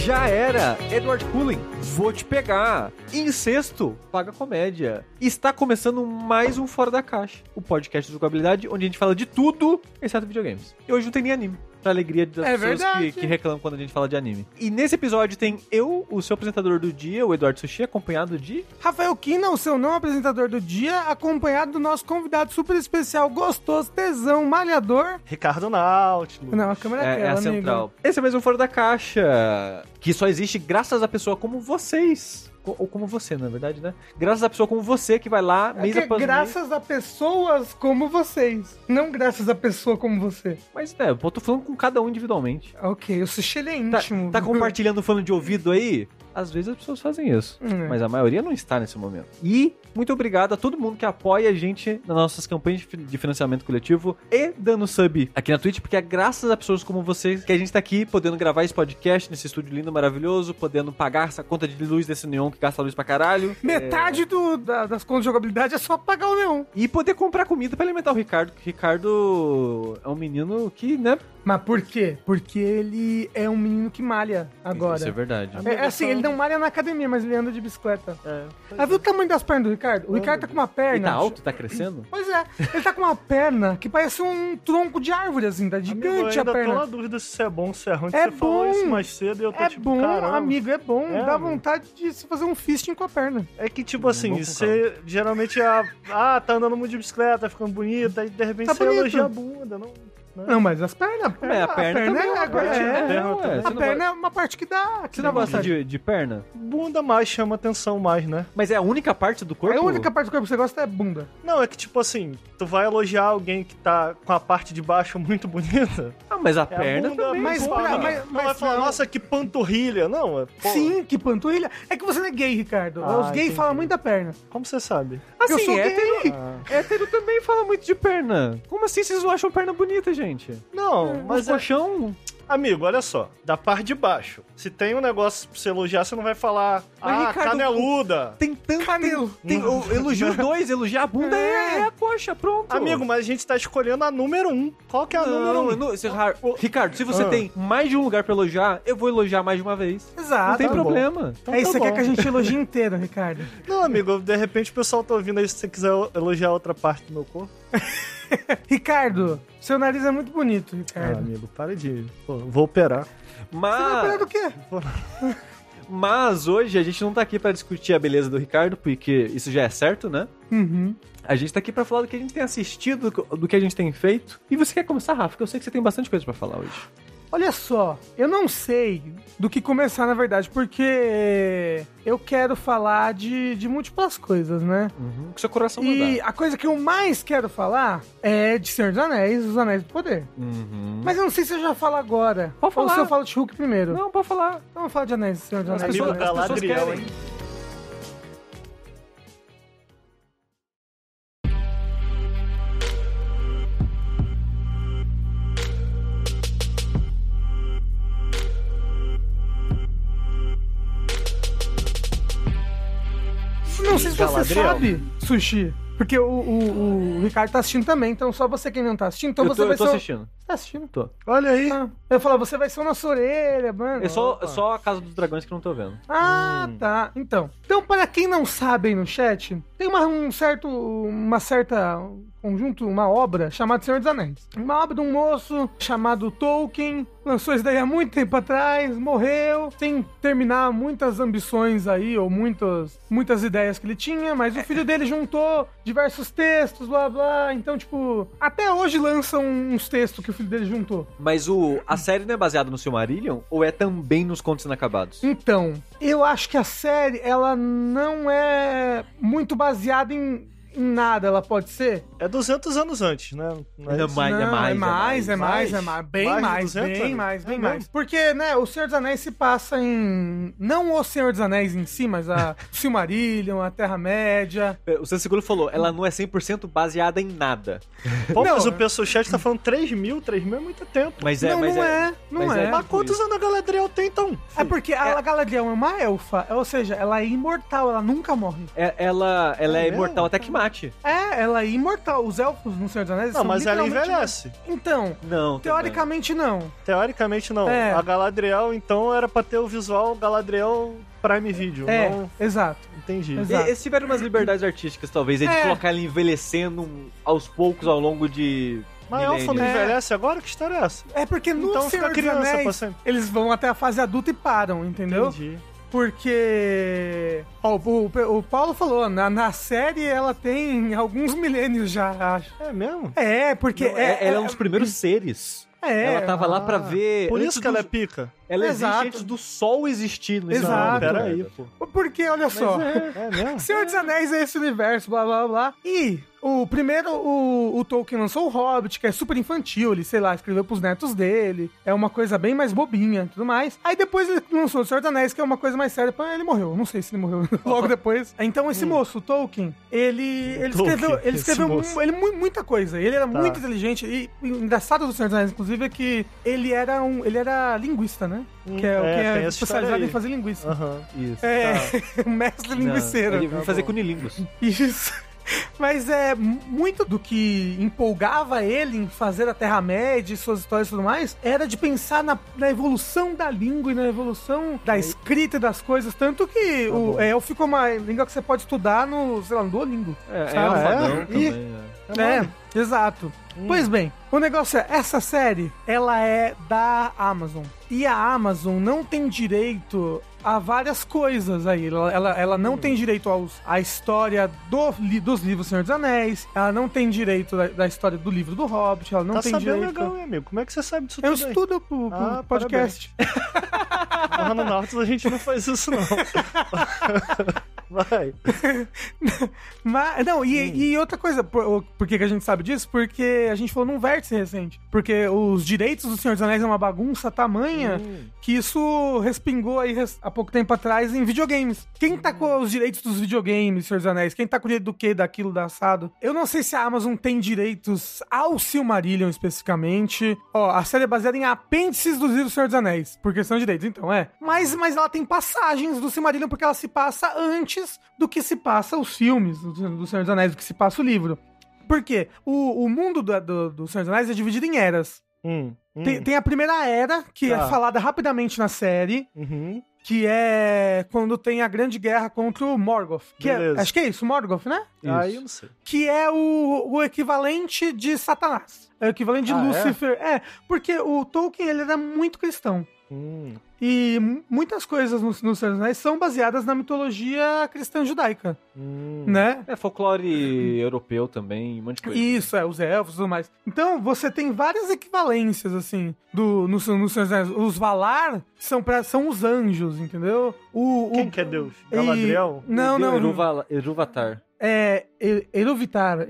Já era, Edward Cullen, vou te pegar. Incesto, paga comédia. Está começando mais um Fora da Caixa, o podcast de jogabilidade, onde a gente fala de tudo, exceto videogames. E hoje não tem nem anime, pra alegria das pessoas que reclamam quando a gente fala de anime. E nesse episódio tem eu, o seu apresentador do dia, o Eduardo Sushi, acompanhado de... Rafael Kina, o seu não apresentador do dia, acompanhado do nosso convidado super especial, gostoso, tesão, malhador... Ricardo Nautilus. Não, a câmera é aquela, a amigo. central. Esse é mais um Fora da Caixa, que só existe graças a pessoa como vocês. Ou como você, na verdade, né? Graças a pessoa como você que vai lá, mês após mês. Graças a pessoas como vocês, não graças a pessoa como você. Mas, eu tô falando com cada um individualmente. Ok, o Sushi ele é íntimo. Tá compartilhando fone de ouvido aí? Às vezes as pessoas fazem isso, mas a maioria não está nesse momento. E muito obrigado a todo mundo que apoia a gente nas nossas campanhas de financiamento coletivo e dando sub aqui na Twitch, porque é graças a pessoas como vocês que a gente tá aqui podendo gravar esse podcast nesse estúdio lindo, maravilhoso, podendo pagar essa conta de luz desse neon que gasta luz pra caralho. Metade das contas de jogabilidade é só pagar o neon. E poder comprar comida pra alimentar o Ricardo, que o Ricardo é um menino que, né... Mas por quê? Porque ele é um menino que malha agora. Isso é verdade. É assim, ele não malha na academia, mas ele anda de bicicleta. Viu o tamanho das pernas do Ricardo? O Ricardo tá com uma perna... Ele tá alto? Tá crescendo? Pois é. Ele tá com uma perna que parece um tronco de árvore, assim. Tá gigante a perna. Eu ainda tô na dúvida se isso é bom ou se é ruim. Você falou isso mais cedo e eu tô tipo, bom, caramba. Amigo, é bom. Dá vontade de se fazer um fisting com a perna. É que, tipo assim, você geralmente tá andando muito de bicicleta, tá ficando bonita, e de repente tá você bonito. elogia a bunda, não... Não, mas as pernas... A perna a perna é uma parte que dá... Você não gosta de perna? Bunda mais chama atenção mais, né? Mas é a única parte do corpo? A única parte do corpo que você gosta é bunda. Não, é que tipo assim, tu vai elogiar alguém que tá com a parte de baixo muito bonita. Mas a perna também. Mas vai falar, nossa, que panturrilha. Não, sim, que panturrilha. É que você não é gay, Ricardo. Os gays falam muito da perna. Como você sabe? Assim, eu sou gay. Hétero também fala muito de perna. Como assim vocês não acham perna bonita, gente? Não, mas colchão... Amigo, olha só, da parte de baixo, se tem um negócio pra você elogiar, você não vai falar, Ricardo, caneluda. Tem tanto... Canelo. Elogio os dois, elogiar a bunda é a coxa, pronto. Amigo, mas a gente tá escolhendo a número 1. Qual que é a número 1? Ricardo, se você tem mais de um lugar pra elogiar, eu vou elogiar mais de uma vez. Exato. Não tem problema. Então, você quer que a gente elogie inteiro, Ricardo? Não, amigo, de repente o pessoal tá ouvindo aí, se você quiser elogiar outra parte do meu corpo. Ricardo, seu nariz é muito bonito, Ricardo. Amigo, para de... Pô, vou operar. Você vai operar do quê? Mas hoje a gente não tá aqui pra discutir a beleza do Ricardo, porque isso já é certo, né? A gente tá aqui pra falar do que a gente tem assistido, do que a gente tem feito. E você quer começar, Rafa? Porque eu sei que você tem bastante coisa pra falar hoje. Olha só, eu não sei do que começar, na verdade, porque eu quero falar de múltiplas coisas, né? O que seu coração mandar. E a coisa que eu mais quero falar é de Senhor dos Anéis, Os Anéis do Poder. Mas eu não sei se eu já falo agora. Pode falar. Ou se eu falo de Hulk primeiro. Não, pode falar. Então vamos falar de Anéis, Senhor dos Anéis. Amigo Galadriel, hein? Não sei se você sabe, Sushi, porque o Ricardo tá assistindo também, então só você quem não tá assistindo, então você vai ser... Eu tô assistindo. Você tá assistindo? Tô. Olha aí. Eu ia falar, você vai ser o nosso orelha, mano. É só a Casa dos Dragões que eu não tô vendo. Tá. Então, para quem não sabe aí no chat, tem uma obra chamada Senhor dos Anéis. Uma obra de um moço chamado Tolkien, lançou isso daí há muito tempo atrás, morreu, sem terminar muitas ambições aí, ou muitas ideias que ele tinha, mas o filho dele juntou diversos textos, blá blá, então tipo, até hoje lançam uns textos que o filho dele juntou. Mas a série não é baseada no Silmarillion, ou é também nos Contos Inacabados? Então, eu acho que a série, ela não é muito baseada em nada, ela pode ser? É 200 anos antes, né? Bem mais. Porque, né, o Senhor dos Anéis se passa em... Não o Senhor dos Anéis em si, mas a Silmarillion, a Terra-média. O San Seguro falou, ela não é 100% baseada em nada. Pô, mas o pessoal chat tá falando 3 mil é muito tempo. Mas Mas quantos anos a Galadriel tem, então? É porque a Galadriel é uma elfa, ou seja, ela é imortal, ela nunca morre. Ela é imortal até que mata. mate. Ela é imortal. Os elfos no Senhor dos Anéis Não, são mas ela literalmente envelhece. Então, Não, teoricamente não. Teoricamente não. É. A Galadriel, então, era pra ter o visual Galadriel Prime Video. Não... exato. Entendi. Exato. Eles tiveram umas liberdades artísticas, talvez, de colocar ele envelhecendo aos poucos ao longo de... Mas elfo não envelhece agora? Que história é essa? É porque no Então Senhor fica dos criança pra Anéis, sempre. eles vão até a fase adulta e param, entendeu? Entendi. Porque... Ó, o Paulo falou, na série ela tem alguns milênios já, acho. É mesmo? Porque... Não, ela é um dos primeiros seres. Ela tava lá pra ver... Por isso que ela é pica. Ela Exato. existe antes do Sol existir. No Exato. Peraí, pô. Porque, olha só... É mesmo? Senhor dos Anéis é esse universo, blá, blá, blá. E o primeiro, o Tolkien lançou o Hobbit, que é super infantil, ele, sei lá, escreveu pros netos dele. É uma coisa bem mais bobinha e tudo mais. Aí depois ele lançou o Senhor dos Anéis, que é uma coisa mais séria. Ele morreu, não sei se ele morreu logo depois. Então esse moço, o Tolkien, ele escreveu muita coisa. Ele era muito inteligente. E o engraçado do Senhor dos Anéis, inclusive, é que ele era linguista, né? Que é especializado em fazer linguiça. Isso. Um mestre linguiceiro. Ele vai fazer cunilingus. Isso. Mas muito do que empolgava ele em fazer a Terra-média e suas histórias e tudo mais, era de pensar na evolução da língua e na evolução da escrita e das coisas. Tanto que o elfo ficou uma língua que você pode estudar no Duolingo. Exato. Pois bem, o negócio é, essa série, ela é da Amazon. E a Amazon não tem direito a várias coisas aí. Ela não tem direito à história dos livros Senhor dos Anéis, ela não tem direito da história do livro do Hobbit, ela não tem direito... legal, meu amigo. Como é que você sabe disso Eu tudo aí? estudo pro podcast. Lá no Nautilus a gente não faz isso, não. Vai. Mas, não, e outra coisa, por que a gente sabe disso? Porque a gente falou num vértice recente. Porque os direitos do Senhor dos Anéis é uma bagunça tamanha que isso respingou aí há pouco tempo atrás em videogames. Quem tá com os direitos dos videogames, Senhor dos Anéis? Quem tá com o direito do quê? Daquilo, da assado? Eu não sei se a Amazon tem direitos ao Silmarillion especificamente. Ó, a série é baseada em apêndices dos livros do Senhor dos Anéis, por questão de direitos, então Mas ela tem passagens do Silmarillion porque ela se passa antes do que se passa os filmes do Senhor dos Anéis, do que se passa o livro. Por quê? O mundo do Senhor dos Anéis é dividido em eras. Tem a primeira era, que é falada rapidamente na série, que é quando tem a grande guerra contra o Morgoth. Acho que é isso, Morgoth, né? Aí eu não sei. Que é o equivalente de Satanás. É o equivalente de Lúcifer. Porque o Tolkien, ele era muito cristão. E muitas coisas no Senhor dos Anéis são baseadas na mitologia cristã judaica, né? Folclore europeu também, um monte de coisa. Isso, os elfos e tudo mais. Então, você tem várias equivalências, assim, no Senhor dos Anéis. Os Valar são os anjos, entendeu? Quem que é Deus? Galadriel? Não. Iluvatar. Eluvatar.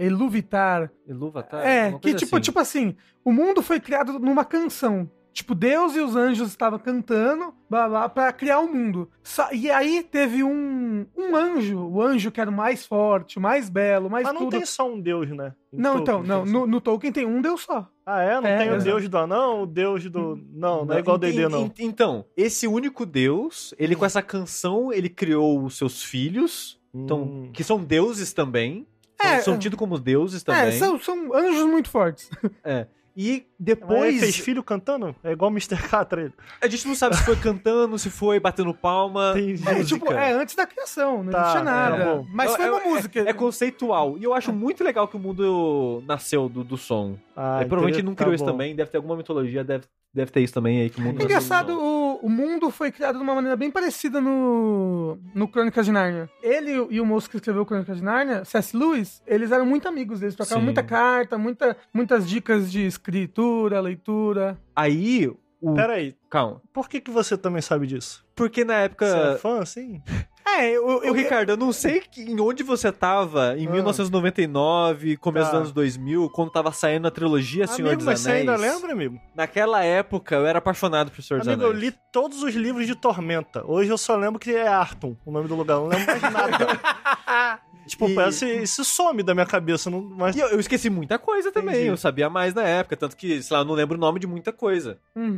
Que tipo assim, o mundo foi criado numa canção. Tipo, Deus e os anjos estavam cantando, blá, blá, pra criar o mundo. E aí teve um anjo, o anjo que era o mais forte, o mais belo, mais tudo. Mas não tem só um Deus, né? No Tolkien tem um Deus só. Não tem o Deus do anão, o Deus do... Não é igual o D&D, não. Então, esse único Deus, ele com essa canção, ele criou os seus filhos, então, que são deuses também. São tidos como deuses também. São anjos muito fortes. E depois... Ele fez filho cantando? É igual o Mr. Catra. A gente não sabe se foi cantando, se foi batendo palma. Tem música. Antes da criação, não existia nada. Mas foi uma música. É conceitual. E eu acho muito legal que o mundo nasceu do som. Provavelmente ele não criou isso também. Deve ter alguma mitologia, deve ter isso também aí que o mundo... Engraçado, o mundo foi criado de uma maneira bem parecida no Crônicas de Nárnia. Ele e o moço que escreveu Crônicas de Nárnia, C.S. Lewis, eles eram muito amigos, eles trocavam muita carta, muitas dicas de escritura, leitura. Aí... Peraí. Calma. Por que você também sabe disso? Porque na época... Você é fã, assim? Ricardo, eu não sei em onde você tava em 1999, começo dos anos 2000, quando tava saindo a trilogia Senhor dos Anéis. Mas você ainda lembra, amigo? Naquela época, eu era apaixonado por Senhor dos Anéis. Eu li todos os livros de Tormenta. Hoje eu só lembro que é Arton, o nome do lugar. Eu não lembro mais nada. Parece isso some da minha cabeça. Mas... E eu esqueci muita coisa também. Eu sabia mais na época. Tanto que, sei lá, eu não lembro o nome de muita coisa.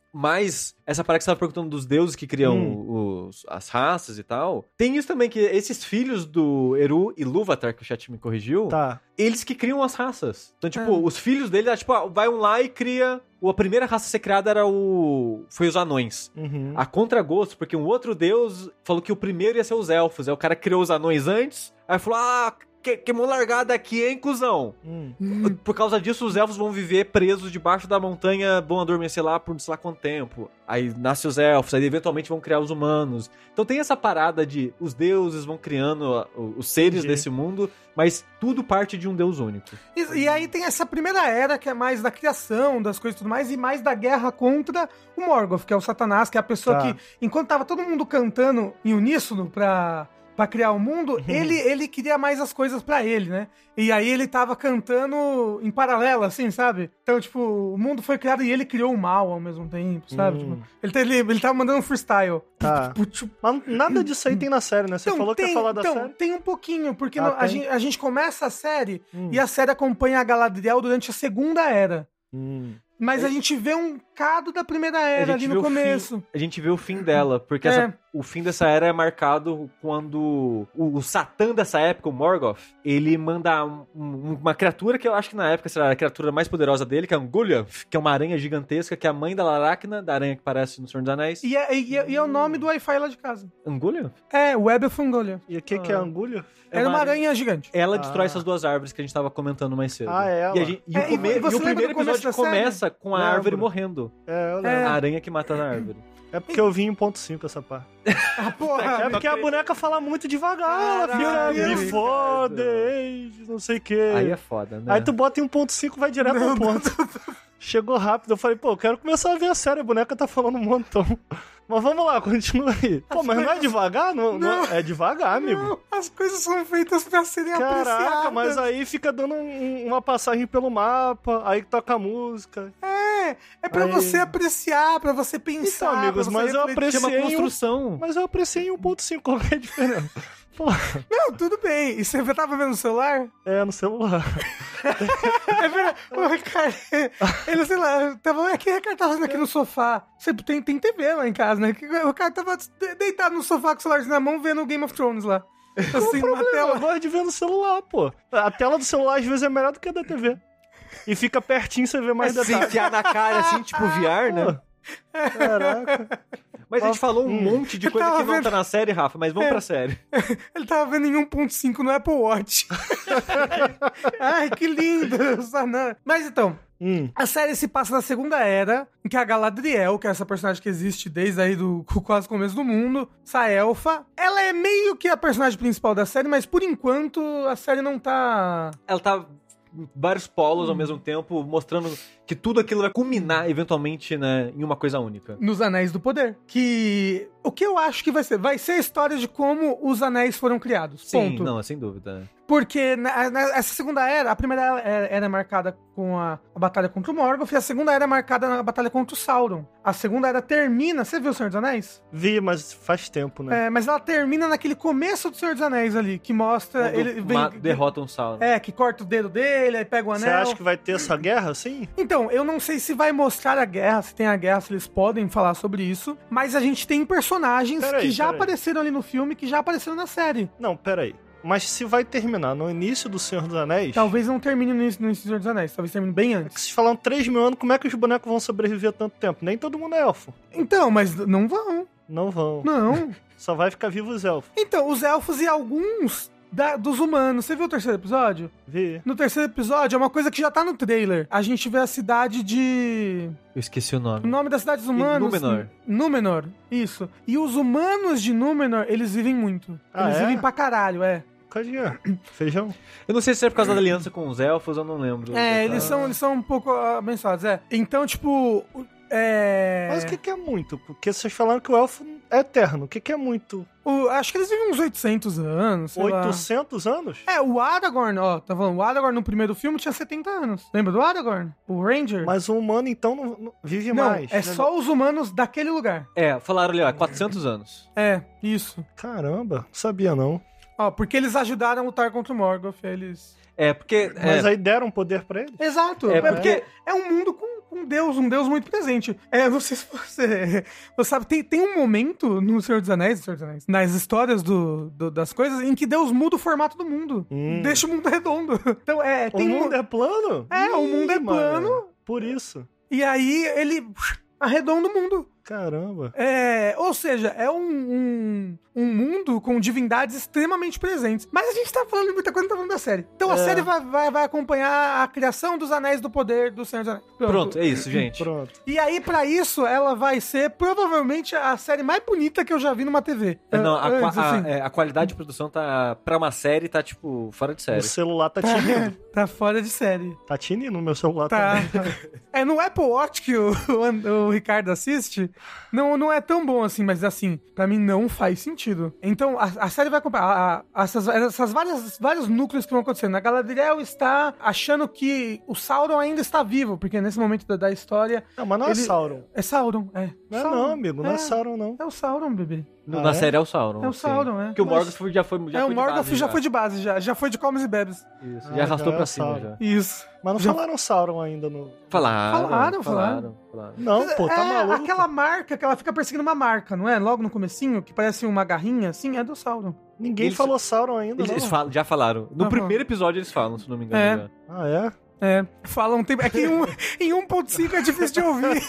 Mas essa parada que você tava perguntando dos deuses que criam as raças e tal, tem isso também, que esses filhos do Eru e Ilúvatar, que o chat me corrigiu, eles que criam as raças. Então, tipo, os filhos dele, tipo, vai um lá e cria... A primeira raça a ser criada foi os anões. A contragosto, porque um outro deus falou que o primeiro ia ser os elfos. Aí o cara criou os anões antes, aí falou, queimou largada aqui, hein, cuzão? Por causa disso, os elfos vão viver presos debaixo da montanha, vão adormecer lá por sei lá quanto tempo. Aí nascem os elfos, aí eventualmente vão criar os humanos. Então tem essa parada de os deuses vão criando os seres desse mundo, mas tudo parte de um deus único. E aí tem essa primeira era que é mais da criação, das coisas e tudo mais, e mais da guerra contra o Morgoth, que é o Satanás, que é a pessoa que, enquanto tava todo mundo cantando em uníssono pra criar o mundo, ele queria mais as coisas pra ele, né? E aí ele tava cantando em paralelo, assim, sabe? Então, tipo, o mundo foi criado e ele criou o mal ao mesmo tempo, sabe? Tipo, ele tava mandando um freestyle. Mas nada disso aí tem na série, né? Você falou que ia falar da série? Tem um pouquinho, porque a gente começa a série e a série acompanha a Galadriel durante a Segunda Era. Mas a gente vê um cado da Primeira Era ali no começo. A gente vê o fim dela, porque o fim dessa era é marcado quando o Satã dessa época, o Morgoth, ele manda uma criatura que eu acho que na época será a criatura mais poderosa dele, que é Ungoliant, que é uma aranha gigantesca, que é a mãe da Laracna, da aranha que aparece no Senhor dos Anéis. E é o nome do Wi-Fi lá de casa. Ungoliant? É, Web of Ungoliant. E o que é Ungoliant? Era uma aranha gigante. Ela destrói essas duas árvores que a gente tava comentando mais cedo. Ela. E o primeiro episódio começa com a árvore morrendo. Eu lembro. A aranha que mata a árvore. É porque eu vi em 1.5 essa parte. Porra! É porque a boneca fala muito devagar. Ela fica, me fode, não sei o quê. Aí é foda, né? Aí tu bota em 1.5 e vai direto ao ponto. Chegou rápido, eu falei, pô, eu quero começar a ver a série, a boneca tá falando um montão. Mas vamos lá, continua aí. Pô, mas não é devagar? Não, é devagar, amigo. Não, as coisas são feitas pra serem apreciadas. Caraca, mas aí fica dando uma passagem pelo mapa, aí toca a música. É pra você apreciar, pra você pensar. Então, amigos, mas eu apreciei uma construção. Mas eu apreciei em 1.5, qual é a diferença? Não, tudo bem. E você tava vendo no celular? É, no celular. É verdade. O cara, ele, sei lá, tava aqui, o Ricardo tava fazendo aqui no sofá. Você tem TV lá em casa, né? O cara tava deitado no sofá com o celular na mão vendo Game of Thrones lá. Assim, numa tela. Eu gosto de ver no celular, pô. A tela do celular às vezes é melhor do que a da TV. E fica pertinho, você vê mais detalhes. Se enfiar na cara, assim, tipo VR, né? Caraca. Mas a gente falou um monte de coisa que não tá na série, Rafa, mas vamos pra série. Ele tava vendo em 1.5 no Apple Watch. Ai, que lindo. Mas então, a série se passa na Segunda Era, em que a Galadriel, que é essa personagem que existe desde aí do quase começo do mundo, essa elfa, ela é meio que a personagem principal da série, mas por enquanto a série não tá... Ela tá vários polos ao mesmo tempo, mostrando que tudo aquilo vai culminar, eventualmente, né, em uma coisa única. Nos Anéis do Poder. Que... O que eu acho que vai ser? Vai ser a história de como os anéis foram criados. Sim, ponto. não, sem dúvida. Porque essa Segunda Era, a Primeira Era é marcada com a batalha contra o Morgoth, e a Segunda Era é marcada na batalha contra o Sauron. A Segunda Era termina... Você viu o Senhor dos Anéis? Vi, mas faz tempo, né? Mas ela termina naquele começo do Senhor dos Anéis ali, que mostra... derrota um Sauron. Que corta o dedo dele, aí pega o anel. Você acha que vai ter essa guerra, assim? Então, eu não sei se vai mostrar a guerra, se tem a guerra, se eles podem falar sobre isso, mas a gente tem personagens que já apareceram ali no filme, que já apareceram na série. Não, peraí. Mas se vai terminar no início do Senhor dos Anéis... Talvez não termine no início do Senhor dos Anéis, talvez termine bem antes. Se falam 3.000 anos, como é que os bonecos vão sobreviver tanto tempo? Nem todo mundo é elfo. Então, mas não vão. Não vão. Não. Só vai ficar vivo os elfos. Então, os elfos e alguns dos humanos. Você viu o terceiro episódio? Vi. No terceiro episódio, é uma coisa que já tá no trailer. A gente vê a cidade de... Eu esqueci o nome. O nome da cidade dos humanos... Númenor. Númenor, isso. E os humanos de Númenor, eles vivem muito. Eles vivem pra caralho, Cadê? Feijão? Eu não sei se é por causa da aliança com os elfos, eu não lembro. Eles são um pouco abençoados, Então, tipo... Mas o que é muito? Porque vocês falaram que o elfo é eterno. O que é muito? Acho que eles vivem uns 800 anos, sei 800 lá. anos? O Aragorn, tá falando, o Aragorn no primeiro filme tinha 70 anos. Lembra do Aragorn? O Ranger? Mas o humano, então, não vive mais. Não, só os humanos daquele lugar. Falaram ali, 400 anos. Isso. Caramba, não sabia não. Porque eles ajudaram a lutar contra o Morgoth, eles... Porque... Mas aí deram poder pra eles? Exato. Porque é um mundo com um deus muito presente. Não sei se você sabe, tem um momento no Senhor dos Anéis, nas histórias das coisas, em que Deus muda o formato do mundo. Deixa o mundo redondo. Então, o mundo é plano? O mundo é plano. Por isso. E aí, ele arredonda o mundo. Caramba. Ou seja, é um mundo com divindades extremamente presentes. Mas a gente tá falando de muita coisa, não tá falando da série. Então a série vai acompanhar a criação dos Anéis do Poder do Senhor dos Anéis. Pronto, é isso, gente. Pronto. E aí, pra isso, ela vai ser provavelmente a série mais bonita que eu já vi numa TV. A qualidade de produção pra uma série tá, tipo, fora de série. O celular tá tinindo. Tá fora de série. Tá tinindo o meu celular também. No Apple Watch que o Ricardo assiste, não é tão bom assim, mas assim, pra mim não faz sentido. Então, a série vai acompanhar essas vários núcleos que vão acontecendo. A Galadriel está achando que o Sauron ainda está vivo, porque nesse momento da história... Não, mas não é Sauron. É Sauron, é. Não é Sauron. não, amigo, não é Sauron, não. É o Sauron, bebê. Na série é o Sauron. É o Sauron, Porque o Morgoth já foi de base. O Morgoth já foi de base, já foi de comes e bebes. Isso, já arrastou pra cima, já. Isso. Mas não falaram Sauron ainda no... Falaram. Não, pô, tá maluco. Aquela marca que ela fica perseguindo uma marca, não é? Logo no comecinho, que parece uma garrinha assim, é do Sauron. Ninguém falou Sauron ainda, Eles já falaram. No primeiro episódio eles falam, se não me engano. Já. Ah, é? Falam tempo. É que em 1.5 é difícil de ouvir.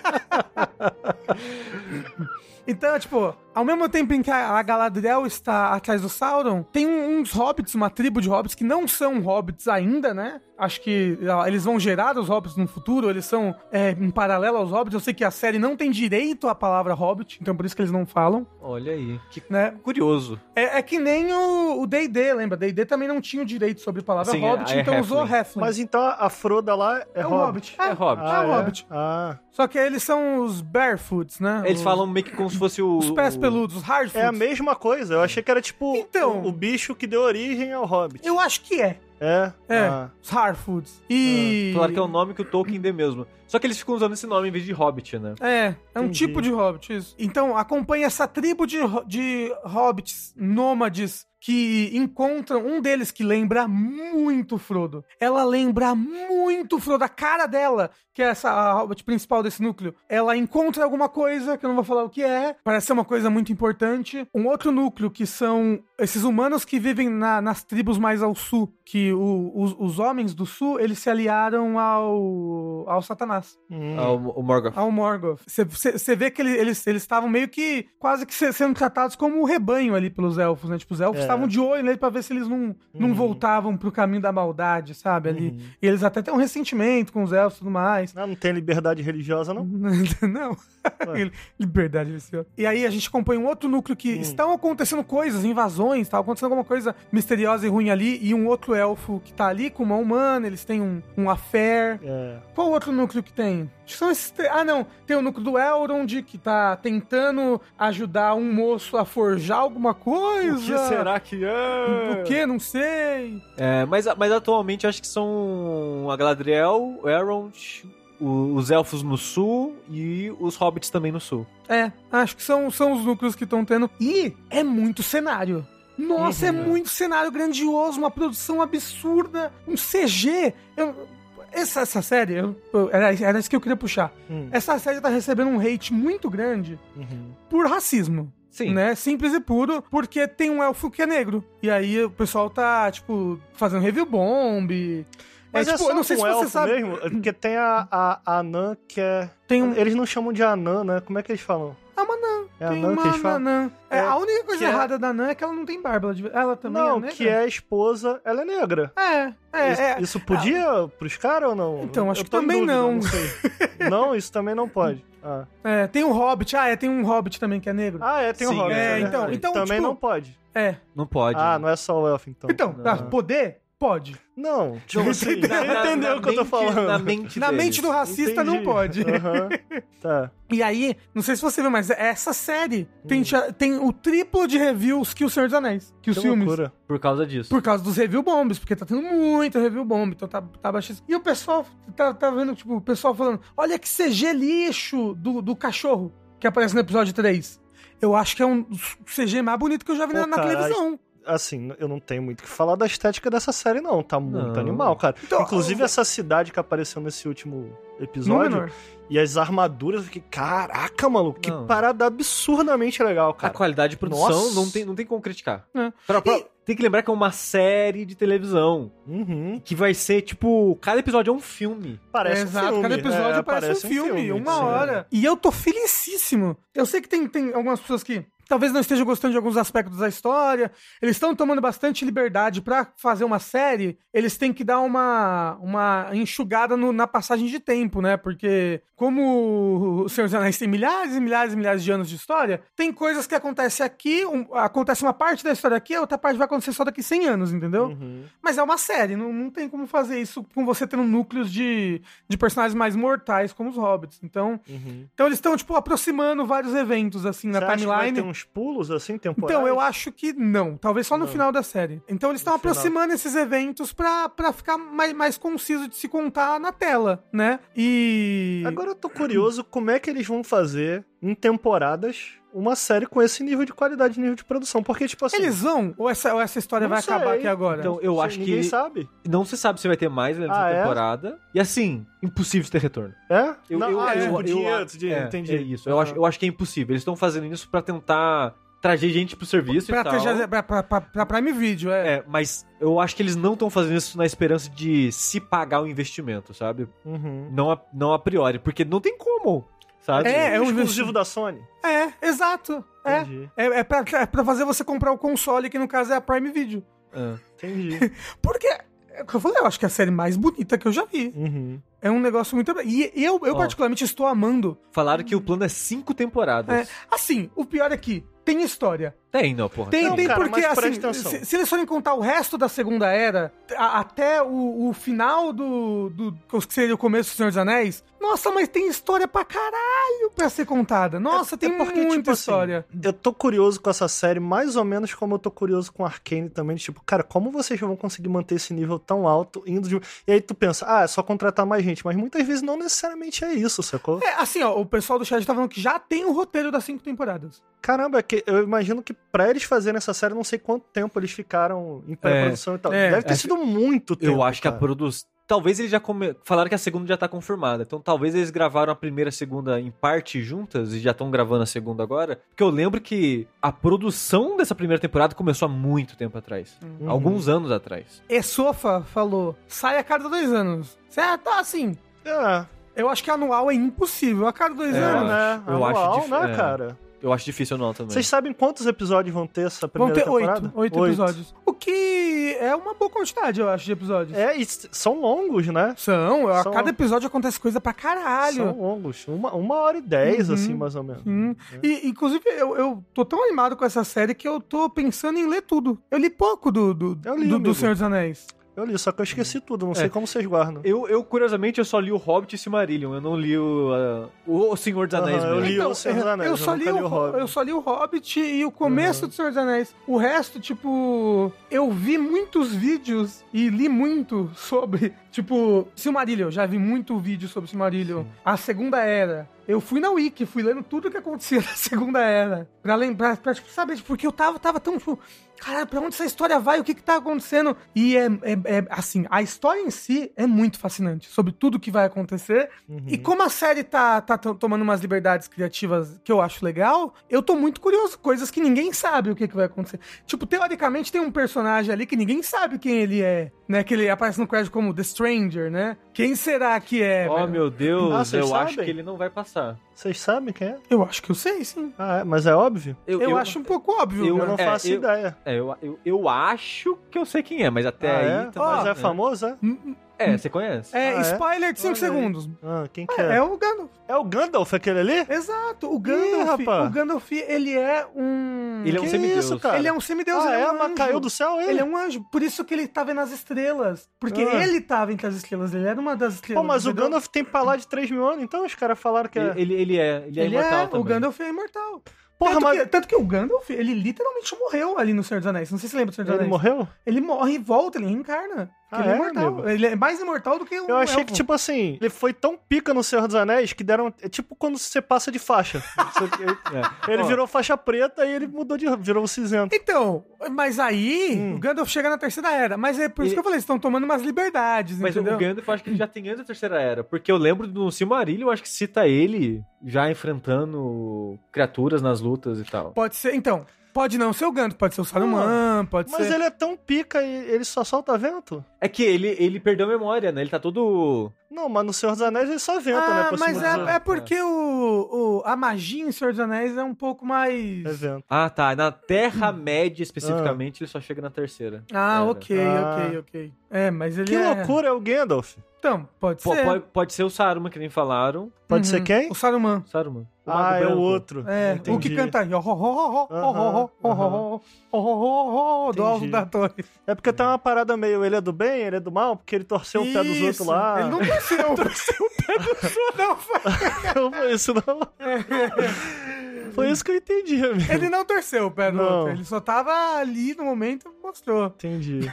Então, tipo, ao mesmo tempo em que a Galadriel está atrás do Sauron, tem uns hobbits, uma tribo de hobbits que não são hobbits ainda, né? Acho que eles vão gerar os hobbits no futuro, eles são em paralelo aos hobbits. Eu sei que a série não tem direito à palavra hobbit, então por isso que eles não falam. Olha aí, que curioso. É que nem o D&D, lembra? D&D também não tinha o direito sobre a palavra hobbit, então usou Halfling. Mas então a Froda lá é hobbit. É hobbit. É hobbit. Só que eles são os barefoots, né? Eles falam meio que como se fosse os pés peludos, os hardfoots. É a mesma coisa. Eu achei que era tipo o bicho que deu origem ao hobbit. Eu acho que é. Os Hardfoods. Claro que é o nome que o Tolkien deu mesmo. Só que eles ficam usando esse nome em vez de Hobbit, né? É um tipo de Hobbit, isso. Então, acompanha essa tribo de Hobbits nômades que encontram um deles que lembra muito Frodo. Ela lembra muito Frodo. A cara dela, que é a Hobbit principal desse núcleo, ela encontra alguma coisa, que eu não vou falar o que é, parece ser uma coisa muito importante. Um outro núcleo, que são esses humanos que vivem nas tribos mais ao sul, que os homens do sul, eles se aliaram ao Satanás. Ao Morgoth. Ao Morgoth. Você vê que eles estavam meio que, quase que sendo tratados como um rebanho ali pelos elfos, né? Tipo, os elfos estavam de olho nele pra ver se eles não voltavam pro caminho da maldade, sabe? Ali. E eles até têm um ressentimento com os elfos e tudo mais. Não tem liberdade religiosa, não? Não. Liberdade religiosa. E aí a gente acompanha um outro núcleo que estão acontecendo coisas, invasões, tá acontecendo alguma coisa misteriosa e ruim ali, e um outro elfo que tá ali com uma humana, eles têm um affair. Qual outro núcleo que tem? São esses... não. Tem o núcleo do Elrond, que tá tentando ajudar um moço a forjar alguma coisa. O que será que é? O que? Não sei. Mas atualmente acho que são a Galadriel, o Elrond, os elfos no sul e os hobbits também no sul. Acho que são os núcleos que estão tendo. E é muito cenário. Nossa, é muito cenário grandioso, uma produção absurda, um CG. Essa série, era isso que eu queria puxar. Essa série tá recebendo um hate muito grande por racismo. Sim. Né? Simples e puro, porque tem um elfo que é negro. E aí o pessoal tá, tipo, fazendo review bomb. Mas tipo, eu não sei se você sabe mesmo, porque tem a Anã que é... Eles não chamam de Anã, né? Como é que eles falam? É uma Anã. É a Anã que eles falam? A única coisa errada da Anã é que ela não tem barba. Ela também é negra? Que é a esposa, ela é negra. Isso podia pros caras ou não? Então, acho que também não. Não sei. Não, isso também não pode. Tem um Hobbit. Tem um Hobbit também que é negro. Tem um Hobbit. Então, também tipo, não pode. Não pode. Não é só o elfo, então. Então, poder? Pode. Não, tipo assim, você entendeu o que eu tô falando. Na mente do racista não pode. Tá. E aí, não sei se você viu, mas essa série tem o triplo de reviews que o Senhor dos Anéis. Que os filmes. Loucura. Por causa disso. Por causa dos review bombs, porque tá tendo muito review bomb, então tá baixíssimo. E o pessoal tá vendo, tipo, o pessoal falando, olha que CG lixo do cachorro que aparece no episódio 3. Eu acho que é um CG mais bonito que eu já vi na televisão. assim, eu não tenho muito o que falar da estética dessa série, não. Tá muito animal, cara. Então, inclusive, essa cidade que apareceu nesse último episódio e as armaduras, eu fiquei, caraca, maluco, que parada absurdamente legal, cara. A qualidade de produção não tem como criticar. Tem que lembrar que é uma série de televisão. Que vai ser, tipo, cada episódio é um filme. Parece um filme. Cada episódio parece um filme, uma hora. E eu tô felicíssimo. Eu sei que tem algumas pessoas que talvez não estejam gostando de alguns aspectos da história. Eles estão tomando bastante liberdade pra fazer uma série. Eles têm que dar uma enxugada na passagem de tempo, né? Porque como o Senhor dos Anéis tem milhares e milhares e milhares de anos de história, tem coisas que acontecem aqui, acontece uma parte da história aqui, a outra parte vai acontecer só daqui 100 anos, entendeu? Mas é uma série, não tem como fazer isso com você tendo núcleos de personagens mais mortais como os hobbits. Então eles estão, tipo, aproximando vários eventos, assim, na timeline. Vai ter uns pulos, assim, temporais? Então, eu acho que não. Talvez só no final da série. Então, eles estão aproximando esses eventos pra ficar mais conciso de se contar na tela, né? E... Agora eu tô curioso como é que eles vão fazer em temporadas uma série com esse nível de qualidade, nível de produção. Porque, tipo assim... Eles vão? Ou essa história vai acabar aqui agora? Então, eu acho que... Ninguém sabe. Não se sabe se vai ter mais nessa temporada. E assim, impossível ter retorno. É? Entendi. É isso. Eu acho que é impossível. Eles estão fazendo isso pra tentar trazer gente pro serviço e tal. Pra Prime Video, mas eu acho que eles não estão fazendo isso na esperança de se pagar o investimento, sabe? Não a priori. Porque não tem como, sabe? É um exclusivo da Sony. Exato. É pra fazer você comprar o console, que no caso é a Prime Video. Entendi. Porque... eu acho que é a série mais bonita que eu já vi. É um negócio muito... E eu particularmente estou amando. Falaram que o plano é 5 temporadas. Assim, o pior é que tem história. Tem, não, porra. Tem, cara, porque, assim, se eles forem contar o resto da Segunda Era, até o final do que seria o começo do Senhor dos Anéis, nossa, mas tem história pra caralho pra ser contada. Nossa, tem muita história. Assim, eu tô curioso com essa série, mais ou menos como eu tô curioso com Arcane também. Tipo, cara, como vocês vão conseguir manter esse nível tão alto indo de... E aí tu pensa, é só contratar mais gente. Mas muitas vezes não necessariamente é isso, sacou? Assim, ó, o pessoal do chat tá falando que já tem o roteiro das 5 temporadas. Caramba, eu imagino que pra eles fazerem essa série, não sei quanto tempo eles ficaram em pré-produção e tal. Deve ter sido muito tempo. Eu acho que a produção... Talvez eles já falaram que a segunda já tá confirmada. Então talvez eles gravaram a primeira e a segunda em parte juntas e já estão gravando a segunda agora. Porque eu lembro que a produção dessa primeira temporada começou há muito tempo atrás. Alguns anos atrás. Sofa falou, sai a cada 2 anos. Certo? Assim... Eu acho que anual é impossível. A cada 2 anos. Eu acho difícil, né, cara? Eu acho difícil não também. Vocês sabem quantos episódios vão ter essa primeira temporada? Vão ter 8 episódios. O que é uma boa quantidade, eu acho, de episódios. E são longos, né? A cada episódio acontece coisa pra caralho. São longos. 1h10, assim, mais ou menos. E, inclusive, eu tô tão animado com essa série que eu tô pensando em ler tudo. Eu li pouco do Senhor dos Anéis. Eu li, só que eu esqueci tudo, não sei como vocês guardam. Eu, curiosamente, eu só li o Hobbit e Silmarillion, eu não li o Senhor dos Anéis mesmo. Eu li o Senhor dos Anéis, eu só li o Hobbit e o começo do Senhor dos Anéis. O resto, tipo, eu vi muitos vídeos e li muito sobre, tipo, Silmarillion, já vi muito vídeo sobre Silmarillion. A Segunda Era. Eu fui na Wiki, fui lendo tudo o que acontecia na Segunda Era. Pra lembrar, tipo, saber, porque eu tava tão, tipo, caralho, pra onde essa história vai? O que tá acontecendo? E assim, a história em si é muito fascinante, sobre tudo que vai acontecer. E como a série tá tomando umas liberdades criativas que eu acho legal, eu tô muito curioso, coisas que ninguém sabe o que vai acontecer. Tipo, teoricamente tem um personagem ali que ninguém sabe quem ele é, né? Que ele aparece no crédito como The Stranger, né? Quem será que é? Oh, meu Deus, eu acho que ele não vai passar. Vocês sabem quem é? Eu acho que eu sei, sim. Mas é óbvio? Eu acho um pouco óbvio. Eu não faço ideia. Eu acho que eu sei quem é, mas até aí... Mas é famoso, é? Você conhece? Spoiler de 5 segundos. Quem que é? É o Gandalf. É o Gandalf, aquele ali? Exato, o Gandalf. O Gandalf, ele é um... Ele é um semideus. Isso, cara? Ele é um semideus, mas caiu do céu ele? Ele é um anjo, por isso que ele tá vendo as estrelas. Porque ele tava entre as estrelas, ele era uma das estrelas. Mas o Gandalf tem pra lá de 3 mil anos, então os caras falaram que Ele é imortal também. O Gandalf é imortal. Porra, tanto que o Gandalf, ele literalmente morreu ali no Senhor dos Anéis. Não sei se você lembra do Senhor dos Anéis. Ele morreu? Ele morre e volta, ele reencarna. Que ele é imortal. Amigo? Ele é mais imortal do que um Eu achei elfo. que, tipo assim, ele foi tão pica no Senhor dos Anéis que deram... É tipo quando você passa de faixa. Ele virou faixa preta e ele virou o cinzento. Então, mas aí o Gandalf chega na Terceira Era. Mas é por isso que eu falei, eles estão tomando umas liberdades, Mas entendeu? o Gandalf, eu acho que ele já tem antes da Terceira Era. Porque eu lembro do Silmarillion, eu acho que cita ele já enfrentando criaturas nas lutas e tal. Pode ser, então... Pode não ser o Gandalf, pode ser o Saruman, pode ser... Mas ele é tão pica e ele só solta vento? É que ele perdeu a memória, né? Ele tá todo... Não, mas no Senhor dos Anéis ele só venta, né? Por mas cima dos outros. é porque a magia em Senhor dos Anéis é um pouco mais... É vento. Ah, tá. Na Terra-média, especificamente, ele só chega na Terceira. Era. Ok. É, mas ele Que loucura, é o Gandalf. Então, pode ser. Pode ser o Saruman, que nem falaram. Pode ser quem? O Saruman. Saruman. O Mago É Branco. o outro. É, Entendi. o que canta do alto da torre. É porque tem uma parada meio, ele é do bem, ele é do mal, porque ele torceu o pé dos outros lá. Ele não torceu. Torceu o pé dos outros, não. Não foi isso, não. Foi isso que eu entendi, amigo. Ele não torceu o pé do outro. Ele só tava ali no momento e mostrou. Entendi.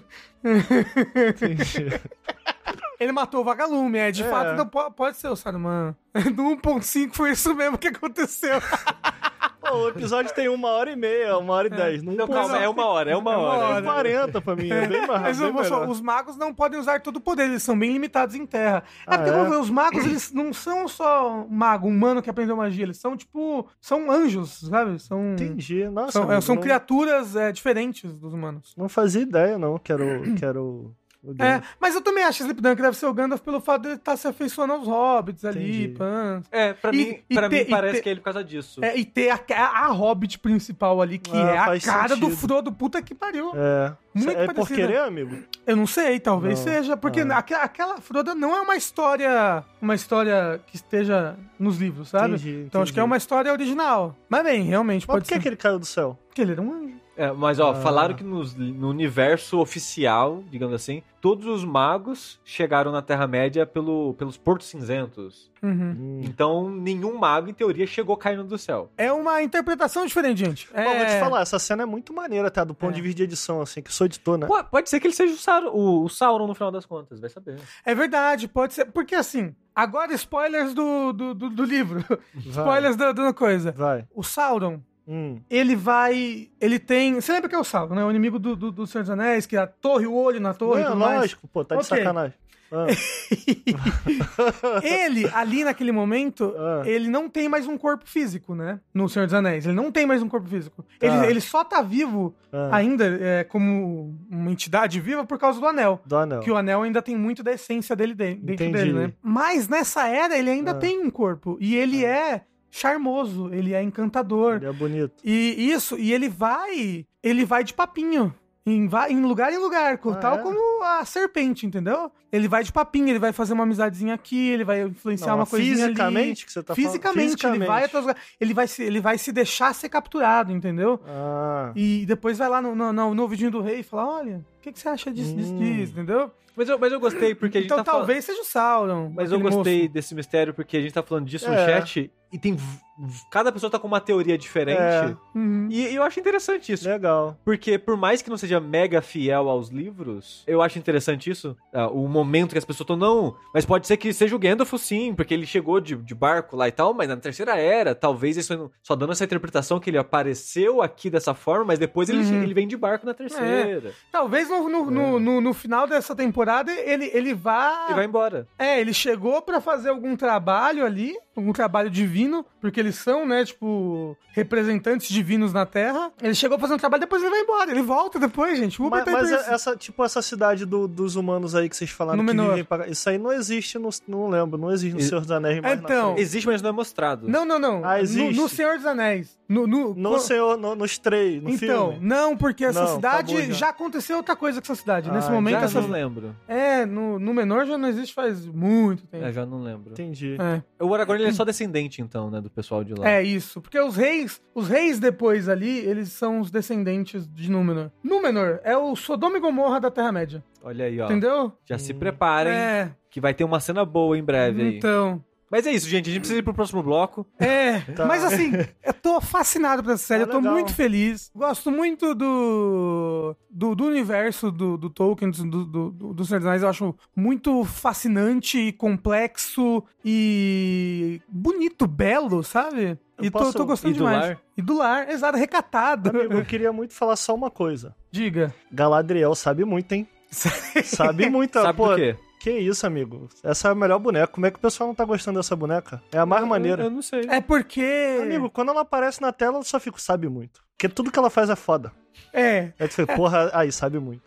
Ele matou o vagalume, de fato não pode ser o Saruman. No 1.5 foi isso mesmo que aconteceu. Pô, o episódio tem 1h30, 1h10. Não, calma, é uma hora. É 40 pra mim, é bem mais Mas os magos não podem usar todo o poder, eles são bem limitados em terra. Porque vamos ver, os magos, eles não são só mago humano que aprendeu magia, eles são são anjos, sabe? Entendi, nossa. São criaturas diferentes dos humanos. Não fazia ideia, não, que era o mas eu também acho que Sleepdunk deve ser o Gandalf pelo fato de ele estar se afeiçoando aos hobbits ali, pans. Pra mim parece que é ele por causa disso. E ter a hobbit principal ali, que é a cara do Frodo, puta que pariu. Muito é por parecida. querer, amigo? Eu não sei, talvez seja, porque aquela Frodo não é uma história que esteja nos livros, sabe? Então acho que é uma história original. Mas bem, realmente pode ser. Por que ele caiu do céu? Porque ele era um anjo. Mas falaram que no universo oficial, digamos assim, todos os magos chegaram na Terra-média pelos Portos Cinzentos. Então, nenhum mago, em teoria, chegou caindo do céu. É uma interpretação diferente, gente. Bom, vou te falar, essa cena é muito maneira, tá? Do ponto de vista de edição, assim, que eu sou editor, né? Pode ser que ele seja o Sauron no final das contas, vai saber. É verdade, pode ser. Porque assim, agora spoilers do livro. Spoilers da coisa. Vai. O Sauron, ele tem... Você lembra que é o Sauron, né? O inimigo do Senhor dos Anéis, que é a torre, o olho na torre e tudo mais. Lógico, pô, tá de sacanagem. Ele, ali naquele momento, ele não tem mais um corpo físico, né? No Senhor dos Anéis. Ele não tem mais um corpo físico. Ele só tá vivo ainda como uma entidade viva por causa do anel. Que o anel ainda tem muito da essência dele dentro dele, né? Mas nessa era ele ainda tem um corpo. E ele é charmoso, ele é encantador. Ele é bonito. E ele vai de papinho. Em lugar, tal como a serpente, entendeu? Ele vai de papinho, ele vai fazer uma amizadezinha aqui, ele vai influenciar uma coisinha ali. Fisicamente que você tá falando? Fisicamente, ele vai se deixar ser capturado, entendeu? E depois vai lá no ouvidinho do rei e fala, olha, o que você acha disso, entendeu? Mas eu gostei porque a gente então talvez seja o Sauron. Mas eu gostei desse mistério porque a gente tá falando disso no chat e tem... Cada pessoa tá com uma teoria diferente. E eu acho interessante isso. Legal. Porque por mais que não seja mega fiel aos livros, eu acho interessante isso. O momento que as pessoas estão, não, mas pode ser que seja o Gandalf sim, porque ele chegou de barco lá e tal, mas na Terceira Era, talvez isso só dando essa interpretação que ele apareceu aqui dessa forma, mas depois ele vem de barco na Terceira. Talvez no final dessa temporada ele vá... Ele vai embora. Ele chegou pra fazer algum trabalho ali, algum trabalho divino, porque eles são, né, tipo, representantes divinos na Terra. Ele chegou a fazer um trabalho, depois ele vai embora. Ele volta depois, gente. Mas essa cidade dos humanos aí que vocês falaram que vivem pra... Isso aí não existe, não lembro, não existe no Senhor dos Anéis mais. Então, existe, mas não é mostrado. Não. Existe. No Senhor dos Anéis. Nos três, no filme. Então, não, porque essa cidade já aconteceu outra coisa com essa cidade. Nesse momento, já não lembro. No Menor já não existe faz muito tempo. Já não lembro. Entendi. O Aragorn ele é só descendente, então, né, do pessoal de lá. É isso, porque os reis depois ali, eles são os descendentes de Númenor. Númenor é o Sodoma e Gomorra da Terra-média. Olha aí, ó. Entendeu? Já se preparem, que vai ter uma cena boa em breve aí. Então... Mas é isso, gente. A gente precisa ir pro próximo bloco. Mas assim, eu tô fascinado por essa série, eu tô legal. muito feliz. Gosto muito do universo do Tolkien, do Senhor dos Anéis. Eu acho muito fascinante e complexo e bonito, belo, sabe? E tô gostando demais. E do lar, exato, recatado. Amigo, eu queria muito falar só uma coisa. Diga. Galadriel sabe muito, hein? Sabe muito. Sabe por quê? Que isso, amigo? Essa é a melhor boneca. Como é que o pessoal não tá gostando dessa boneca? É a mais maneira. Eu não sei. É porque... Amigo, quando ela aparece na tela, eu só fico, sabe muito. Porque tudo que ela faz é foda. É. Aí tu fica, porra, aí, sabe muito.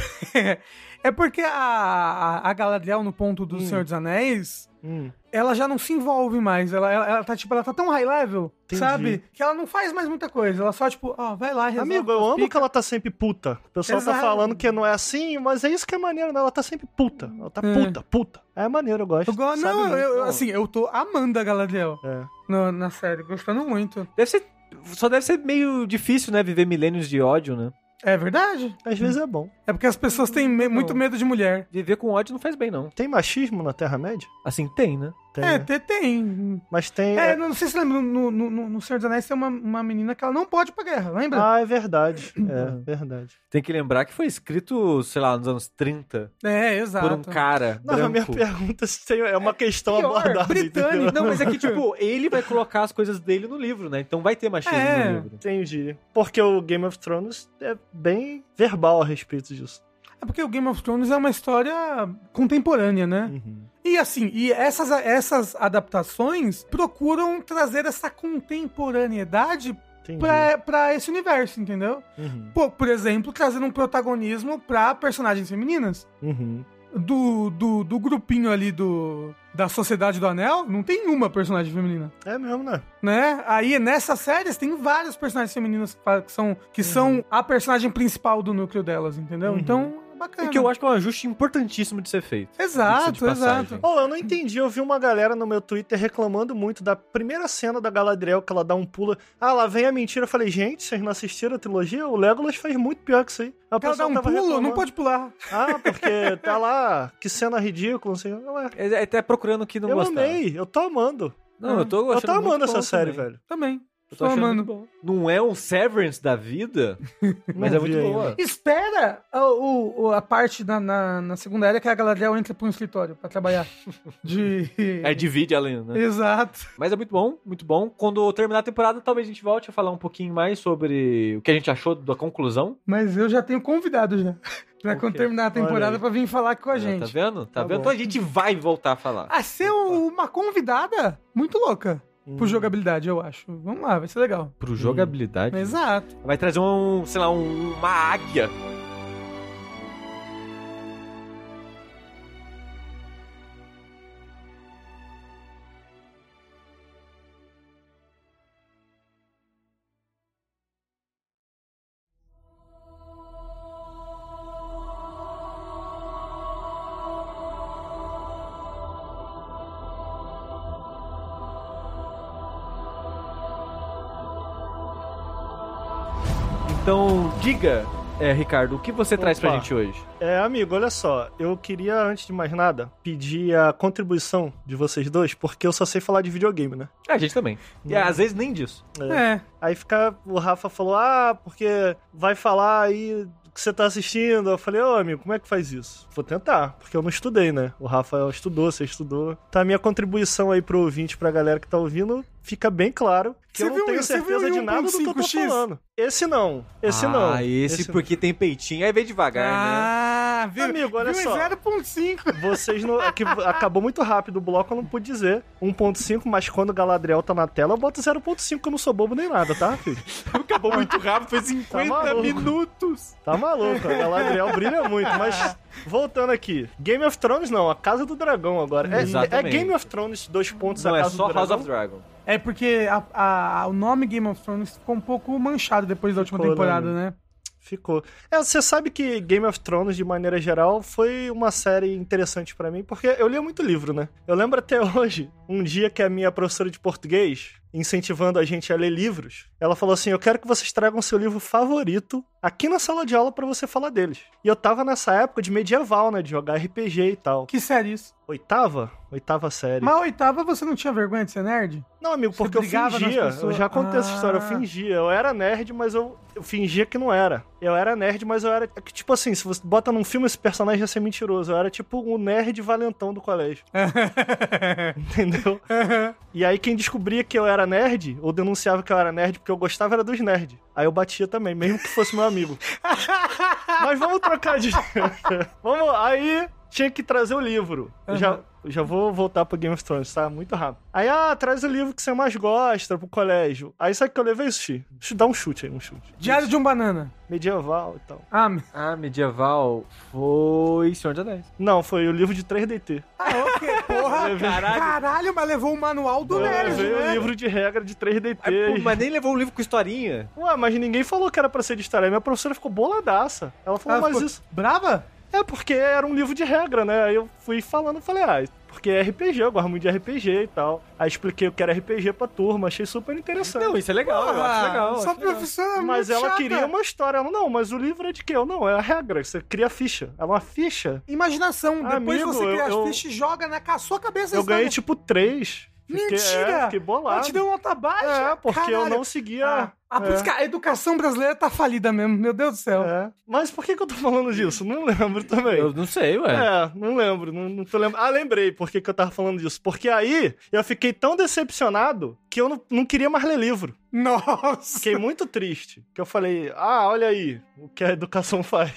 É porque a Galadriel, no ponto do Senhor dos Anéis, ela já não se envolve mais. Ela tá tão high level, Entendi. sabe? Que ela não faz mais muita coisa. Ela só, tipo, vai lá, resolve. Amigo, eu amo que ela tá sempre puta. O pessoal tá Exato. falando que não é assim, mas é isso que é maneiro, né? Ela tá sempre puta. Ela tá puta. É maneiro, eu gosto. Não, assim, eu tô amando a Galadriel na série, gostando muito. Só deve ser meio difícil, né? Viver milênios de ódio, né? É verdade? Às vezes é bom. É porque as pessoas têm muito medo de mulher. Viver com ódio não faz bem, não. Tem machismo na Terra-média? Assim, tem, né? Tem. É, né? tem. Mas tem... Não sei se você lembra, no Senhor dos Anéis tem uma menina que ela não pode ir pra guerra, lembra? Ah, é verdade. É verdade. Tem que lembrar que foi escrito, sei lá, nos anos 30, exato. por um cara Não, branco. a minha pergunta é uma questão pior, abordada, britânico. entendeu? Não, mas é que, tipo, ele vai colocar as coisas dele no livro, né? Então vai ter machismo no livro. Entendi. Porque o Game of Thrones é bem verbal a respeito disso. É porque o Game of Thrones é uma história contemporânea, né? E assim, essas adaptações procuram trazer essa contemporaneidade Entendi. pra esse universo, entendeu? Pô, por exemplo, trazendo um protagonismo pra personagens femininas. Do grupinho ali da Sociedade do Anel, não tem uma personagem feminina. É mesmo, né? Né? Aí, nessas séries, tem várias personagens femininas que são a personagem principal do núcleo delas, entendeu? Então, é bacana. E que eu acho que é um ajuste importantíssimo de ser feito. Exato, Diga-se de passagem. exato. Oh, eu não entendi. Eu vi uma galera no meu Twitter reclamando muito da primeira cena da Galadriel, que ela dá um pulo. Ah, lá vem a mentira. Eu falei, gente, vocês não assistiram a trilogia? O Legolas fez muito pior que isso aí. A Ela dá pessoa um tava pulo, reclamando. não pode pular. Ah, porque tá lá, que cena ridícula, não sei. Ué, É até procurando que não eu gostar. amei, eu tô amando. Não, eu tô Eu achando tô amando muito essa bom série, também. velho. Também. Eu tô achando amando. muito bom. Não é um Severance da vida, mas Não é muito vi ainda. boa. Espera a parte na segunda era que a Galadriel entra pra um escritório pra trabalhar. Aí divide além, né? Exato. Mas é muito bom, muito bom. Quando terminar a temporada, talvez a gente volte a falar um pouquinho mais sobre o que a gente achou da conclusão. Mas eu já tenho convidado já. Pra quando Ok. terminar a Olha temporada aí. pra vir falar com a gente. Tá vendo? Tá Tá vendo? bom. Então a gente vai voltar a falar. Ah, ser uma convidada muito louca pro jogabilidade, eu acho. Vamos lá, vai ser legal. Pro jogabilidade. Exato. Vai trazer uma águia. Então, diga, Ricardo, o que você traz pra Opa. gente hoje? Amigo, olha só, eu queria, antes de mais nada, pedir a contribuição de vocês dois, porque eu só sei falar de videogame, né? A gente também. E às vezes nem disso. Aí o Rafa falou, porque vai falar aí que você tá assistindo. Eu falei, amigo, como é que faz isso? Vou tentar, porque eu não estudei, né? O Rafael estudou, você estudou. Tá, a minha contribuição aí pro ouvinte, pra galera que tá ouvindo, fica bem claro que Você eu não viu- tenho você viu certeza em de nada do que eu tô 1.5x? falando. Esse não. Ah, esse porque tem peitinho, aí vem devagar, né? Ah, viu? Amigo, olha viu só. em 0.5. Vocês não. É que acabou muito rápido o bloco, eu não pude dizer 1.5, mas quando Galadriel tá na tela, eu boto 0.5, que eu não sou bobo nem nada, tá, filho? Acabou muito rápido, foi 50 maluco. minutos. Tá maluco, a Galadriel brilha muito, mas voltando aqui. Game of Thrones não, a Casa do Dragão agora. É Exatamente. Game of Thrones, 2 pontos, Não, a é Casa só do House Dragão. of Dragon. É porque o nome Game of Thrones ficou um pouco manchado depois da última Ficou, temporada, né? né? Ficou. Você sabe que Game of Thrones, de maneira geral, foi uma série interessante pra mim, porque eu lia muito livro, né? Eu lembro até hoje, um dia que a minha professora de português, incentivando a gente a ler livros, ela falou assim, eu quero que vocês tragam seu livro favorito aqui na sala de aula pra você falar deles. E eu tava nessa época de medieval, né, de jogar RPG e tal. Que série isso? Oitava série. Mas a oitava você não tinha vergonha de ser nerd? Não, amigo, porque eu fingia. Eu já contei essa história, eu fingia. Eu era nerd, mas eu fingia que não era. Eu era nerd, mas eu era... Tipo assim, se você bota num filme esse personagem ia ser mentiroso. Eu era tipo o nerd valentão do colégio. Entendeu? E aí quem descobria que eu era nerd, ou denunciava que eu era nerd porque eu gostava, era dos nerds. Aí eu batia também, mesmo que fosse meu amigo. Mas vamos trocar de... Aí tinha que trazer o livro. Já vou voltar pro Game of Thrones, tá? Muito rápido. Aí, traz o livro que você mais gosta pro colégio. Aí sabe o que eu levei, Sushi? Deixa eu dar um chute aí, Diário de um Banana. Medieval e tal. Medieval foi Senhor dos Anéis. Não, foi o livro de 3DT. Ok, porra. Caralho, mas levou o manual do nerd, né? né? O livro de regra de 3DT. Mas nem levou um livro com historinha. Ué, mas ninguém falou que era pra ser de história. Minha professora ficou boladaça. Ela falou, mas isso... Brava? É, porque era um livro de regra, né? Aí eu fui falando, falei, porque é RPG, eu gosto muito de RPG e tal. Aí expliquei o que era RPG pra turma, achei super interessante. Não, isso é legal, eu acho legal. Sua professora é mas muito ela chata. queria uma história. Ela, não, mas o livro é de quê? Eu, não, é a regra, você cria a ficha. É uma ficha. Imaginação, depois Amigo, você cria as fichas e joga na sua cabeça. Eu ganhei tipo 3. Mentira! Fiquei bolado. Ela te deu nota baixa? É, porque Caralho. eu não seguia... Por isso que a educação brasileira tá falida mesmo, meu Deus do céu. Mas por que eu tô falando disso? Não lembro também. Eu não sei, ué. Não lembro, não tô lembrando. Lembrei por que eu tava falando disso. Porque aí eu fiquei tão decepcionado que eu não queria mais ler livro. Nossa! Fiquei muito triste. Que eu falei, olha aí o que a educação faz.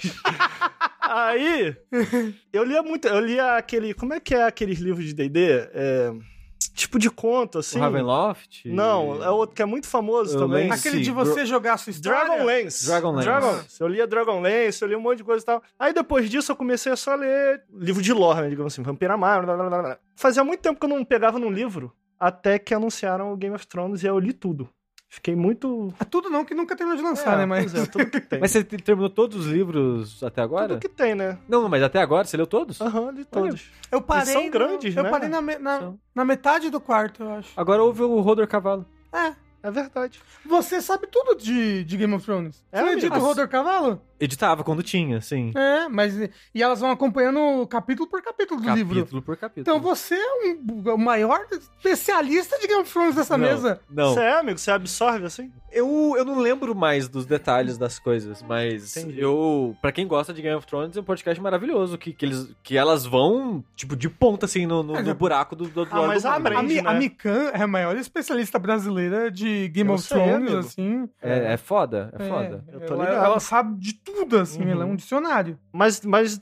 Aí, eu lia aquele... Como é que é aqueles livros de D&D? Tipo de conto, assim. O Ravenloft? Não, é outro que é muito famoso também. Aquele de você jogar a sua história. Dragonlance. Eu lia Dragonlance, eu li um monte de coisa e tal. Aí depois disso eu comecei a só ler livro de lore, né, digamos assim, Vampira Maior, blá, blá, blá, blá. Fazia muito tempo que eu não pegava num livro, até que anunciaram o Game of Thrones e aí eu li tudo. Fiquei muito... Tudo não, que nunca terminou de lançar, né? Mas tudo que tem. Mas você terminou todos os livros até agora? Tudo que tem, né? Não, mas até agora você leu todos? Li todos. Eu parei... Eles são grandes, né? Eu parei na metade do quarto, eu acho. Agora houve o Rodor Cavalo. É verdade. Você sabe tudo de Game of Thrones. Você edita o Rodor Cavalo? Editava quando tinha, sim. Mas... E elas vão acompanhando capítulo por capítulo do livro. Capítulo por capítulo. Então você é o maior especialista de Game of Thrones dessa mesa. Não. Você é, amigo? Você absorve assim? Eu não lembro mais dos detalhes das coisas, mas Entendi. pra quem gosta de Game of Thrones, é um podcast maravilhoso, que elas vão, tipo, de ponta, assim, no buraco do mas do mundo. aprende, né? A Mikan é a maior especialista brasileira de Game of sei, Thrones, amigo. assim. É foda, é foda. Eu tô ligado. Ela sabe de tudo, assim, ela é um dicionário. Mas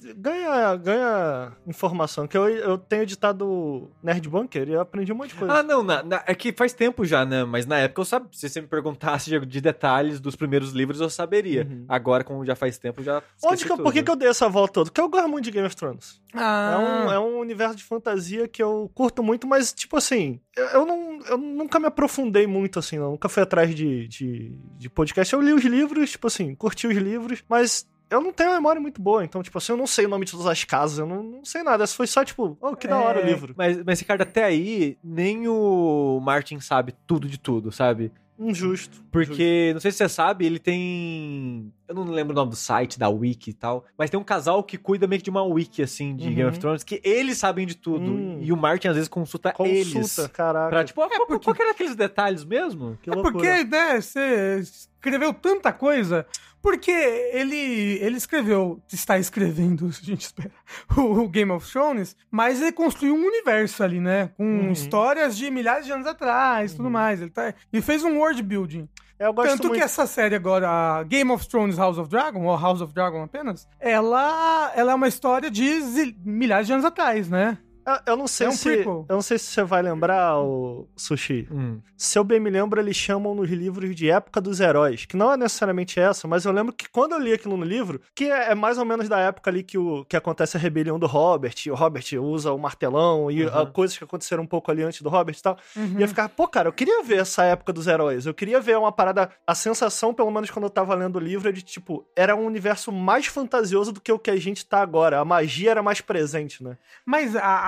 ganha informação, que eu tenho editado Nerd Bunker e eu aprendi um monte de coisa. Não, é que faz tempo já, né? Mas na época eu sabia. Se você me perguntasse de detalhes dos primeiros livros, eu saberia. Agora, como já faz tempo, já esqueci tudo. Por que eu dei essa volta toda? Porque eu gosto muito de Game of Thrones. Ah. É um universo de fantasia que eu curto muito, mas, tipo assim, eu nunca me aprofundei muito, assim, não. Nunca fui atrás de podcast. Eu li os livros, tipo assim, curti os livros, mas eu não tenho uma memória muito boa, então, tipo assim, eu não sei o nome de todas as casas, eu não sei nada. Essa foi só, tipo, que da hora o livro. Mas, Ricardo, até aí, nem o Martin sabe tudo de tudo, sabe? Injusto. Porque, não sei se você sabe, ele tem... Eu não lembro o nome do site, da wiki e tal, mas tem um casal que cuida meio que de uma wiki, assim, de Game of Thrones, que eles sabem de tudo. E o Martin, às vezes, consulta eles. Caraca. Pra, tipo, qual que era aqueles detalhes mesmo? Que loucura. Porque, né, você escreveu tanta coisa... Porque ele está escrevendo, a gente espera, o Game of Thrones, mas ele construiu um universo ali, né? Com histórias de milhares de anos atrás e tudo mais. Ele fez um world building. Eu gosto Tanto muito. que essa série agora, a Game of Thrones House of Dragon, ou House of Dragon apenas, ela é uma história de milhares de anos atrás, né? Eu não sei prequel. Eu não sei se você vai lembrar, o Sushi. Se eu bem me lembro, eles chamam nos livros de Época dos Heróis, que não é necessariamente essa, mas eu lembro que quando eu li aquilo no livro, que é mais ou menos da época ali que acontece a rebelião do Robert, o Robert usa o martelão e coisas que aconteceram um pouco ali antes do Robert e tal. E eu ficava, cara, eu queria ver essa Época dos Heróis, eu queria ver uma parada, a sensação, pelo menos quando eu tava lendo o livro, é de tipo, era um universo mais fantasioso do que o que a gente tá agora, a magia era mais presente, né? Mas a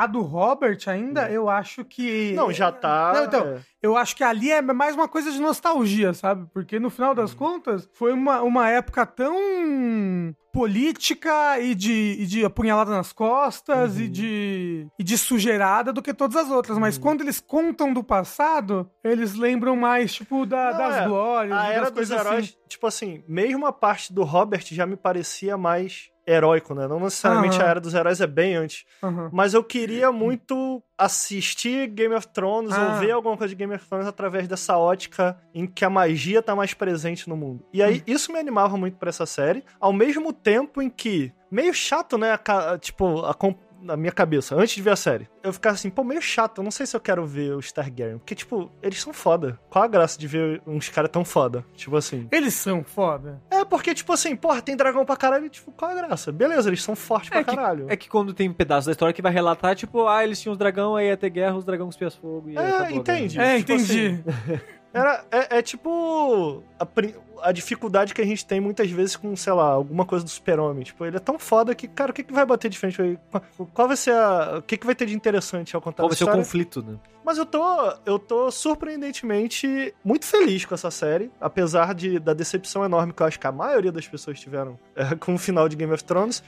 A do Robert ainda, eu acho que... Não, já tá... Não, então, eu acho que ali é mais uma coisa de nostalgia, sabe? Porque no final das contas, foi uma época tão política e de apunhalada nas costas e de sujeirada do que todas as outras. Mas quando eles contam do passado, eles lembram mais, tipo, das glórias. A Era dos Heróis, assim. Tipo assim, mesmo a parte do Robert já me parecia mais heróico, né? Não necessariamente a Era dos Heróis é bem antes. Mas eu queria muito assistir Game of Thrones ou ver alguma coisa de Game of Thrones através dessa ótica em que a magia tá mais presente no mundo. E aí, isso me animava muito pra essa série, ao mesmo tempo em que, meio chato, né? Na minha cabeça, antes de ver a série, eu ficava assim, pô, meio chato, eu não sei se eu quero ver os Targaryen, porque, tipo, eles são foda. Qual a graça de ver uns caras tão foda? Tipo assim... Eles são foda? É, porque, tipo assim, porra, tem dragão pra caralho, tipo, qual a graça? Beleza, eles são fortes pra caralho. É que quando tem pedaço da história que vai relatar, tipo, eles tinham os dragão, aí ia ter guerra, os dragões cuspiam fogo e acabou, entende? Né? Tipo entendi. Assim, é tipo a dificuldade que a gente tem muitas vezes com, sei lá, alguma coisa do Super-Homem. Tipo, ele é tão foda que, cara, o que vai bater de frente? Qual vai ser o que vai ter de interessante ao contar a história? Qual vai ser o conflito, né? Mas eu tô surpreendentemente muito feliz com essa série, apesar da decepção enorme que eu acho que a maioria das pessoas tiveram com o final de Game of Thrones.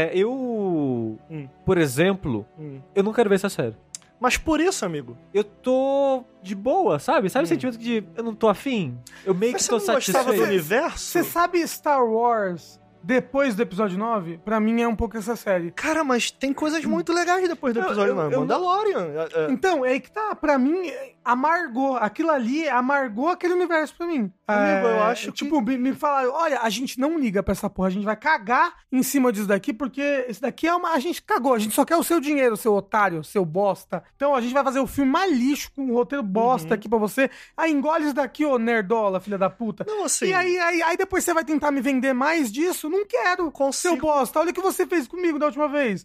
Por exemplo, eu não quero ver essa série. Mas por isso, amigo... Eu tô de boa, sabe? Sabe o sentimento de eu não tô afim? Eu meio que tô satisfeito. Você não gostava do universo? Você sabe Star Wars... Depois do episódio 9, pra mim é um pouco essa série. Cara, mas tem coisas muito legais depois do episódio 9. Mandalorian. Então, é aí que tá. Pra mim, amargou. Aquilo ali amargou aquele universo pra mim. Amigo, eu acho tipo, me falaram, olha, a gente não liga pra essa porra. A gente vai cagar em cima disso daqui, porque isso daqui a gente cagou. A gente só quer o seu dinheiro, seu otário, seu bosta. Então, a gente vai fazer o filme mais lixo, com um roteiro bosta aqui pra você. Aí, engole isso daqui, ô nerdola, filha da puta. Não, assim... E aí depois você vai tentar me vender mais disso? Não quero, seu bosta. Olha o que você fez comigo da última vez.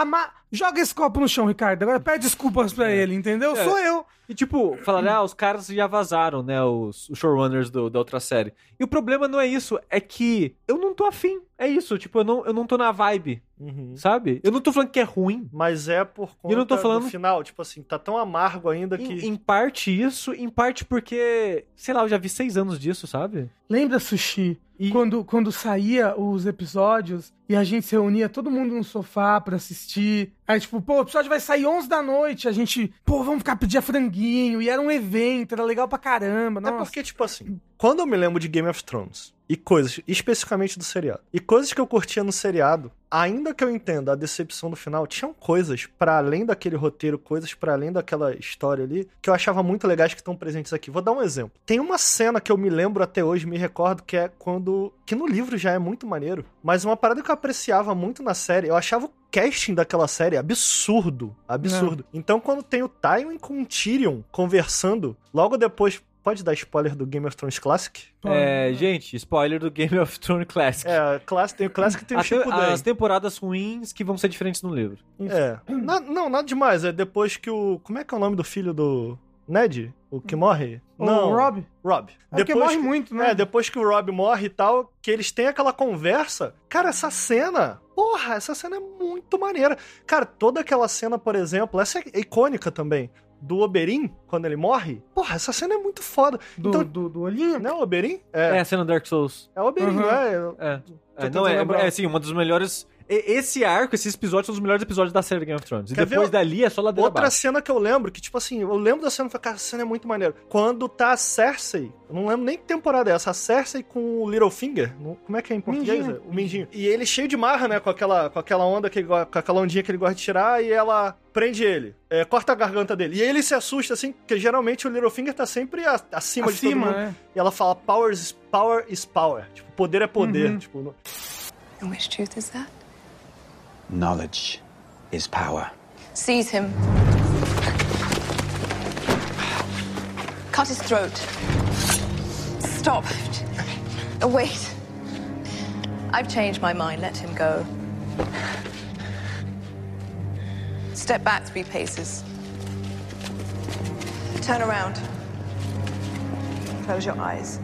Joga esse copo no chão, Ricardo. Agora pede desculpas pra ele, entendeu? Sou eu. E tipo, falaram, os caras já vazaram, né, os showrunners da outra série. E o problema não é isso, é que eu não tô afim. É isso, tipo, eu não tô na vibe, sabe? Eu não tô falando que é ruim. Mas é por conta do final, tipo assim, tá tão amargo ainda que... Em parte isso, em parte porque, sei lá, eu já vi 6 anos disso, sabe? Lembra, Sushi? Quando saía os episódios e a gente se reunia todo mundo no sofá pra assistir. Aí, tipo, pô, o episódio vai sair 11 da noite. A gente, vamos ficar pedir franguinho. E era um evento, era legal pra caramba. Nossa. É porque, tipo assim, quando eu me lembro de Game of Thrones e coisas, especificamente do seriado, e coisas que eu curtia no seriado, ainda que eu entenda a decepção do final, tinham coisas pra além daquele roteiro, coisas pra além daquela história ali, que eu achava muito legais que estão presentes aqui. Vou dar um exemplo. Tem uma cena que eu me lembro até hoje, me recordo, que é que no livro já é muito maneiro, mas uma parada que eu apreciava muito na série, eu achava o casting daquela série absurdo. Então quando tem o Tywin com o Tyrion conversando, logo depois... Pode dar spoiler do Game of Thrones Classic? Gente, spoiler do Game of Thrones Classic. Tem o Classic e tem o Shippuden. As temporadas ruins que vão ser diferentes no livro. Nada demais. É depois que o... Como é que é o nome do filho do Ned? O que morre? Não. O Robb? Robb. Porque morre muito, né? Depois que o Robb morre e tal, que eles têm aquela conversa. Cara, essa cena é muito maneira. Cara, toda aquela cena, por exemplo, essa é icônica também. Do Oberyn, quando ele morre. Porra, essa cena é muito foda. Do olhinho? Não é o Oberyn? É a cena do Dark Souls. É o Oberyn, assim, uma das melhores... Esse arco, esses episódios são os melhores episódios da série Game of Thrones. E depois dali é só ladeira outra abaixo. Cena que eu lembro, que tipo assim, eu lembro da cena e falei, cara, essa cena é muito maneira. Quando tá a Cersei, eu não lembro nem que temporada é essa, a Cersei com o Littlefinger, como é que é em português? O Mindinho. E ele cheio de marra, né, com aquela onda, com aquela ondinha que ele gosta de tirar, e ela prende ele, corta a garganta dele. E aí ele se assusta, assim, porque geralmente o Littlefinger tá sempre acima de todo mundo. Né? E ela fala, power is power. Tipo, poder é poder. Tipo, And which truth is that? Knowledge is power. Seize him. Cut his throat. Stop. Wait. I've changed my mind. Let him go. Step back 3 paces. Turn around. Close your eyes.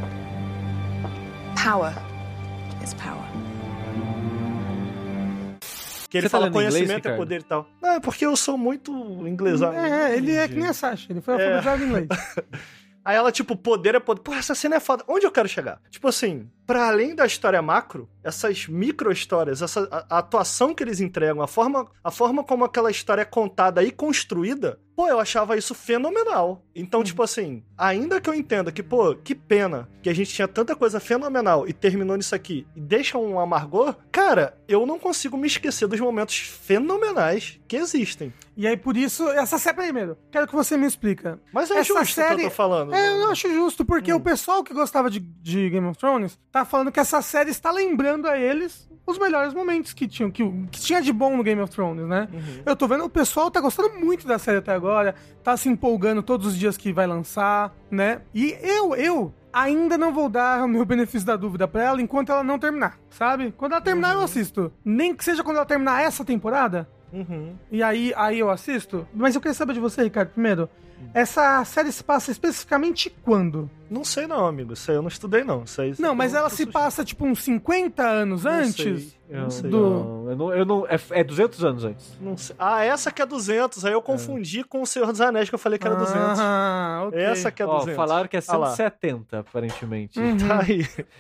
Power is power. Que ele Você tá fala lendo inglês, conhecimento é Ricardo? poder e tal. Não, é porque eu sou muito inglesado. Ele é que nem a Sasha, ele foi alfabetizado em inglês. Aí ela, tipo, poder é poder. Pô, essa cena é foda. Onde eu quero chegar? Tipo assim, pra além da história macro, essas micro-histórias, a atuação que eles entregam, a forma como aquela história é contada e construída, pô, eu achava isso fenomenal. Então, tipo assim, ainda que eu entenda que, pô, que pena que a gente tinha tanta coisa fenomenal e terminou nisso aqui e deixa um amargor, cara, eu não consigo me esquecer dos momentos fenomenais que existem. E aí, por isso, essa série primeiro, quero que você me explica. Mas é Essa justo série- o que eu tô falando. Eu acho justo, porque o pessoal que gostava de Game of Thrones tá falando que essa série está lembrando a eles os melhores momentos que tinha de bom no Game of Thrones, né? Eu tô vendo, o pessoal tá gostando muito da série até agora, tá se empolgando todos os dias que vai lançar, né? E eu ainda não vou dar o meu benefício da dúvida pra ela enquanto ela não terminar, sabe? Quando ela terminar, eu assisto. Nem que seja quando ela terminar essa temporada. E aí eu assisto. Mas eu queria saber de você, Ricardo, primeiro. Essa série se passa especificamente quando? Não sei não, amigo. Isso aí eu não estudei, não. Isso aí, Não, mas ela se passa, tipo, uns 50 anos antes? Não sei. Eu não, é 200 anos antes. Não sei. Ah, essa que é 200. Aí eu confundi com o Senhor dos Anéis, que eu falei que era 200. Ah, ok. Essa que é 200. Falaram que é Ah lá. 170, aparentemente. Tá aí.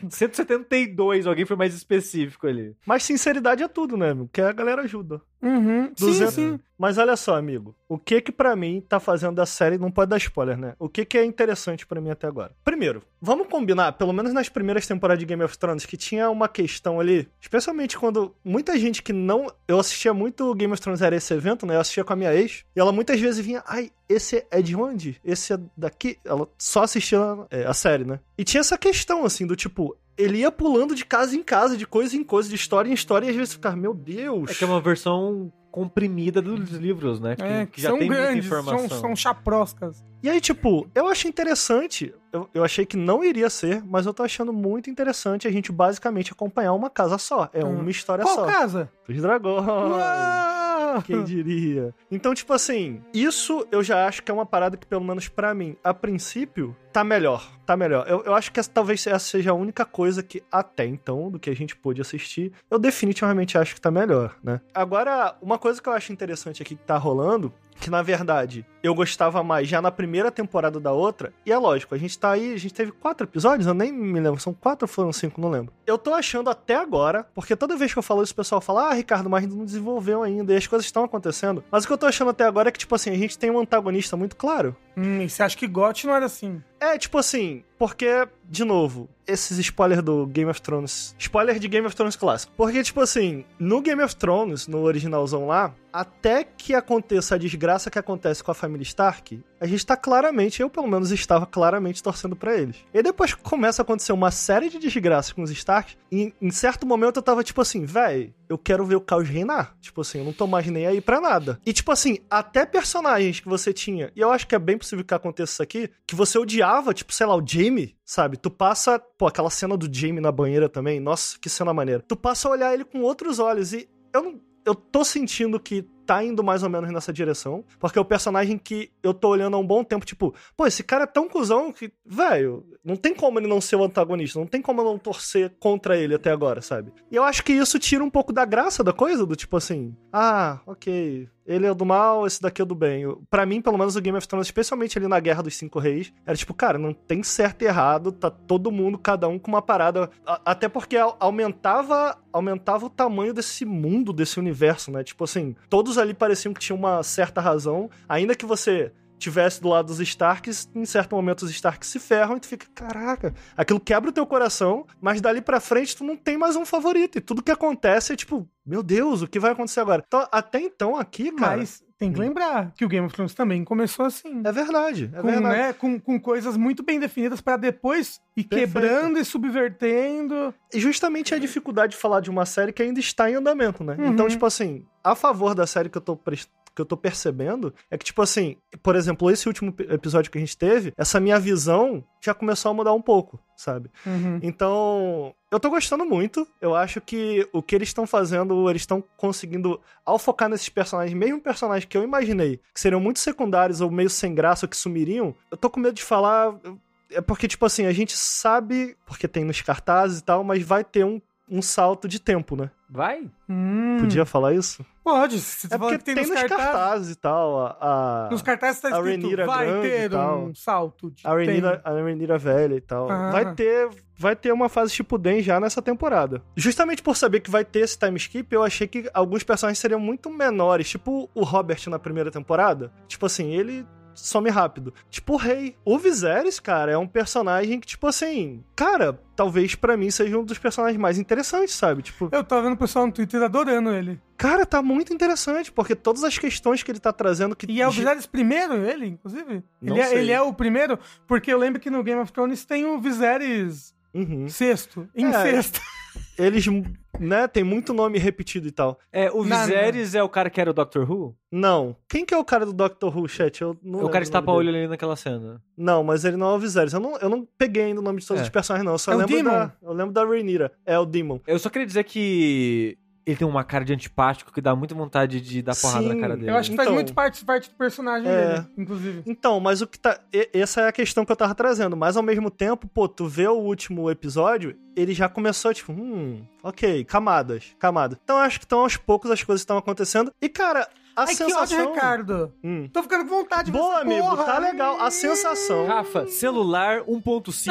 172, alguém foi mais específico ali. Mas sinceridade é tudo, né, amigo? Que a galera ajuda. Sim, 200. sim. Mas olha só, amigo. O que pra mim tá fazendo da série... Não pode dar spoiler, né? O que é interessante pra mim até agora? Primeiro, vamos combinar, pelo menos nas primeiras temporadas de Game of Thrones, que tinha uma questão ali, especialmente quando muita gente que não... Eu assistia muito Game of Thrones, era esse evento, né? Eu assistia com a minha ex, e ela muitas vezes vinha... Ai, esse é de onde? Esse é daqui? Ela só assistia a série, né? E tinha essa questão, assim, do tipo... Ele ia pulando de casa em casa, de coisa em coisa, de história em história, e às vezes ficava, meu Deus... É que é uma versão comprimida dos livros, né? Que já são tem grandes, muita informação. são chaproscas. E aí, tipo, eu achei interessante, eu achei que não iria ser, mas eu tô achando muito interessante a gente basicamente acompanhar uma casa só. É uma história Qual só. casa? Os dragões. Uau! Quem diria? Então, tipo assim, isso eu já acho que é uma parada que, pelo menos pra mim, a princípio, tá melhor. Tá melhor. Eu acho que talvez essa seja a única coisa que, até então, do que a gente pôde assistir, eu definitivamente acho que tá melhor, né? Agora, uma coisa que eu acho interessante aqui que tá rolando, que na verdade eu gostava mais já na primeira temporada da outra, e é lógico, a gente tá aí, a gente teve 4 episódios, eu nem me lembro, são 4 ou foram 5, não lembro. Eu tô achando até agora, porque toda vez que eu falo isso, o pessoal fala, Ricardo, mas não desenvolveu ainda, e as coisas estão acontecendo. Mas o que eu tô achando até agora é que, tipo assim, a gente tem um antagonista muito claro. E você acha que GOT não era assim? É, tipo assim, porque, de novo, esses spoilers do Game of Thrones. Spoiler de Game of Thrones clássico. Porque, tipo assim, no Game of Thrones, no originalzão lá, até que aconteça a desgraça que acontece com a família Stark, a gente tá claramente, eu pelo menos estava claramente torcendo pra eles. E depois começa a acontecer uma série de desgraças com os Stark, e em certo momento eu tava tipo assim, véi, eu quero ver o caos reinar. Tipo assim, eu não tô mais nem aí pra nada. E tipo assim, até personagens que você tinha, e eu acho que é bem possível que aconteça isso aqui, que você odiava, tipo, sei lá, o Jaime, sabe? Tu passa, pô, aquela cena do Jaime na banheira também, nossa, que cena maneira. Tu passa a olhar ele com outros olhos, e eu tô sentindo que tá indo mais ou menos nessa direção, porque é o personagem que eu tô olhando há um bom tempo, tipo, pô, esse cara é tão cuzão que, velho, não tem como ele não ser o antagonista, não tem como eu não torcer contra ele até agora, sabe? E eu acho que isso tira um pouco da graça da coisa, do tipo assim, ok, ele é do mal, esse daqui é do bem. Pra mim, pelo menos, o Game of Thrones, especialmente ali na Guerra dos Cinco Reis, era tipo, cara, não tem certo e errado, tá todo mundo, cada um com uma parada, até porque aumentava o tamanho desse mundo, desse universo, né? Tipo assim, todos ali pareciam que tinham uma certa razão, ainda que você tivesse do lado dos Starks, em certo momento os Starks se ferram e tu fica, caraca, aquilo quebra o teu coração, mas dali pra frente tu não tem mais um favorito, e tudo que acontece é tipo, meu Deus, o que vai acontecer agora? Então, até então aqui, cara... Mas tem que lembrar que o Game of Thrones também começou assim. É verdade, é com, verdade. Né, com coisas muito bem definidas pra depois ir quebrando e subvertendo. E justamente a dificuldade de falar de uma série que ainda está em andamento, né? Então, tipo assim, a favor da série que eu tô percebendo é que, tipo assim, por exemplo, esse último episódio que a gente teve, essa minha visão já começou a mudar um pouco, sabe? Então, eu tô gostando muito. Eu acho que o que eles estão fazendo, eles estão conseguindo, ao focar nesses personagens, mesmo personagens que eu imaginei que seriam muito secundários ou meio sem graça ou que sumiriam, eu tô com medo de falar... É porque, tipo assim, a gente sabe, porque tem nos cartazes e tal, mas vai ter um um salto de tempo, né? Vai? Podia falar isso? Pode. Você É porque tem nos cartazes e tal. Nos cartazes tá a escrito, Rhaenyra vai grande ter e tal. um salto de A Rhaenyra velha e tal. Vai ter uma fase Shippuden já nessa temporada. Justamente por saber que vai ter esse time skip, eu achei que alguns personagens seriam muito menores. Tipo o Robert na primeira temporada. Tipo assim, ele some rápido. Tipo o Rei. O Viserys, cara, é um personagem que, tipo assim... Cara, talvez pra mim seja um dos personagens mais interessantes, sabe? Tipo... Eu tô vendo o pessoal no Twitter adorando ele. Cara, tá muito interessante, porque todas as questões que ele tá trazendo... E é o Viserys primeiro, ele, inclusive? Ele é o primeiro? Porque eu lembro que no Game of Thrones tem o Viserys sexto, em sexto. Eles, né, tem muito nome repetido e tal. O Viserys é o cara que era o Doctor Who? Não. Quem que é o cara do Doctor Who, chat? Eu não o cara que tapa o olho ali naquela cena. Não, mas ele não é o Viserys. Eu não peguei ainda o nome de todos os personagens, não. Eu só lembro da Rhaenyra. É o Demon. Eu só queria dizer que ele tem uma cara de antipático que dá muita vontade de dar porrada na cara dele. Eu acho que faz muito parte do personagem dele, inclusive. Então, mas o que tá... Essa é a questão que eu tava trazendo. Mas ao mesmo tempo, pô, tu vê o último episódio, ele já começou, tipo... ok, camadas. Então eu acho que aos poucos as coisas estão acontecando. E, cara... A sensação... que ódio, Ricardo. Tô ficando com vontade de ver essa amigo, porra. Tá legal. A sensação... Rafa, celular 1.5,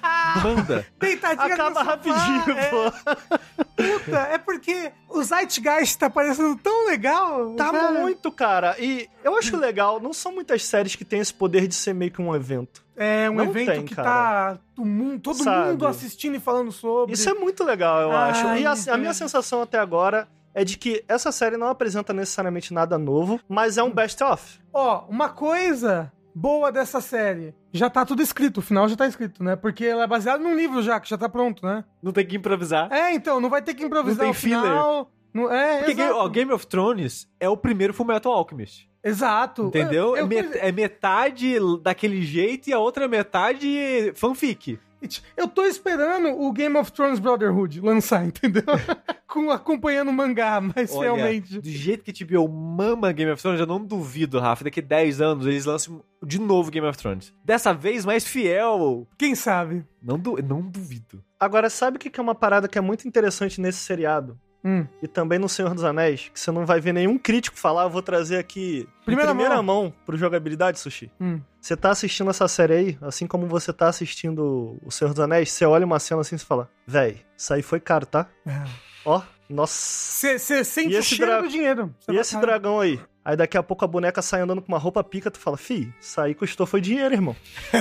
manda. Deitadinha acaba rapidinho, pô. Puta, é porque o Zeitgeist tá parecendo tão legal. Tá muito, cara. E eu acho legal, não são muitas séries que tem esse poder de ser meio que um evento. É, um evento que cara. Tá todo mundo assistindo e falando sobre. Isso é muito legal, eu acho. E a minha sensação até agora... é de que essa série não apresenta necessariamente nada novo, mas é um best-of. Uma coisa boa dessa série, já tá tudo escrito, o final já tá escrito, né? Porque ela é baseada num livro já, que já tá pronto, né? Não tem que improvisar. Então, não vai ter que improvisar não tem o final. Porque Game of Thrones é o primeiro Fullmetal Alchemist. Exato. Entendeu? É metade daquele jeito e a outra metade fanfic. Eu tô esperando o Game of Thrones Brotherhood lançar, entendeu? Acompanhando o mangá, mas realmente... Do jeito que HBO mama Game of Thrones, eu não duvido, Rafa, daqui a 10 anos eles lançam de novo Game of Thrones. Dessa vez mais fiel. Quem sabe? Não duvido. Agora, sabe o que é uma parada que é muito interessante nesse seriado? E também no Senhor dos Anéis, que você não vai ver nenhum crítico falar, eu vou trazer aqui primeira mão pro Jogabilidade, Sushi. Você tá assistindo essa série aí, assim como você tá assistindo o Senhor dos Anéis, você olha uma cena assim e fala, véi, isso aí foi caro, tá? Ó, nossa. Você sente o cheiro do dinheiro. E esse dragão aí? Aí daqui a pouco a boneca sai andando com uma roupa pica, tu fala, isso aí custou foi dinheiro, irmão.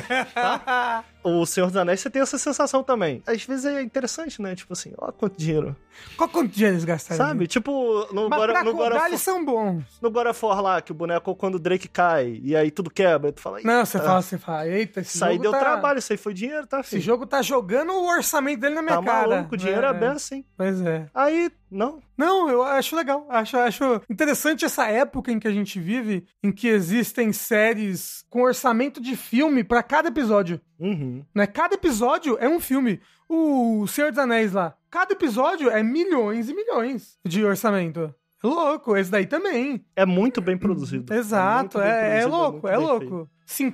Tá? O Senhor dos Anéis, você tem essa sensação também. Às vezes é interessante, né? Tipo assim, ó quanto dinheiro. Quanto dinheiro eles gastaram? Sabe? Tipo, no eles são bons. No God of War lá, que o boneco, quando o Drake cai, e aí tudo quebra, tu fala... Não, você fala, eita, esse jogo aí deu trabalho, isso aí foi dinheiro, tá, filho? Esse jogo tá jogando o orçamento dele na minha cara. Tá maluco, o dinheiro é aberto, hein? Pois é. Aí, não, eu acho legal. Acho interessante essa época em que a gente vive, em que existem séries com orçamento de filme pra cada episódio. Né? Cada episódio é um filme. O Senhor dos Anéis lá, cada episódio é milhões e milhões de orçamento. É louco, esse daí também. É muito bem produzido. Exato, é louco.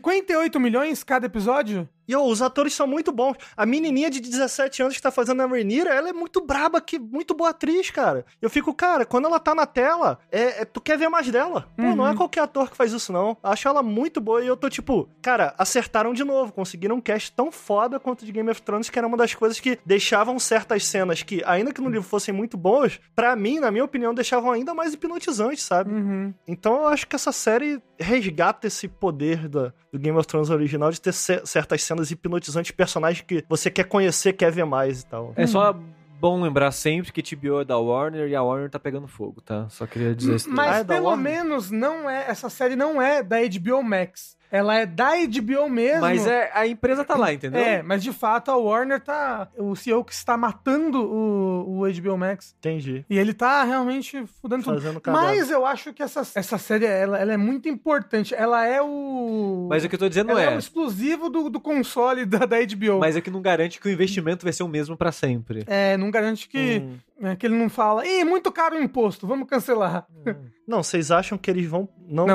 58 milhões cada episódio? E os atores são muito bons. A menininha de 17 anos que tá fazendo a Rhaenyra, ela é muito braba, muito boa atriz, cara. Eu fico, cara, quando ela tá na tela, tu quer ver mais dela. Pô, não é qualquer ator que faz isso, não. Acho ela muito boa e eu tô tipo, cara, acertaram de novo. Conseguiram um cast tão foda quanto de Game of Thrones, que era uma das coisas que deixavam certas cenas que, ainda que no livro fossem muito boas, pra mim, na minha opinião, deixavam ainda mais hipnotizantes, sabe? Então eu acho que essa série resgata esse poder do Game of Thrones original de ter certas cenas hipnotizantes, personagens que você quer conhecer, quer ver mais e tal. É só bom lembrar sempre que HBO é da Warner e a Warner tá pegando fogo, tá? Só queria dizer isso. Mas pelo menos essa série não é da HBO Max. Ela é da HBO mesmo. Mas a empresa tá lá, entendeu? Mas de fato a Warner tá... O CEO que está matando o HBO Max. Entendi. E ele tá realmente fudendo tudo. Mas eu acho que essa série, ela é muito importante. Ela é o... Mas o que eu tô dizendo ela é o exclusivo do console da HBO. Mas é que não garante que o investimento vai ser o mesmo pra sempre. Não garante que ele não fala, muito caro o imposto, vamos cancelar. Não, vocês acham que eles vão... Não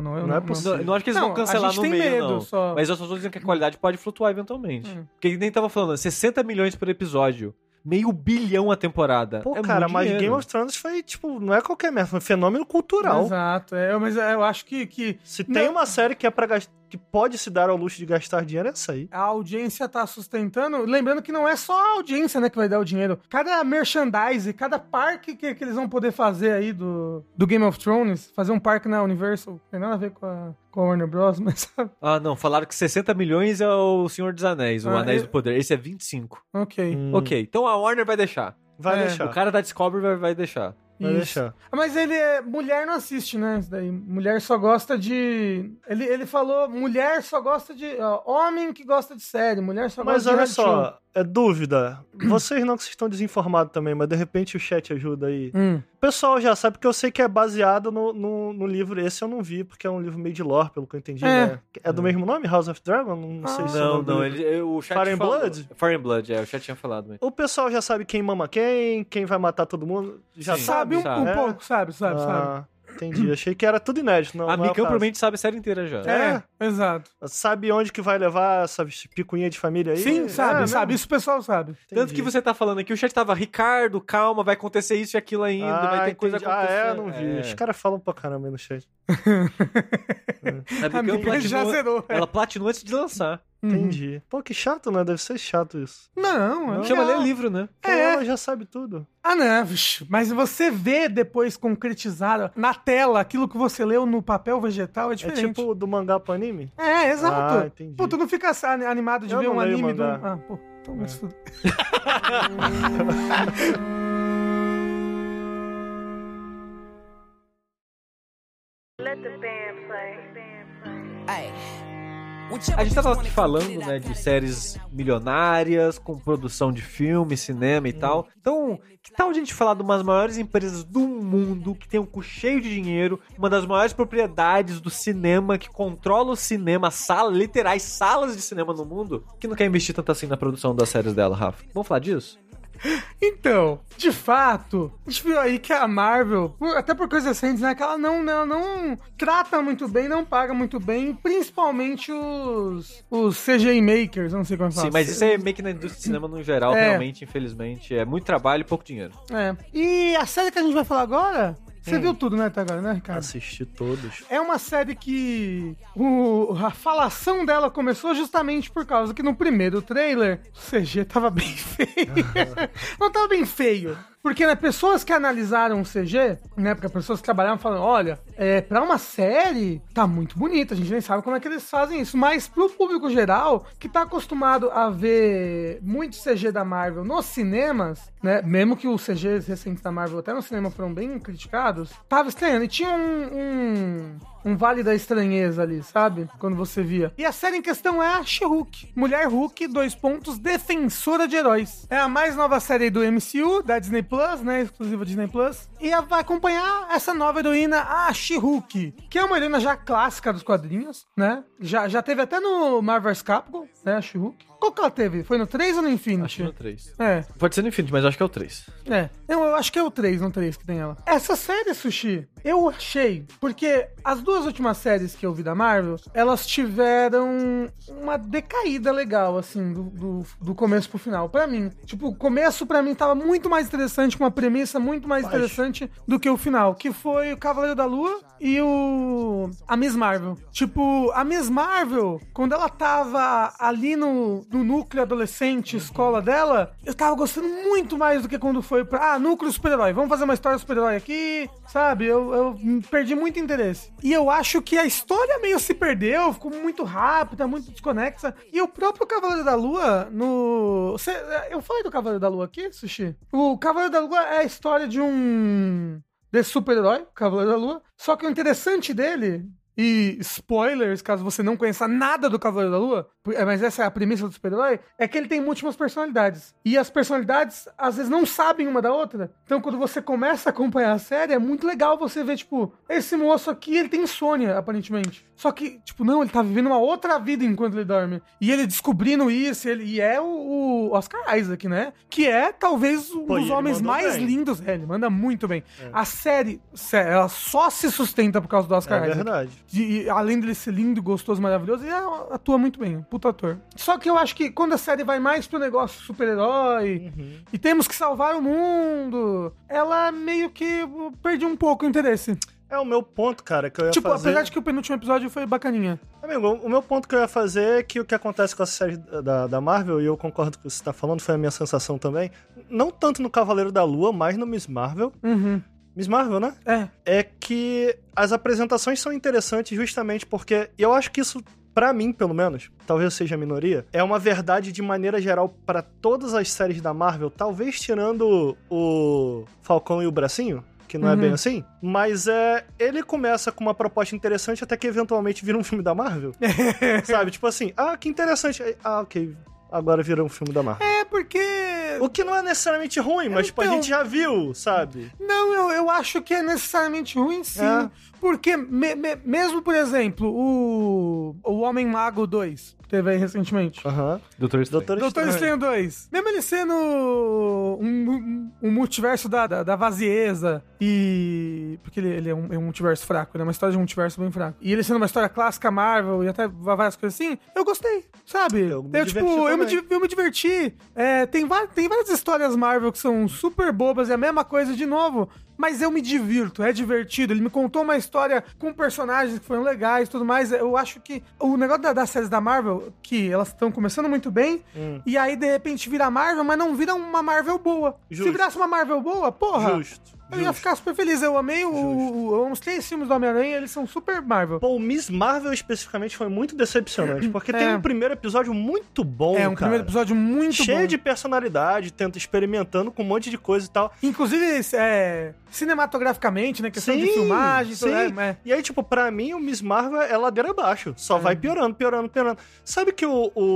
é possível. Não acho que eles vão cancelar no meio, não. Mas eu só tô dizendo que a qualidade pode flutuar eventualmente. Porque nem tava falando, 60 milhões por episódio. 500 milhões a temporada. Pô, É cara, muito mas dinheiro. Game of Thrones foi, tipo, não é qualquer merda, foi um fenômeno cultural. Exato. Mas eu acho que Se tem uma série que é pra gastar, que pode se dar ao luxo de gastar dinheiro, é essa aí. a audiência tá sustentando. Lembrando que não é só a audiência, né, que vai dar o dinheiro. Cada merchandise, cada parque que eles vão poder fazer aí do Game of Thrones, fazer um parque na Universal, não tem nada a ver com a Warner Bros, mas... Ah, não, falaram que 60 milhões é o Senhor dos Anéis, o Anéis do Poder. Esse é 25. Ok. Ok, então a Warner vai deixar. Vai deixar. O cara da Discovery vai deixar. Vai Isso. deixar. Mas mulher não assiste, né? Isso daí. Mulher só gosta de... Ele falou, mulher só gosta de... homem que gosta de série, mulher só Mas gosta de olha reality show. só, é dúvida. Vocês não que vocês estão desinformados também, mas de repente o chat ajuda aí. O pessoal já sabe, porque eu sei que é baseado no livro. Esse eu não vi, porque é um livro meio de lore, pelo que eu entendi, né? É do mesmo nome? House of Dragon? Não sei se é o Não, nome do não, livro. o chat Fire and falou. Blood? Fire and Blood, o chat tinha falado. Mas... O pessoal já sabe quem mama quem vai matar todo mundo. Já Sim. sabe? Sabe um pouco, sabe. Entendi. Achei que era tudo inédito. Não, A não é o Micão caso. provavelmente sabe a série inteira já. Exato. Sabe onde que vai levar essa picuinha de família aí? Sim, sabe. mesmo? Isso o pessoal sabe. Tanto que você tá falando aqui, o chat tava, Ricardo, calma, vai acontecer isso e aquilo ainda, vai ter coisa entendi. acontecendo. Não vi. Os caras falam pra caramba aí no chat. A Micão Micão já zerou. Ela platinou antes de lançar. Entendi. Pô, que chato, né? Deve ser chato isso. Não, Chama legal. ler livro, né? Porque ela já sabe tudo. Ah, não, vixe, mas você vê depois concretizado na tela aquilo que você leu no papel vegetal é É diferente. tipo do mangá pro anime? É, exato. Ah, entendi. Pô, tu não fica animado de Eu ver não um leio anime do... mangá. Ah, pô, então vai se fuder. Let the band play. A gente tava falando, né, de séries milionárias, com produção de filme, cinema e tal. Então, que tal a gente falar de umas maiores empresas do mundo, que tem um cu cheio de dinheiro, uma das maiores propriedades do cinema, que controla o cinema, literais salas de cinema no mundo, que não quer investir tanto assim na produção das séries dela, Rafa? Vamos falar disso? Então, de fato, a gente viu aí que a Marvel, até por coisas recentes, né, que ela não trata muito bem, não paga muito bem, principalmente os CGI makers, não sei como fala. Sim, mas isso é meio que na indústria de cinema no geral, realmente, infelizmente, é muito trabalho e pouco dinheiro. E a série que a gente vai falar agora... Você viu tudo, né, até agora, né, Ricardo? Assisti todos. É uma série que a falação dela começou justamente por causa que no primeiro trailer o CG tava bem feio. Não tava bem feio. Porque, né, pessoas que analisaram o CG, né, porque pessoas que trabalharam falando, olha, pra uma série, tá muito bonita, a gente nem sabe como é que eles fazem isso, mas pro público geral, que tá acostumado a ver muito CG da Marvel nos cinemas, né, mesmo que os CGs recentes da Marvel até no cinema foram bem criticados, tava estranhando, e tinha um vale da estranheza ali, sabe? Quando você via. E a série em questão é a She-Hulk. Mulher Hulk, defensora de heróis. É a mais nova série do MCU, da Disney Plus, né? Exclusiva Disney Plus. E ela vai acompanhar essa nova heroína, a She-Hulk, que é uma heroína já clássica dos quadrinhos, né? Já teve até no Marvel's Capcom, né? A She-Hulk. Qual que ela teve? Foi no 3 ou no Infinity? Acho que no 3. É. Pode ser no Infinity, mas acho que é o 3. Eu acho que é o 3, no 3 que tem ela. Essa série, Sushi, eu achei, porque as duas últimas séries que eu vi da Marvel, elas tiveram uma decaída legal, assim, do começo pro final. Pra mim, tipo, o começo pra mim tava muito mais interessante, com uma premissa muito mais interessante do que o final, que foi o Cavaleiro da Lua e a Miss Marvel. Tipo, a Miss Marvel, quando ela tava ali no núcleo adolescente, escola dela, eu tava gostando muito mais do que quando foi pra, núcleo super-herói, vamos fazer uma história super-herói aqui, sabe? Eu perdi muito interesse. E eu acho que a história meio se perdeu, ficou muito rápida, muito desconexa. E o próprio Cavaleiro da Lua, eu falei do Cavaleiro da Lua aqui, Sushi? O Cavaleiro da Lua é a história desse super-herói, Cavaleiro da Lua, só que o interessante dele... E spoilers, caso você não conheça nada do Cavaleiro da Lua, mas essa é a premissa do super-herói, é que ele tem múltiplas personalidades. E as personalidades, às vezes, não sabem uma da outra. Então, quando você começa a acompanhar a série, é muito legal você ver, tipo, esse moço aqui, ele tem insônia, aparentemente. Só que, tipo, não, ele tá vivendo uma outra vida enquanto ele dorme. E ele descobrindo isso, e é o Oscar Isaac, né? Que é, talvez, um dos homens mais lindos. Ele manda muito bem. A série, ela só se sustenta por causa do Oscar Isaac. É verdade. além dele ser lindo, gostoso, maravilhoso, ele atua muito bem, puta ator. Só que eu acho que quando a série vai mais pro negócio super-herói e temos que salvar o mundo, ela meio que perde um pouco o interesse. É o meu ponto, cara, que eu ia tipo, fazer... apesar de que o penúltimo episódio foi bacaninha. Amigo, o meu ponto que eu ia fazer é que o que acontece com essa série da Marvel, e eu concordo com o que você tá falando, foi a minha sensação também, não tanto no Cavaleiro da Lua, mas no Miss Marvel. Miss Marvel, né? É que as apresentações são interessantes justamente porque eu acho que isso, pra mim, pelo menos, talvez seja a minoria, é uma verdade de maneira geral pra todas as séries da Marvel, talvez tirando o Falcão e o Bracinho, que não é bem assim, mas ele começa com uma proposta interessante até que eventualmente vira um filme da Marvel. Sabe? Tipo assim, que interessante. Ok, agora vira um filme da Marvel. Porque... O que não é necessariamente ruim, mas tipo, a gente já viu, sabe? Não, eu acho que é necessariamente ruim, sim. Porque mesmo, por exemplo, o Homem-Mago 2, que teve aí recentemente. Doutor Estranho 2. Mesmo ele sendo um multiverso da vazieza e... Porque ele é um multiverso fraco, né? Uma história de um multiverso bem fraco. E ele sendo uma história clássica Marvel e até várias coisas assim, eu gostei, sabe? Eu me diverti. Tem várias histórias Marvel que são super bobas, é a mesma coisa de novo. Mas eu me divirto, é divertido. Ele me contou uma história com personagens que foram legais e tudo mais. Eu acho que o negócio das séries da Marvel, que elas estão começando muito bem, e aí de repente vira Marvel, mas não vira uma Marvel boa. Justo. Se virasse uma Marvel boa, porra... Eu ia ficar super feliz. Eu amei os 3 filmes do Homem-Aranha, eles são super Marvel. Pô, o Miss Marvel especificamente foi muito decepcionante, porque tem um primeiro episódio muito bom, cara. Primeiro episódio muito cheio de personalidade, tenta experimentando com um monte de coisa e tal. Inclusive, cinematograficamente, né, questão de filmagem. Sim. E aí, tipo, pra mim, o Miss Marvel é ladeira abaixo. Só vai piorando. Sabe que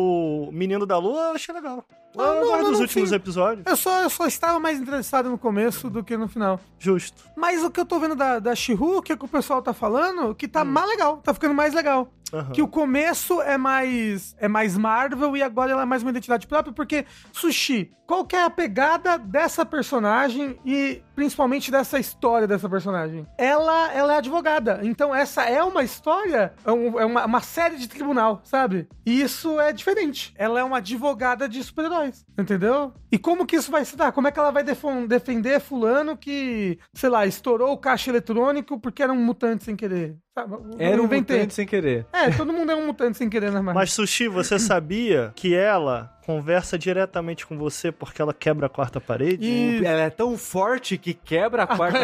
o Menino da Lua eu achei legal. Nos últimos episódios. Eu só estava mais interessado no começo do que no final. Justo. Mas o que eu tô vendo da She-Hulk, que o pessoal tá falando, que tá mais legal, tá ficando mais legal. Que o começo é mais Marvel e agora ela é mais uma identidade própria, porque, Sushi, qual que é a pegada dessa personagem e principalmente dessa história dessa personagem? Ela é advogada, então essa é uma história, é uma série de tribunal, sabe? E isso é diferente. Ela é uma advogada de super-heróis, entendeu? E como que isso vai se dar? Como é que ela vai defender fulano que, sei lá, estourou o caixa eletrônico porque era um mutante sem querer? Sabe? Era um mutante sem querer. Todo mundo é um mutante sem querer, né? Mas, Sushi, você sabia que ela conversa diretamente com você porque ela quebra a quarta parede? E ela é tão forte que quebra a quarta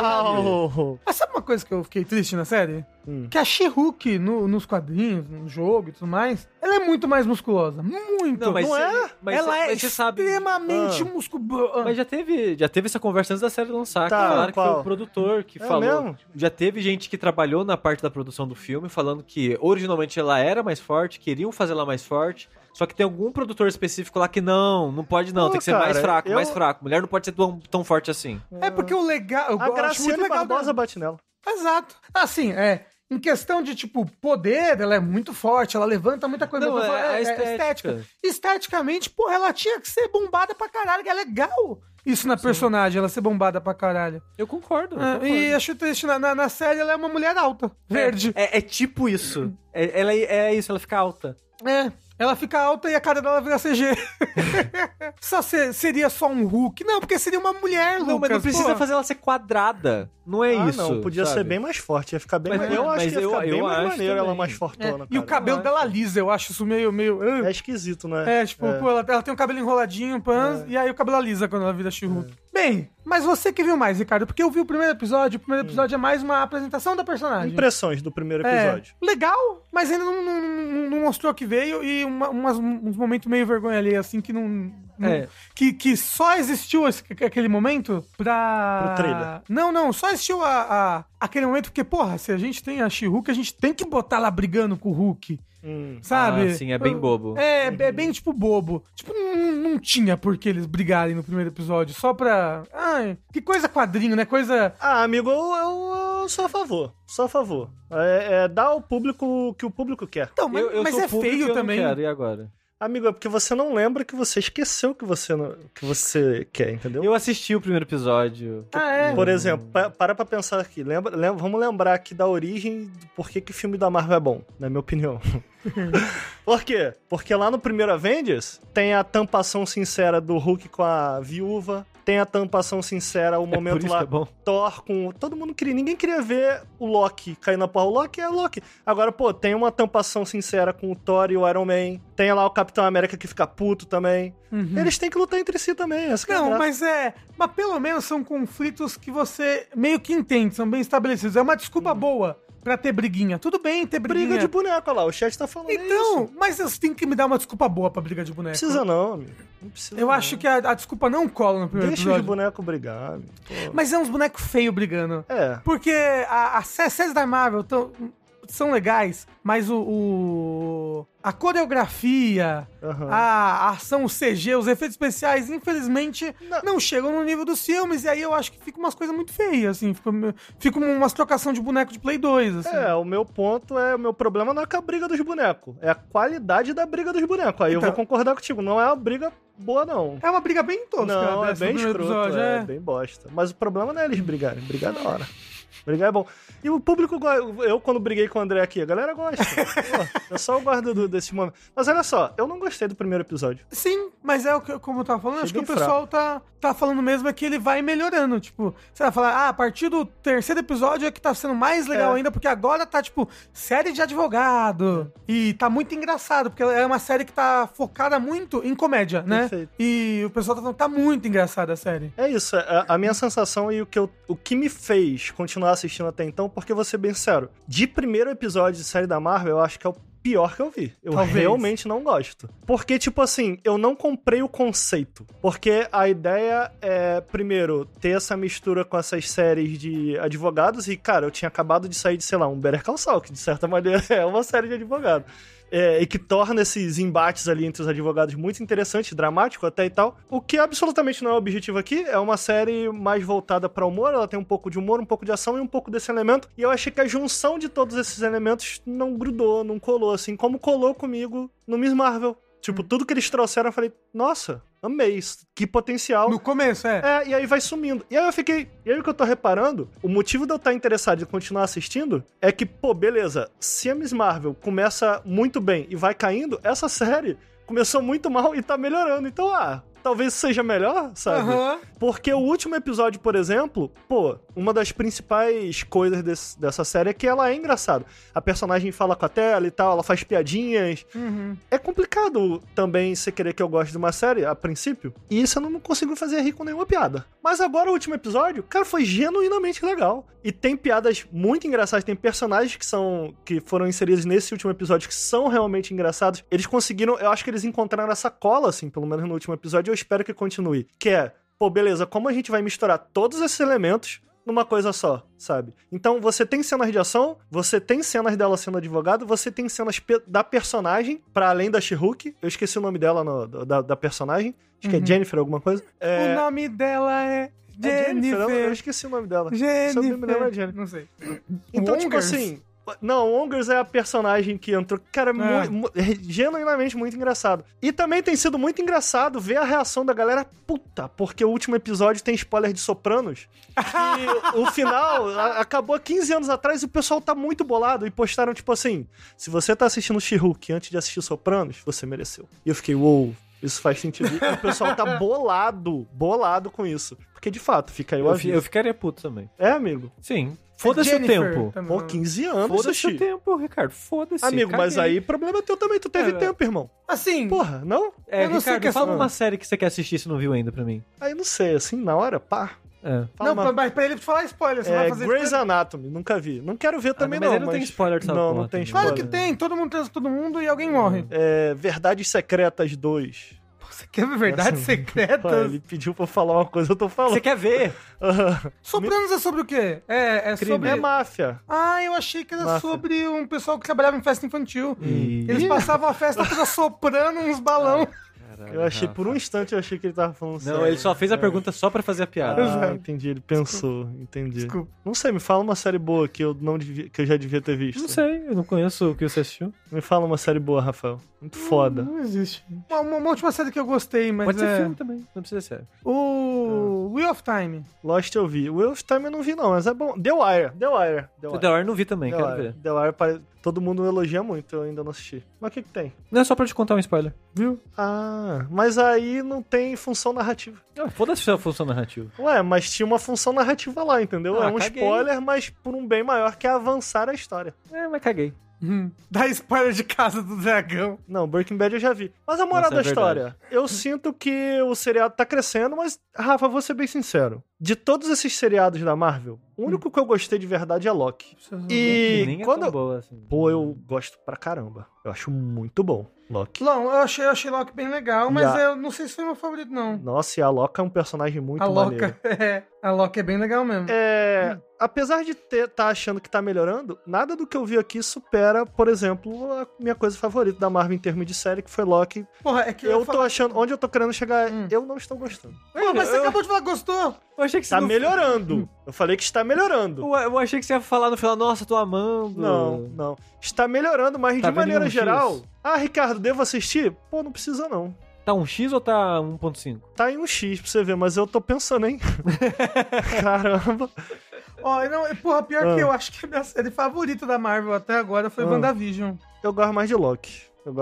parede. Mas sabe uma coisa que eu fiquei triste na série? Que a She-Hulk, nos quadrinhos, no jogo e tudo mais, ela é muito mais musculosa. Muito. Não, mas ela é extremamente musculosa. Mas já teve essa conversa antes da série lançar. Tá, falaram que foi o produtor que falou. Mesmo? Já teve gente que trabalhou na parte da produção do filme falando que originalmente ela era mais forte, queriam fazer ela mais forte. Só que tem algum produtor específico lá que não pode não, tem que ser mais fraco. Mulher não pode ser tão forte assim. É porque o legal... A Graciela Barbosa bate nela. Exato. Assim, em questão de, tipo, poder, ela é muito forte, ela levanta muita coisa. Não, é estética. Esteticamente, porra, ela tinha que ser bombada pra caralho, que é legal isso na personagem, ela ser bombada pra caralho. Eu concordo. E acho triste, na série ela é uma mulher alta, verde. É tipo isso. Ela é isso, ela fica alta. Ela fica alta e a cara dela vira CG. Seria só um Hulk? Não, porque seria uma mulher, Lucas. Não, mas não precisa fazer ela ser quadrada. Não é isso. Não, podia ser bem mais forte. Ia ficar bem mais... Eu acho que ia ficar bem mais maneiro ela mais fortona. E o cabelo dela lisa, eu acho isso meio... É esquisito, né? Pô, ela tem um cabelo enroladinho, e aí o cabelo lisa quando ela vira She-Hulk. Bem, mas você que viu mais, Ricardo, porque eu vi o primeiro episódio é mais uma apresentação da personagem. Impressões do primeiro episódio. Legal, mas ainda não mostrou que veio e uns momentos meio vergonha alheia, assim, que não... Que só existiu aquele momento Pro trailer. Não, só existiu aquele momento porque, porra, se a gente tem a She-Hulk, a gente tem que botar ela brigando com o Hulk. Sabe? Sim, é bem bobo. É bem, tipo, bobo. Tipo, não tinha por que eles brigarem no primeiro episódio, só pra... que coisa quadrinho, né? Coisa... Amigo, eu sou a favor. Só a favor. Dá ao público o que o público quer. Então, mas é feio também. Não quero, e agora? Amigo, é porque você não lembra que você esqueceu que você quer, entendeu? Eu assisti o primeiro episódio. Por exemplo, para pra pensar aqui. Vamos lembrar aqui da origem do porquê que o filme da Marvel é bom, na minha opinião. Por quê? Porque lá no primeiro Avengers tem a tampação sincera do Hulk com a viúva, tem a tampação sincera, o momento lá, Thor com... Todo mundo queria... Ninguém queria ver o Loki cair na porra. O Loki é o Loki. Agora, pô, tem uma tampação sincera com o Thor e o Iron Man. Tem lá o Capitão América que fica puto também. Eles têm que lutar entre si também. Não, mas pelo menos são conflitos que você meio que entende, são bem estabelecidos. É uma desculpa boa pra ter briguinha. Tudo bem ter briguinha. Briga de boneco, olha lá. O chat tá falando então, isso. mas você tem que me dar uma desculpa boa pra briga de boneco. Não precisa não, amigo. Não precisa Eu acho que a desculpa não cola no primeiro episódio. Deixa os bonecos brigar, amigo. Pô. Mas é uns bonecos feios brigando. É. Porque as séries da Marvel são legais, mas a coreografia, a ação, o CG, os efeitos especiais, infelizmente, não chegam no nível dos filmes, e aí eu acho que fica umas coisas muito feias, assim, fica umas trocação de boneco de Play 2, assim. O meu problema não é com a briga dos bonecos, é a qualidade da briga dos bonecos, aí eu vou concordar contigo, não é uma briga boa, não. É uma briga bem tosca. Não, é bem escroto, é bem bosta. Mas o problema não é eles brigarem, brigar é da hora. Brigar é bom. E o público gosta. Eu, quando briguei com o André aqui, a galera gosta. Pô, eu só guardo desse momento. Mas olha só, eu não gostei do primeiro episódio. Sim, mas é o que, como eu tava falando, acho que o pessoal tá falando mesmo é que ele vai melhorando. Tipo, você vai falar, a partir do terceiro episódio é que tá sendo mais legal ainda, porque agora tá, tipo, série de advogado. E tá muito engraçado, porque é uma série que tá focada muito em comédia, né? Perfeito. E o pessoal tá falando que tá muito engraçada a série. É isso, a minha sensação e o que me fez continuar assistindo até então, porque vou ser bem sincero, de primeiro episódio de série da Marvel, eu acho que é o pior que eu vi. Eu realmente não gosto. Porque, tipo assim, eu não comprei o conceito. Porque a ideia é, primeiro, ter essa mistura com essas séries de advogados e, cara, eu tinha acabado de sair de, sei lá, um Better Call Saul, que de certa maneira é uma série de advogado. E que torna esses embates ali entre os advogados muito interessante, dramático até e tal. O que absolutamente não é o objetivo aqui, é uma série mais voltada pra humor, ela tem um pouco de humor, um pouco de ação e um pouco desse elemento. E eu achei que a junção de todos esses elementos não grudou, não colou, assim, como colou comigo no Miss Marvel. Tipo, tudo que eles trouxeram, eu falei, nossa, amei, que potencial. No começo, e aí vai sumindo. E aí eu fiquei, e aí o que eu tô reparando, o motivo de eu estar interessado em continuar assistindo é que, pô, beleza, se a Miss Marvel começa muito bem e vai caindo, essa série começou muito mal e tá melhorando. Então, talvez seja melhor, sabe? Porque o último episódio, por exemplo, pô, uma das principais coisas dessa série é que ela é engraçada. A personagem fala com a tela e tal, ela faz piadinhas. É complicado também você querer que eu goste de uma série, a princípio, e isso eu não consigo fazer rir com nenhuma piada. Mas agora o último episódio, cara, foi genuinamente legal. E tem piadas muito engraçadas, tem personagens que foram inseridos nesse último episódio que são realmente engraçados. Eles conseguiram, eu acho que eles encontraram essa cola, assim, pelo menos no último episódio, eu espero que continue. Que é, pô, beleza, como a gente vai misturar todos esses elementos numa coisa só, sabe? Então, você tem cenas de ação, você tem cenas dela sendo advogado, você tem cenas da personagem, pra além da She-Hulk. Eu esqueci o nome dela, da personagem. Acho que é Jennifer alguma coisa. O nome dela é Jennifer. Eu esqueci o nome dela. Jennifer. Não sei. Então, tipo assim... Não, Wongers é a personagem que entrou. Cara, genuinamente muito engraçado. E também tem sido muito engraçado ver a reação da galera puta, porque o último episódio tem spoiler de Sopranos. E o final acabou há 15 anos atrás e o pessoal tá muito bolado. E postaram, tipo assim, se você tá assistindo She-Hulk antes de assistir Sopranos, você mereceu. E eu fiquei, uou, isso faz sentido. E o pessoal tá bolado com isso. Porque, de fato, fica aí o aviso. Eu ficaria puto também. É, amigo? Sim. Foda-se o tempo. Pô, 15 anos, foda-se o tempo, Ricardo. Foda-se. Amigo, caguei. Mas aí problema é teu também. Tu teve tempo, irmão. Assim... Porra, não? Eu não Ricardo, fala uma série que você quer assistir se não viu ainda pra mim. Aí não sei, assim, na hora, pá. Não, mas pra ele falar spoiler, você vai fazer Grey's Anatomy, nunca vi. Não quero ver também, mas não tem spoiler dessa Não, não tem spoiler. Claro que tem. Todo mundo transa todo mundo e alguém morre. Verdades Secretas 2. Você quer ver Verdades Secretas? Ele pediu pra eu falar uma coisa, eu tô falando. Você quer ver? Sopranos é sobre o quê? Sobre... É máfia. Eu achei que era sobre um pessoal que trabalhava em festa infantil. Eles passavam a festa toda soprando uns balão. Caralho, Eu achei, Rafa. por um instante, eu achei que ele tava falando sério. Não, ele só fez a pergunta só pra fazer a piada. Ah, entendi, ele pensou, entendi. Desculpa. Não sei, me fala uma série boa que eu, que eu já devia ter visto. Não sei, eu não conheço o que você assistiu. Me fala uma série boa, Rafael. Muito foda. Não existe. Uma última série que eu gostei, mas Pode ser filme também, não precisa ser sério. O Wheel of Time. Lost eu vi. Wheel of Time eu não vi não, mas é bom. The Wire. O The Wire não vi também, quero ver. The Wire todo mundo elogia muito, eu ainda não assisti. Mas o que tem? Não é só pra te contar um spoiler. Viu? Ah, mas aí não tem função narrativa. Foda-se a função narrativa. Ué, mas tinha uma função narrativa lá, entendeu? Ah, é um caguei. spoiler, mas por um bem maior que é avançar a história. Mas caguei. Dá spoiler de Casa do Dragão. Não, Breaking Bad eu já vi. Mas a moral Nossa, da é história, eu sinto que o seriado tá crescendo, mas, Rafa, vou ser bem sincero. De todos esses seriados da Marvel, o único que eu gostei de verdade é Loki. Que E nem é quando... tão boa assim. Pô, eu gosto pra caramba. Eu acho muito bom, Loki. Não, eu achei Loki bem legal, mas eu não sei se foi meu favorito, não. Nossa, e a Loki é um personagem muito A maneiro. A Loki é bem legal mesmo. Apesar de tá achando que tá melhorando, nada do que eu vi aqui supera, por exemplo, a minha coisa favorita da Marvel em termos de série, que foi Loki. Porra, é que Eu tô achando, onde eu tô querendo chegar, eu não estou gostando. Pô, mas você acabou de falar que gostou. Eu achei que você Tá não... melhorando. Eu falei que está melhorando. Eu achei que você ia falar no final, nossa, tô amando. Não. Está melhorando, mas Tá de vendo maneira um geral... X? Ah, Ricardo, devo assistir? Pô, não precisa não. Tá 1x ou tá 1.5? Tá em um X pra você ver, mas eu tô pensando, hein? Caramba. Ó, não, porra, pior que eu acho que a minha série favorita da Marvel até agora foi WandaVision. Eu gosto mais de Loki.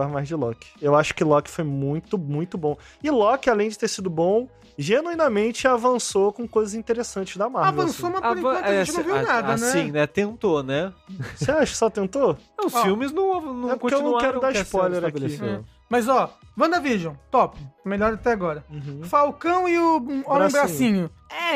Eu acho que Loki foi muito, muito bom. E Loki, além de ter sido bom, genuinamente avançou com coisas interessantes da Marvel. Avançou, assim. mas por enquanto a gente não viu nada, né? Assim, né? Tentou, né? Você acha que só tentou? Os filmes não é porque eu não quero continuaram dar o que a spoiler série aqui. estabeleceu. Mas ó, WandaVision, top. Melhor até agora. Falcão e o Homem Bracinho.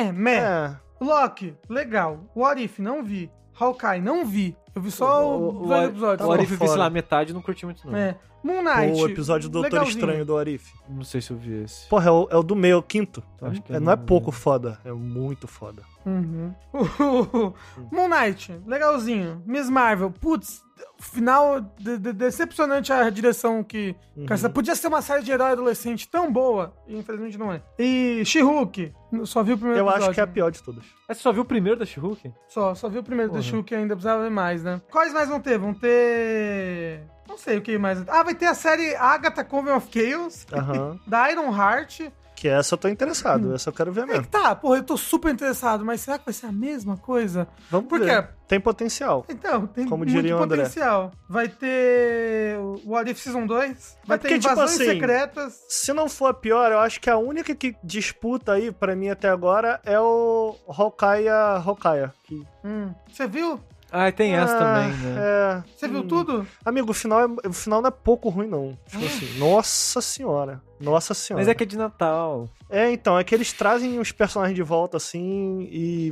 Loki, legal. What If, não vi. Hawkeye, não vi. Eu vi só os dois episódios. O Arif vi, sei lá, metade, não curti muito, não. Moon Knight. O episódio do Doutor Estranho do Arif. Não sei se eu vi esse. Porra, é o do meio, o quinto. Acho que não é pouco foda, é muito foda. Moon Knight, legalzinho. Miss Marvel, putz, final decepcionante a direção que... Podia ser uma série de herói adolescente tão boa, e infelizmente não é. E She-Hulk, só vi o primeiro episódio. Eu acho que é a pior de todas. Mas você só viu o primeiro da She-Hulk? Só vi o primeiro da She-Hulk, ainda precisava ver mais, né? Quais mais vão ter? Vão ter... Não sei o que mais. Ah, vai ter a série Agatha Coven of Chaos, da Iron Heart. Que essa eu tô interessado, essa eu quero ver mesmo. Tá, porra, eu tô super interessado, mas será que vai ser a mesma coisa? Vamos ver. Tem potencial. Então, tem como muito diria o André. potencial. Vai ter o What If Season 2, vai ter porque, Invasões tipo assim, Secretas. Se não for a pior, eu acho que a única que disputa aí, pra mim até agora, é o Hawkeye. Você viu? Ah, tem essa também, né? Você viu tudo? Amigo, o final não é pouco ruim, não. Tipo assim, nossa senhora. Mas é que é de Natal. Então, é que eles trazem os personagens de volta, assim, e...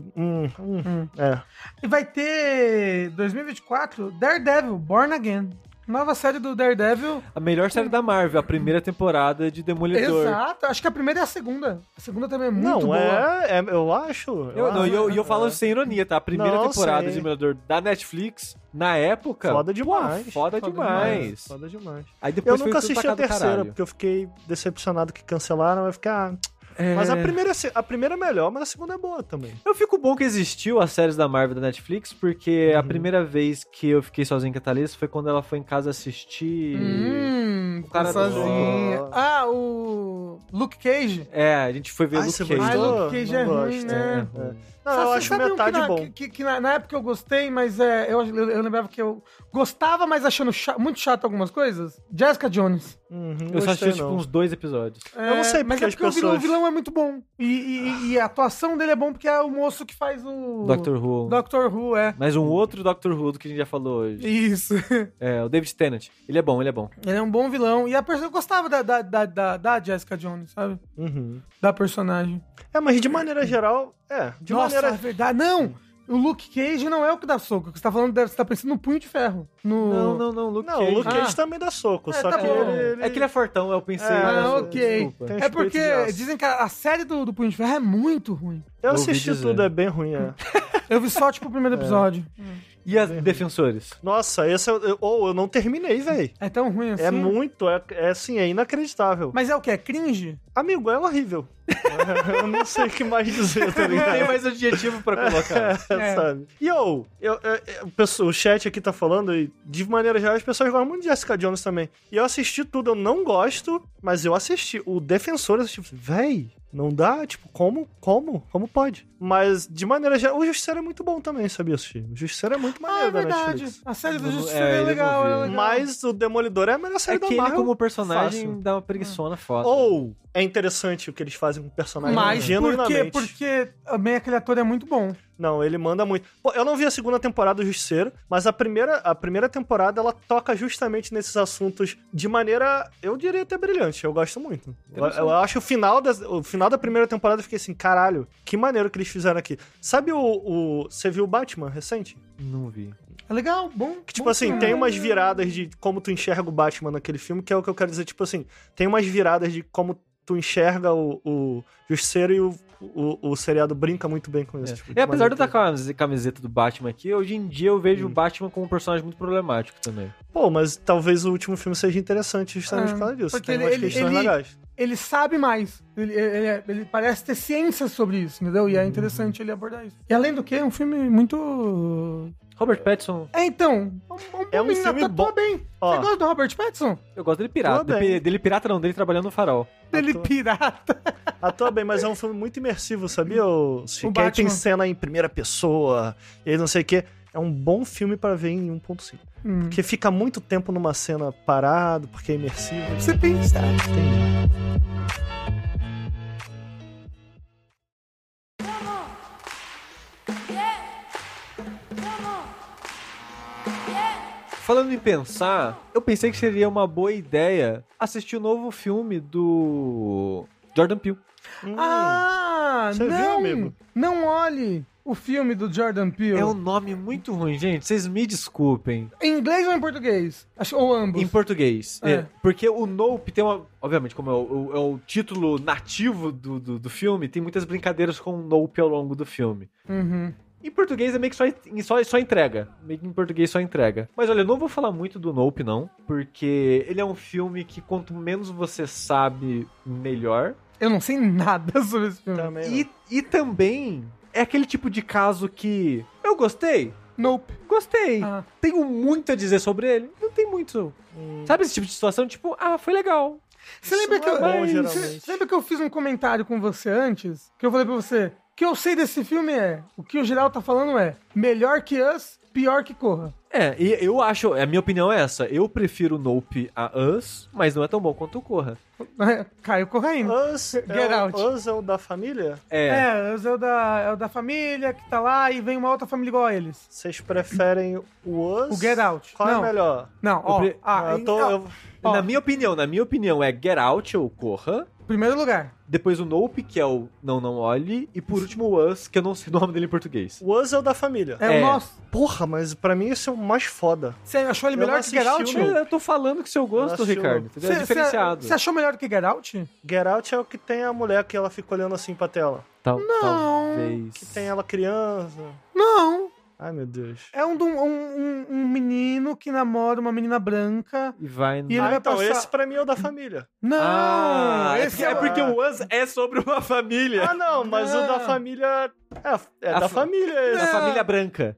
E vai ter, 2024, Daredevil, Born Again. Nova série do Daredevil. A melhor série da Marvel, a primeira temporada de Demolidor. Exato, acho que a primeira é a segunda. A segunda também é muito boa. Eu acho. Eu falo sem ironia, tá? A primeira temporada de Demolidor da Netflix, na época... Foda demais. Pô, foda demais. Foda demais. Aí depois eu nunca assisti a terceira, porque eu fiquei decepcionado que cancelaram, eu fiquei... Mas a primeira é melhor, mas a segunda é boa também. Eu fico bom que existiu as séries da Marvel da Netflix, porque a primeira vez que eu fiquei sozinho com a Thalissa foi quando ela foi em casa assistir... o cara sozinha. O Luke Cage. A gente foi ver Luke Cage. Luke Cage é ruim, né? Não, eu acho metade bom. Que na época eu gostei, mas eu lembrava que eu gostava, mas achando muito chato algumas coisas. Jessica Jones. Eu só assisti tipo uns 2 episódios. Eu não sei porque mas é porque o vilão é muito bom. E a atuação dele é bom porque é o moço que faz o... Doctor Who, Mas um outro Doctor Who do que a gente já falou hoje. Isso. O David Tennant. Ele é bom. Ele é um bom vilão. E a pessoa gostava da Jessica Jones, sabe? Da personagem. Mas de maneira geral... é verdade. Não! O Luke Cage não é o que dá soco. O que você tá falando, você tá pensando no Punho de Ferro. Não, Luke Cage. O Luke Cage também dá soco, só tá que ele... É que ele é fortão, eu pensei. Ok. É porque dizem que a série do Punho de Ferro é muito ruim. Eu assisti tudo, é bem ruim, Eu vi só, tipo, o primeiro episódio. E as Defensores? Nossa, esse eu não terminei, velho. É tão ruim assim? É muito, assim, é inacreditável. Mas é o quê? É cringe? Amigo, é horrível. Eu não sei o que mais dizer, tá Não ligado? tem mais adjetivo pra colocar. Sabe? E o chat aqui tá falando, e de maneira geral, as pessoas gostam muito de Jessica Jones também. E eu assisti tudo, eu não gosto, mas eu assisti. O Defensor, eu assisti, véi, não dá, tipo, como pode? Mas, de maneira geral, o Justiceiro é muito bom também, sabia, assistir? O Justiceiro é muito maneiro da verdade. Netflix. A série do Justiceiro é legal, eu é não vi. legal. Mas o Demolidor é a melhor série É da que ele, Marvel. como personagem, Fácil. dá uma preguiçona foda. Ou é interessante o que eles fazem com o personagem Mas genuinamente. porque também aquele ator é muito bom. Não, ele manda muito. Pô, eu não vi a segunda temporada do Justiceiro, mas a primeira temporada ela toca justamente nesses assuntos de maneira, eu diria até brilhante. Eu gosto muito. Eu acho o final da primeira temporada eu fiquei assim, caralho, que maneiro que eles fizeram aqui. Sabe você viu o Batman recente? Não vi. É legal, bom. Que, tipo bom assim, filme. tem umas viradas de como tu enxerga o Batman naquele filme, que é o que eu quero dizer, tipo assim, tem umas viradas de como tu enxerga o Justiceiro e o seriado brinca muito bem com isso. Tipo, E apesar de eu estar com a camiseta do Batman aqui, hoje em dia eu vejo o Batman como um personagem muito problemático também. Pô, mas talvez o último filme seja interessante justamente por causa disso. Porque Tem umas questões legais. Ele sabe mais. Ele parece ter ciência sobre isso, entendeu? E é interessante ele abordar isso. E além do que, é um filme muito... Robert Pattinson, Então, É um filme bom. bem. Ó. Você gosta do Robert Pattinson? eu gosto dele pirata. Tudo bem. Dele pirata não, dele trabalhando no farol. Ele pirata. Atua bem, mas é um filme muito imersivo, sabia? Que aí Batman. tem cena em primeira pessoa, e aí não sei o quê. É um bom filme pra ver em 1.5. Porque fica muito tempo numa cena parado, porque é imersivo. Você pensa. Falando em pensar, eu pensei que seria uma boa ideia assistir o novo filme do Jordan Peele. Ah, Você não. viu, amigo? Não olhe o filme do Jordan Peele. É um nome muito ruim, gente. Vocês me desculpem. Em inglês ou em português? Ou ambos? Em português. É. Porque o Nope tem uma... Obviamente, como é o título nativo do filme, tem muitas brincadeiras com o Nope ao longo do filme. Uhum. Em português é meio que só entrega. Meio que em português só entrega. Mas olha, eu não vou falar muito do Nope, não. Porque ele é um filme que quanto menos você sabe, melhor. Eu não sei nada sobre esse filme. Também E também é aquele tipo de caso que eu gostei. Nope. Gostei. Ah. Tenho muito a dizer sobre ele. Não tem muito. Sabe esse tipo de situação? Tipo, foi legal. Você lembra Isso que não é bom, você geralmente. lembra que eu fiz um comentário com você antes? Que eu falei pra você, o que eu sei desse filme o que o geral tá falando melhor que Us, pior que Corra. E eu acho, a minha opinião é essa. Eu prefiro Nope a Us, mas não é tão bom quanto o Corra. Caio Corraine. Us Get Out. Us é o da família? Us é o da família que tá lá e vem uma outra família igual a eles. Vocês preferem o Us? O Get Out. Qual Não. é melhor? Não, ó. Eu Na minha opinião é Get Out ou Corra. Primeiro lugar. Depois o Nope, que é o Não Olhe. E por último o Us, que eu não sei o nome dele em português. O Us é o da família. É o nosso. Porra, mas pra mim esse é o mais foda. Você achou ele Eu melhor não que Get Out? assisti o Eu tô falando que seu gosto, Eu acho- Ricardo. Entendeu? É diferenciado. Você achou melhor que Get Out? Get Out é o que tem a mulher que ela fica olhando assim pra tela. Talvez. Que tem ela criança. Não. Ai, meu Deus. É um menino que namora uma menina branca. E vai no... E ele vai Então, passar... esse pra mim é o da família. Não! esse é porque o Us é sobre uma família. Ah, não, mas o da família... É da família esse. Da família branca.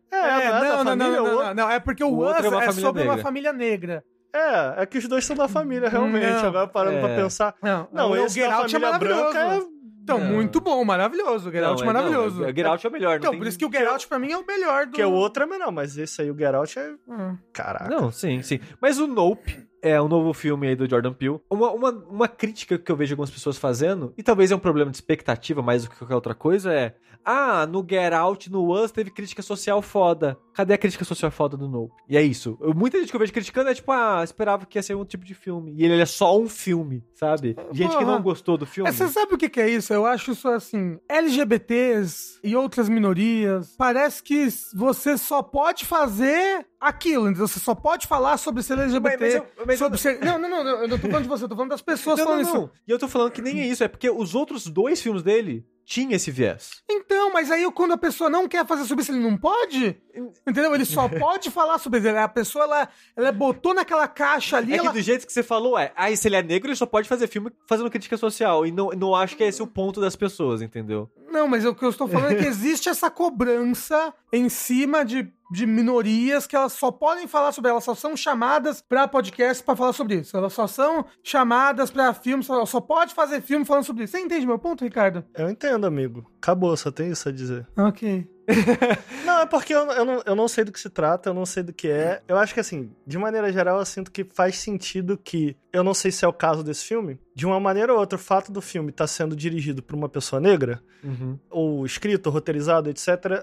Não, é porque o O outro Us é uma é família sobre uma negra. família negra. É que os dois são da família, realmente. Não. Agora parando pra pensar. Não, o esse Get da Out é família maravilhoso. branca Então, Não. muito bom, maravilhoso. O Get Out é maravilhoso. O Get Out é o melhor. Então, por isso que o Get Out pra mim é o melhor do... Que o outro é menor, mas esse aí, o Get Out, é... Caraca. Não, sim. Mas o Nope é um novo filme aí do Jordan Peele. Uma crítica que eu vejo algumas pessoas fazendo, e talvez é um problema de expectativa mais do que qualquer outra coisa, no Get Out, no Us, teve crítica social foda. Cadê a crítica social foda do Nope? E é isso. Muita gente que eu vejo criticando é tipo, esperava que ia ser um tipo de filme. E ele é só um filme, sabe? Gente que não gostou do filme. Você sabe o que é isso? Eu acho isso assim, LGBTs e outras minorias, parece que você só pode fazer aquilo, entendeu? Você só pode falar sobre ser LGBT. Não, eu não tô falando de você, eu tô falando das pessoas falando isso. E eu tô falando que nem é isso, é porque os outros dois filmes dele tinha esse viés. Então, mas aí quando a pessoa não quer fazer sobre isso, ele não pode? Entendeu? Ele só pode falar sobre isso. A pessoa, ela botou naquela caixa ali... Que do jeito que você falou, se ele é negro, ele só pode fazer filme fazendo crítica social. E não acho que é esse o ponto das pessoas, entendeu? Não, mas o que eu estou falando é que existe essa cobrança em cima de minorias que elas só podem falar sobre, elas só são chamadas pra podcast pra falar sobre isso. Elas só são chamadas pra filmes, só pode fazer filme falando sobre isso. Você entende meu ponto, Ricardo? Eu entendo, amigo. Acabou, só tem isso a dizer. Ok. Não, é porque eu não sei do que se trata, eu não sei do que é. Eu acho que, assim, de maneira geral, eu sinto que faz sentido que, eu não sei se é o caso desse filme, de uma maneira ou outra, o fato do filme estar sendo dirigido por uma pessoa negra, ou escrito, ou roteirizado, etc.,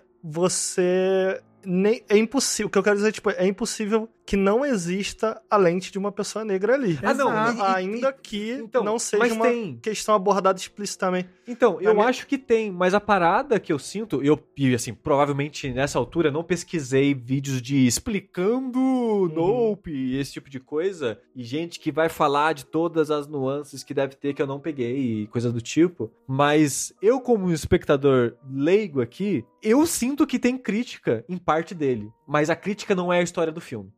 você... é impossível, o que eu quero dizer, tipo, é impossível que não exista a lente de uma pessoa negra ali. Ainda que não seja uma questão abordada explicitamente. Então, eu acho que tem, mas a parada que eu sinto, e assim, provavelmente nessa altura não pesquisei vídeos de explicando Nope e esse tipo de coisa, e gente que vai falar de todas as nuances que deve ter que eu não peguei e coisa do tipo, mas eu como espectador leigo aqui, eu sinto que tem crítica em parte dele, mas a crítica não é a história do filme.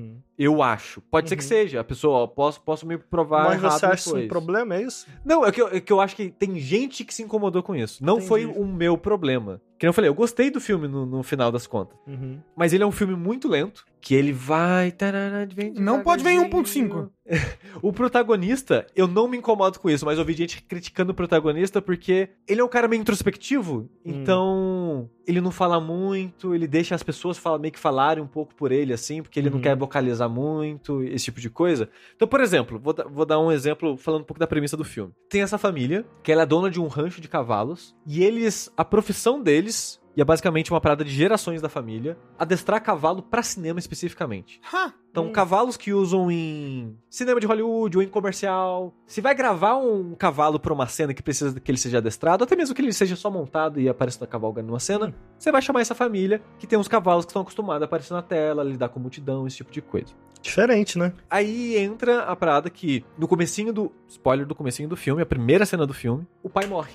Eu acho. Pode ser que seja. A pessoa, posso me provar mas errado depois. Mas você acha isso um problema, é isso? Não, é que eu acho que tem gente que se incomodou com isso. Não foi o meu problema. Que eu falei, eu gostei do filme no final das contas. Mas ele é um filme muito lento, que ele vai... Não pode ver em 1.5. O protagonista, eu não me incomodo com isso, mas eu vi gente criticando o protagonista porque ele é um cara meio introspectivo, então ele não fala muito, ele deixa as pessoas meio que falarem um pouco por ele, assim, porque ele não quer vocalizar muito, esse tipo de coisa. Então, por exemplo, vou dar um exemplo falando um pouco da premissa do filme. Tem essa família, que ela é dona de um rancho de cavalos, e a profissão deles... E é basicamente uma parada de gerações da família, adestrar cavalo pra cinema especificamente. Então, cavalos que usam em cinema de Hollywood ou em comercial. Se vai gravar um cavalo pra uma cena que precisa que ele seja adestrado, até mesmo que ele seja só montado e apareça na cavalgando numa cena, você vai chamar essa família que tem uns cavalos que estão acostumados a aparecer na tela, lidar com multidão, esse tipo de coisa. Diferente, né? Aí entra a parada que, no comecinho spoiler do comecinho do filme, a primeira cena do filme, o pai morre.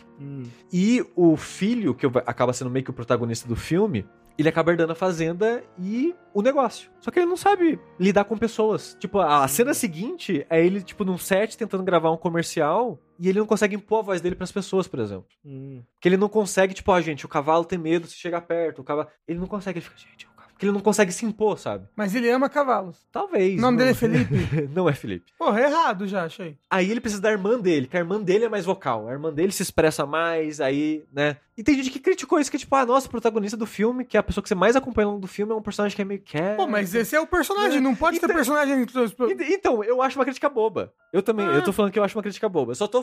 E o filho, que acaba sendo meio que o protagonista do filme, ele acaba herdando a fazenda e o negócio. Só que ele não sabe lidar com pessoas. Tipo, a cena seguinte é ele, tipo, num set tentando gravar um comercial e ele não consegue impor a voz dele pras pessoas, por exemplo. Porque ele não consegue, tipo, gente, o cavalo tem medo se chegar perto. O cavalo... Ele não consegue, ele fica, gente... Porque ele não consegue se impor, sabe? Mas ele ama cavalos. Talvez. O nome dele é Felipe? Não é Felipe. Porra, é errado já, achei. Aí ele precisa da irmã dele, que a irmã dele é mais vocal. A irmã dele se expressa mais, aí, né? E tem gente que criticou isso, que é tipo, nossa, o protagonista do filme, que é a pessoa que você mais acompanha ao longo do filme, é um personagem que é meio quieto. Pô, mas esse é o personagem, não pode ter personagem... Então, eu acho uma crítica boba. Eu também, eu tô falando que eu acho uma crítica boba. Eu só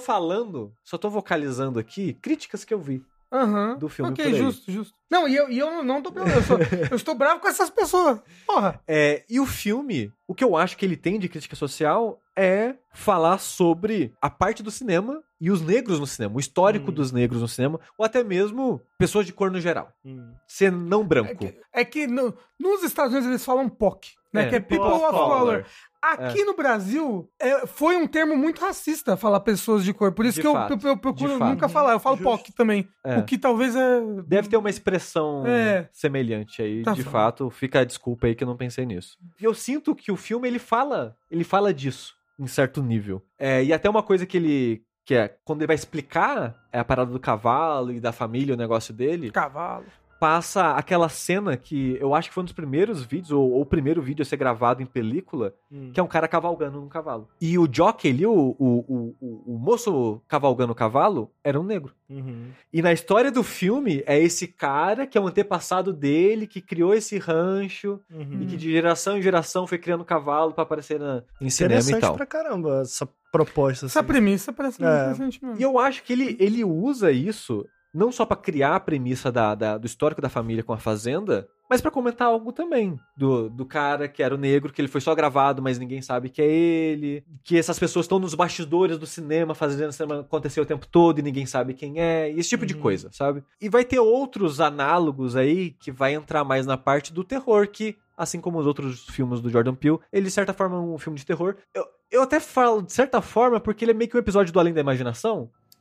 tô vocalizando aqui críticas que eu vi. Do filme. Ok, justo. Não, e eu não tô bravo, eu estou bravo com essas pessoas. Porra. E o filme, o que eu acho que ele tem de crítica social é falar sobre a parte do cinema e os negros no cinema, o histórico dos negros no cinema, ou até mesmo pessoas de cor no geral. Ser não branco. É que nos Estados Unidos eles falam POC, né? Que é People of Color. Aqui no Brasil, foi um termo muito racista falar pessoas de cor. Por isso que eu procuro nunca falar. Eu falo POC também. O que talvez deve ter uma expressão semelhante aí, de fato. Fica a desculpa aí que eu não pensei nisso. E eu sinto que o filme, ele fala disso, em certo nível. E até uma coisa que é, quando ele vai explicar a parada do cavalo e da família, o negócio dele... Cavalo. Passa aquela cena que eu acho que foi um dos primeiros vídeos, ou o primeiro vídeo a ser gravado em película, que é um cara cavalgando num cavalo. E o jockey ali, o moço cavalgando o cavalo, era um negro. E na história do filme, é esse cara que é um antepassado dele, que criou esse rancho, e que de geração em geração foi criando cavalo pra aparecer em cinema e tal. Interessante pra caramba essa proposta. Essa premissa parece interessante mesmo. E eu acho que ele usa isso... Não só pra criar a premissa do histórico da família com a fazenda, mas pra comentar algo também. Do cara que era o negro, que ele foi só gravado, mas ninguém sabe que é ele. Que essas pessoas estão nos bastidores do cinema, fazendo o cinema acontecer o tempo todo e ninguém sabe quem é. E esse tipo de coisa, sabe? E vai ter outros análogos aí que vai entrar mais na parte do terror, que, assim como os outros filmes do Jordan Peele, ele de certa forma é um filme de terror. Eu até falo de certa forma porque ele é meio que um episódio do Além da Imaginação.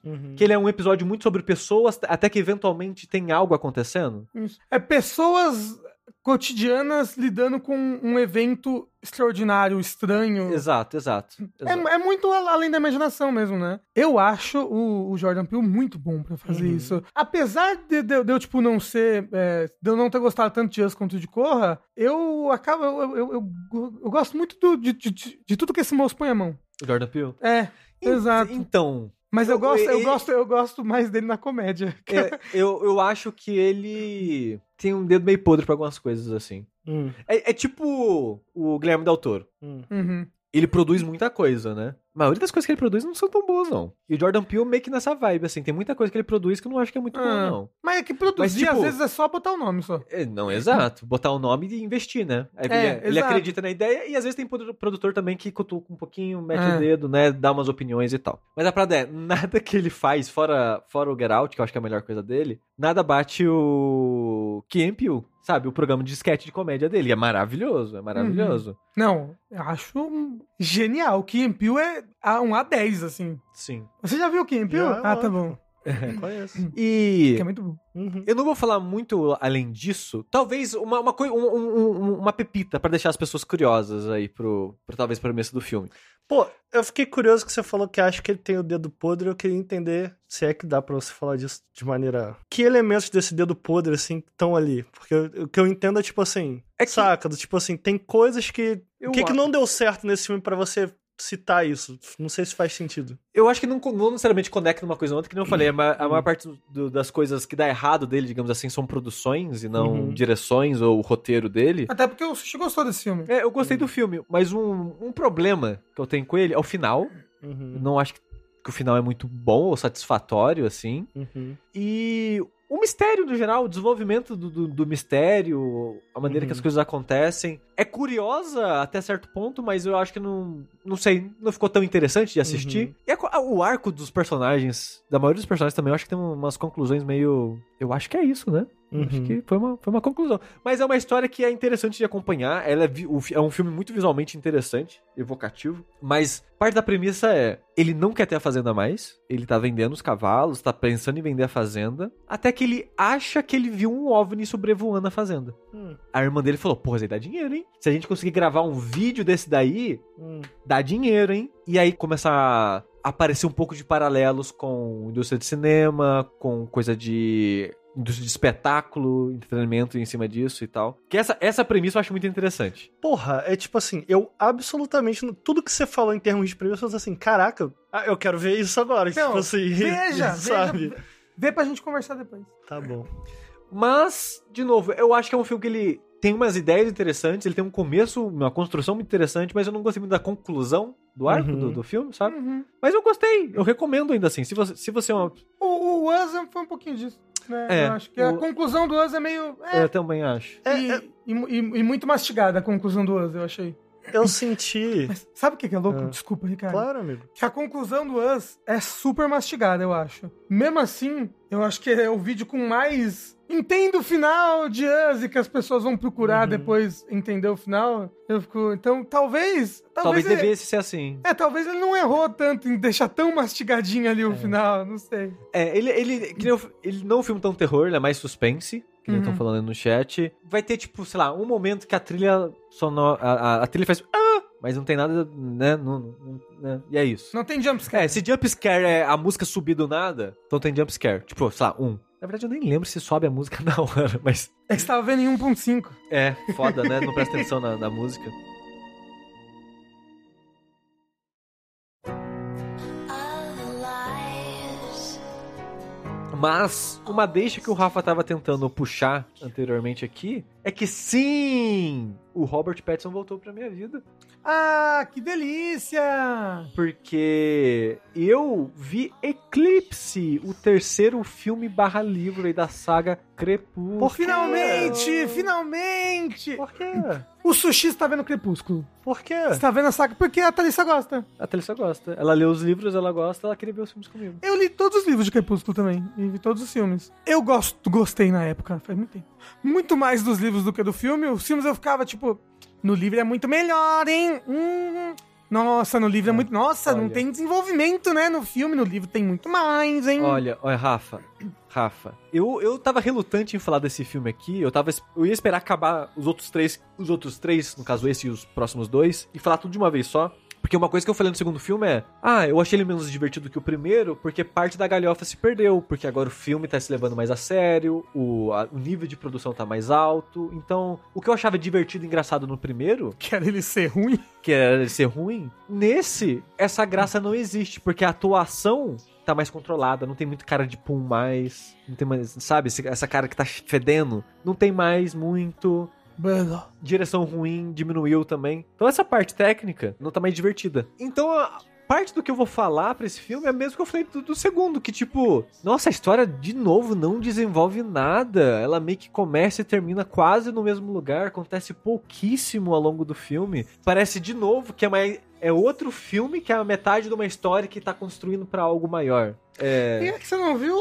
Que ele é um episódio muito sobre pessoas, até que eventualmente tem algo acontecendo. Isso. É pessoas cotidianas lidando com um evento extraordinário, estranho. Exato. É muito além da imaginação mesmo, né? Eu acho o Jordan Peele muito bom pra fazer isso. Apesar de eu tipo, não ser... de eu não ter gostado tanto de Us quanto de Corra, eu gosto muito de tudo que esse moço põe a mão. Jordan Peele? Exato. Então... Mas eu gosto mais dele na comédia. Eu acho que ele tem um dedo meio podre pra algumas coisas, assim. É tipo o Guilherme Del Toro. Ele produz muita coisa, né? A maioria das coisas que ele produz não são tão boas, não. E o Jordan Peele meio que nessa vibe, assim. Tem muita coisa que ele produz que eu não acho que é muito boa, não. Mas é que produzir, às vezes, é só botar o nome, só. Não, exato. Botar o nome e investir, né? Aí ele acredita na ideia e às vezes tem produtor também que cutuca um pouquinho, mete o dedo, né? Dá umas opiniões e tal. Mas a parada é, nada que ele faz, fora o Get Out, que eu acho que é a melhor coisa dele, nada bate o Key & Peele. Sabe, o programa de sketch de comédia dele. É maravilhoso, Não, eu acho genial. O Key & Peele é um A10, assim. Sim. Você já viu o Key & Peele? Tá bom. Conheço. E... Que é muito bom. Eu não vou falar muito além disso. Talvez uma pepita pra deixar as pessoas curiosas aí talvez pro começo do filme. Pô, eu fiquei curioso que você falou que acha que ele tem o dedo podre. Eu queria entender se é que dá pra você falar disso de maneira... Que elementos desse dedo podre, assim, estão ali? Porque o que eu entendo é, tipo assim... Saca? Tipo assim, tem coisas que... O que não deu certo nesse filme pra você citar isso? Não sei se faz sentido. Eu acho que não necessariamente conecta uma coisa ou outra, que nem eu falei. A maior parte das coisas que dá errado dele, digamos assim, são produções e não direções ou o roteiro dele. Até porque o Sushi gostou desse filme. Eu gostei do filme, mas um problema que eu tenho com ele é o final. Não acho que o final é muito bom ou satisfatório, assim. E... o mistério, no geral, o desenvolvimento do mistério, a maneira que as coisas acontecem, é curiosa até certo ponto, mas eu acho que não sei, não ficou tão interessante de assistir. E o arco dos personagens, da maioria dos personagens também, eu acho que tem umas conclusões meio... Eu acho que é isso, né? Acho que foi uma conclusão. Mas é uma história que é interessante de acompanhar. Ela é um filme muito visualmente interessante, evocativo. Mas parte da premissa é... ele não quer ter a fazenda mais. Ele tá vendendo os cavalos, tá pensando em vender a fazenda. Até que ele acha que ele viu um OVNI sobrevoando a fazenda. A irmã dele falou, porra, isso aí dá dinheiro, hein? Se a gente conseguir gravar um vídeo desse daí, dá dinheiro, hein? E aí começa a aparecer um pouco de paralelos com indústria de cinema, com coisa de... indústria de espetáculo, entretenimento em cima disso e tal. Que essa premissa eu acho muito interessante. Porra, é tipo assim, eu absolutamente... Tudo que você falou em termos de premissa, eu tô assim, caraca, eu quero ver isso agora. Então, tipo assim, sabe? Vê pra gente conversar depois. Tá bom. Mas, de novo, eu acho que é um filme que ele tem umas ideias interessantes, ele tem um começo, uma construção muito interessante, mas eu não gostei muito da conclusão do arco do filme, sabe? Mas eu gostei, eu recomendo ainda assim. Se você é uma... O Us foi um pouquinho disso. Né? Eu acho que a conclusão do Us é meio... Eu também acho. E muito mastigada a conclusão do Us, eu achei. Eu senti... Mas sabe o que é louco? Desculpa, Ricardo. Claro, amigo. Que a conclusão do Us é super mastigada, eu acho. Mesmo assim, eu acho que é o vídeo com mais... Entenda o final de Us e que as pessoas vão procurar depois entender o final. Eu fico... Então, talvez devesse ser assim. Talvez ele não errou tanto em deixar tão mastigadinho ali o final, não sei. Ele não é um filme tão terror, ele é mais suspense, que eles estão falando no chat. Vai ter, tipo, sei lá, um momento que a trilha sonora... A trilha faz... Mas não tem nada, né? Né? E é isso. Não tem jumpscare. Se jumpscare é a música subir do nada, então tem jumpscare. Tipo, sei lá, Na verdade, eu nem lembro se sobe a música na hora, mas... É que você tava vendo em 1.5. Foda, né? Não presta atenção na música. Mas, uma deixa que o Rafa tava tentando puxar anteriormente aqui, é que sim, o Robert Pattinson voltou pra minha vida. Ah, que delícia! Porque eu vi Eclipse, o terceiro filme /livro aí da saga Crepúsculo. Finalmente! Por quê? O Sushi está vendo Crepúsculo. Por quê? Você tá vendo a saga? Porque a Thalissa gosta. A Thalissa gosta. Ela lê os livros, ela gosta, ela queria ver os filmes comigo. Eu li todos os livros de Crepúsculo também. E vi todos os filmes. Eu gostei na época, faz muito tempo. Muito mais dos livros do que do filme. Os filmes eu ficava, tipo... No livro é muito melhor, hein? Nossa, no livro é muito... Nossa, Olha. não tem desenvolvimento, né? No filme, no livro tem muito mais, hein? Olha, Rafa, eu tava relutante em falar desse filme aqui, eu ia esperar acabar os outros três, no caso esse e os próximos 2, e falar tudo de uma vez só. Porque uma coisa que eu falei no segundo filme é... eu achei ele menos divertido que o primeiro, porque parte da galhofa se perdeu. Porque agora o filme tá se levando mais a sério, o nível de produção tá mais alto. Então, o que eu achava divertido e engraçado no primeiro... Que era ele ser ruim. Que era ele ser ruim. Nesse, essa graça não existe, porque a atuação tá mais controlada. Não tem muito cara de pum mais. Não tem mais, sabe? Essa cara que tá fedendo. Não tem mais muito... Direção ruim diminuiu também. Então essa parte técnica não tá mais divertida. Então a parte do que eu vou falar pra esse filme é a mesma que eu falei do segundo. Que tipo, nossa, a história de novo não desenvolve nada. Ela meio que começa e termina quase no mesmo lugar. Acontece pouquíssimo ao longo do filme. Parece de novo que é outro filme que é a metade de uma história que tá construindo pra algo maior. E é que você não viu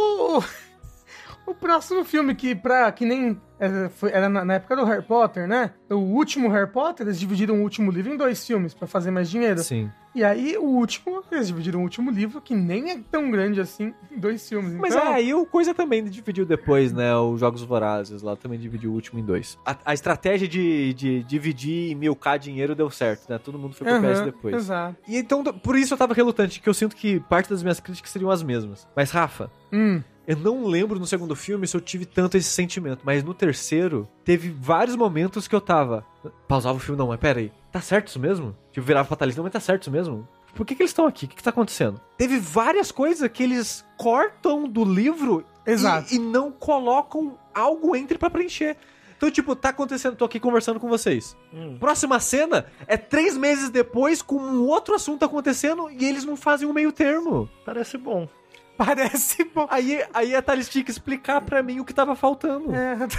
o próximo filme, que nem... Era na época do Harry Potter, né? O último Harry Potter, eles dividiram o último livro em 2 filmes pra fazer mais dinheiro. Sim. E aí, eles dividiram o último livro, que nem é tão grande assim, em 2 filmes. Mas então... aí o Coisa também dividiu depois, né? Os Jogos Vorazes lá também dividiu o último em 2. A estratégia de dividir e milcar dinheiro deu certo, né? Todo mundo foi pro PS depois. Exato. E então, por isso eu tava relutante, que eu sinto que parte das minhas críticas seriam as mesmas. Mas, Rafa... Eu não lembro no segundo filme se eu tive tanto esse sentimento, mas no terceiro, teve vários momentos que eu tava... Pausava o filme, não, mas pera aí, tá certo isso mesmo? Tipo, virava fatalista, não, mas tá certo isso mesmo? Por que eles estão aqui? O que tá acontecendo? Teve várias coisas que eles cortam do livro e não colocam algo entre pra preencher. Então, tipo, tá acontecendo, tô aqui conversando com vocês. Próxima cena é 3 meses depois, com um outro assunto acontecendo, e eles não fazem um meio termo. Parece bom. Parece bom. Aí a Thalis tinha que explicar pra mim o que tava faltando.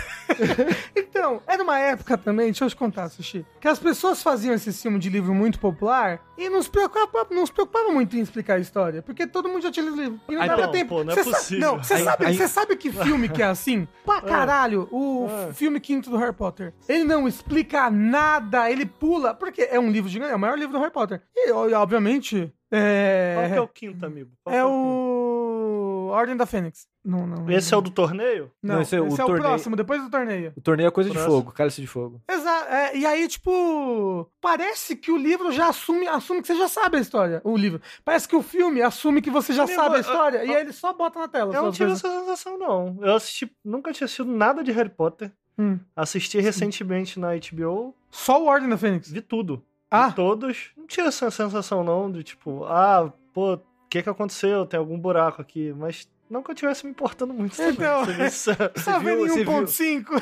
Então, era uma época também, deixa eu te contar, Sushi, que as pessoas faziam esse filme de livro muito popular e não se preocupavam muito em explicar a história, porque todo mundo já tinha lido o livro. E não dava tempo. Pô, não é possível. Você sabe que filme que é assim? Pra caralho, o filme quinto do Harry Potter. Ele não explica nada, ele pula, porque é um livro gigante, é o maior livro do Harry Potter. E, obviamente... Qual que é o quinto, amigo? O Ordem da Fênix. Não. Esse é o do torneio? Não, esse é o torneio... próximo, depois do torneio. O torneio é coisa de fogo, cálice de fogo. Exato. E aí, tipo, parece que o livro já assume que você já sabe a história. O livro. Parece que o filme assume que você já sabe a história e aí ele só bota na tela. Eu não tive essa sensação, não. Eu nunca tinha assistido nada de Harry Potter. Assisti recentemente na HBO. Só o Ordem da Fênix? Vi tudo. Vi todos. Não tinha essa sensação, não, de tipo, o que aconteceu? Tem algum buraco aqui. Mas não que eu estivesse me importando muito também. Então, tá vendo em 1.5?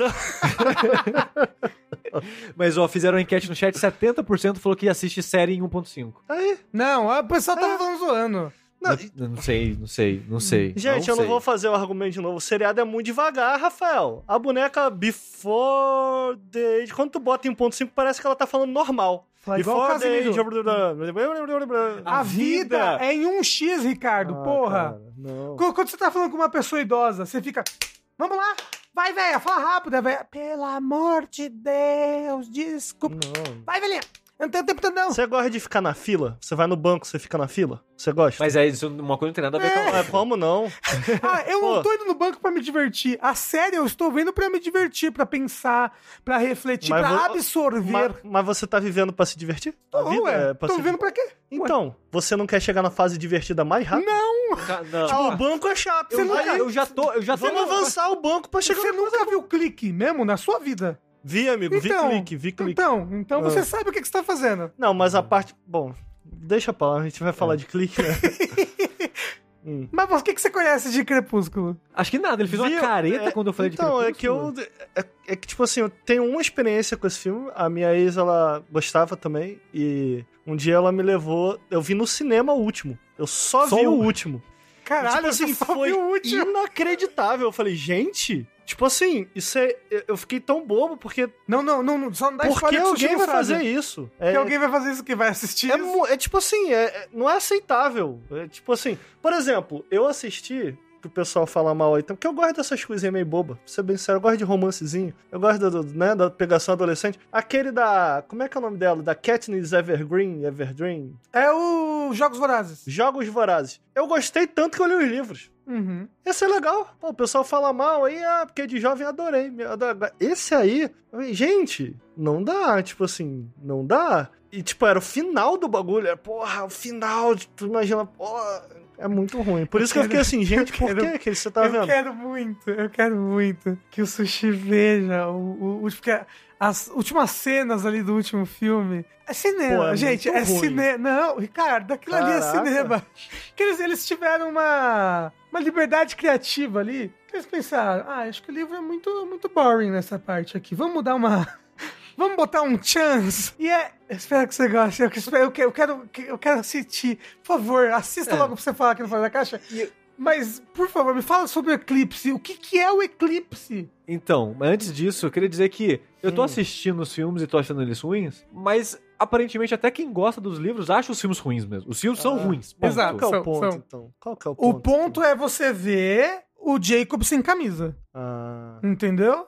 Mas, fizeram uma enquete no chat, 70% falou que assiste série em 1.5. Aí? Não, o pessoal tava falando zoando. Não sei. Gente, eu não vou fazer o argumento de novo. O seriado é muito devagar, Rafael. A boneca Before the Age, quando tu bota em 1.5, parece que ela tá falando normal. Before the Age. A vida é em 1x, Ricardo, porra. Cara, quando você tá falando com uma pessoa idosa, você fica... Vamos lá, vai, velha, fala rápido, velha. Pelo amor de Deus, desculpa. Vai, velhinha. Eu não tenho tempo não. Você gosta de ficar na fila? Você vai no banco, você fica na fila? Você gosta? Mas isso uma coisa não tem nada a ver com... Como não? Eu não tô indo no banco pra me divertir. A série eu estou vendo pra me divertir, pra pensar, pra refletir, pra absorver. Mas você tá vivendo pra se divertir? Tô vivendo pra quê? Então, você não quer chegar na fase divertida mais rápido? Não! Tipo, o banco é chato. Eu já tô... Vamos avançar o banco pra chegar no banco. Você nunca viu clique mesmo na sua vida? Vi, amigo, vi clique. Então você sabe o que você tá fazendo. Não, mas a parte... Bom, deixa pra lá, a gente vai falar de clique, né? Mas o que você conhece de Crepúsculo? Acho que nada, ele fez uma careta quando eu falei de Crepúsculo. Então, é que, tipo assim, eu tenho uma experiência com esse filme, a minha ex, ela gostava também, e um dia ela me levou, eu vi no cinema o último, eu só vi o último. Caralho, tipo assim, foi inacreditável, eu falei, gente... Tipo assim, isso é... Eu fiquei tão bobo, porque... Não, só não dá spoiler. Por que alguém vai fazer isso? Porque alguém vai fazer isso que vai assistir isso. É tipo assim, não é aceitável. É tipo assim... Por exemplo, eu assisti... que o pessoal fala mal aí. Porque eu gosto dessas coisinhas meio bobas. Pra ser bem sério, eu gosto de romancezinho. Eu gosto da pegação adolescente. Aquele da... Como é que é o nome dela? Da Katniss Everdeen? É o Jogos Vorazes. Jogos Vorazes. Eu gostei tanto que eu li os livros. Uhum. Esse é legal. Pô, o pessoal fala mal aí, porque de jovem eu adorei. Esse aí, gente, não dá. Tipo assim, não dá. E tipo, era o final do bagulho. Porra, o final, tu imagina, porra... É muito ruim. Por isso que eu fiquei assim, gente, por que você tá vendo? Eu quero muito que o Sushi veja porque as últimas cenas ali do último filme. É cinema, pô, gente, é cinema. Não, Ricardo, aquilo ali é cinema. Que eles tiveram uma liberdade criativa ali. Que eles pensaram, acho que o livro é muito boring nessa parte aqui. Vamos mudar uma... Vamos botar um chance. E espero que você goste. Eu quero assistir. Por favor, assista logo pra você falar aqui no Fora da Caixa. Mas, por favor, me fala sobre o Eclipse. O que é o Eclipse? Então, antes disso, eu queria dizer que eu tô assistindo os filmes e tô achando eles ruins, mas aparentemente até quem gosta dos livros acha os filmes ruins mesmo. Os filmes são ruins. Ponto. Exato. Qual que é o ponto, então? Qual que é o ponto? O ponto é você ver o Jacob sem camisa. Entendeu?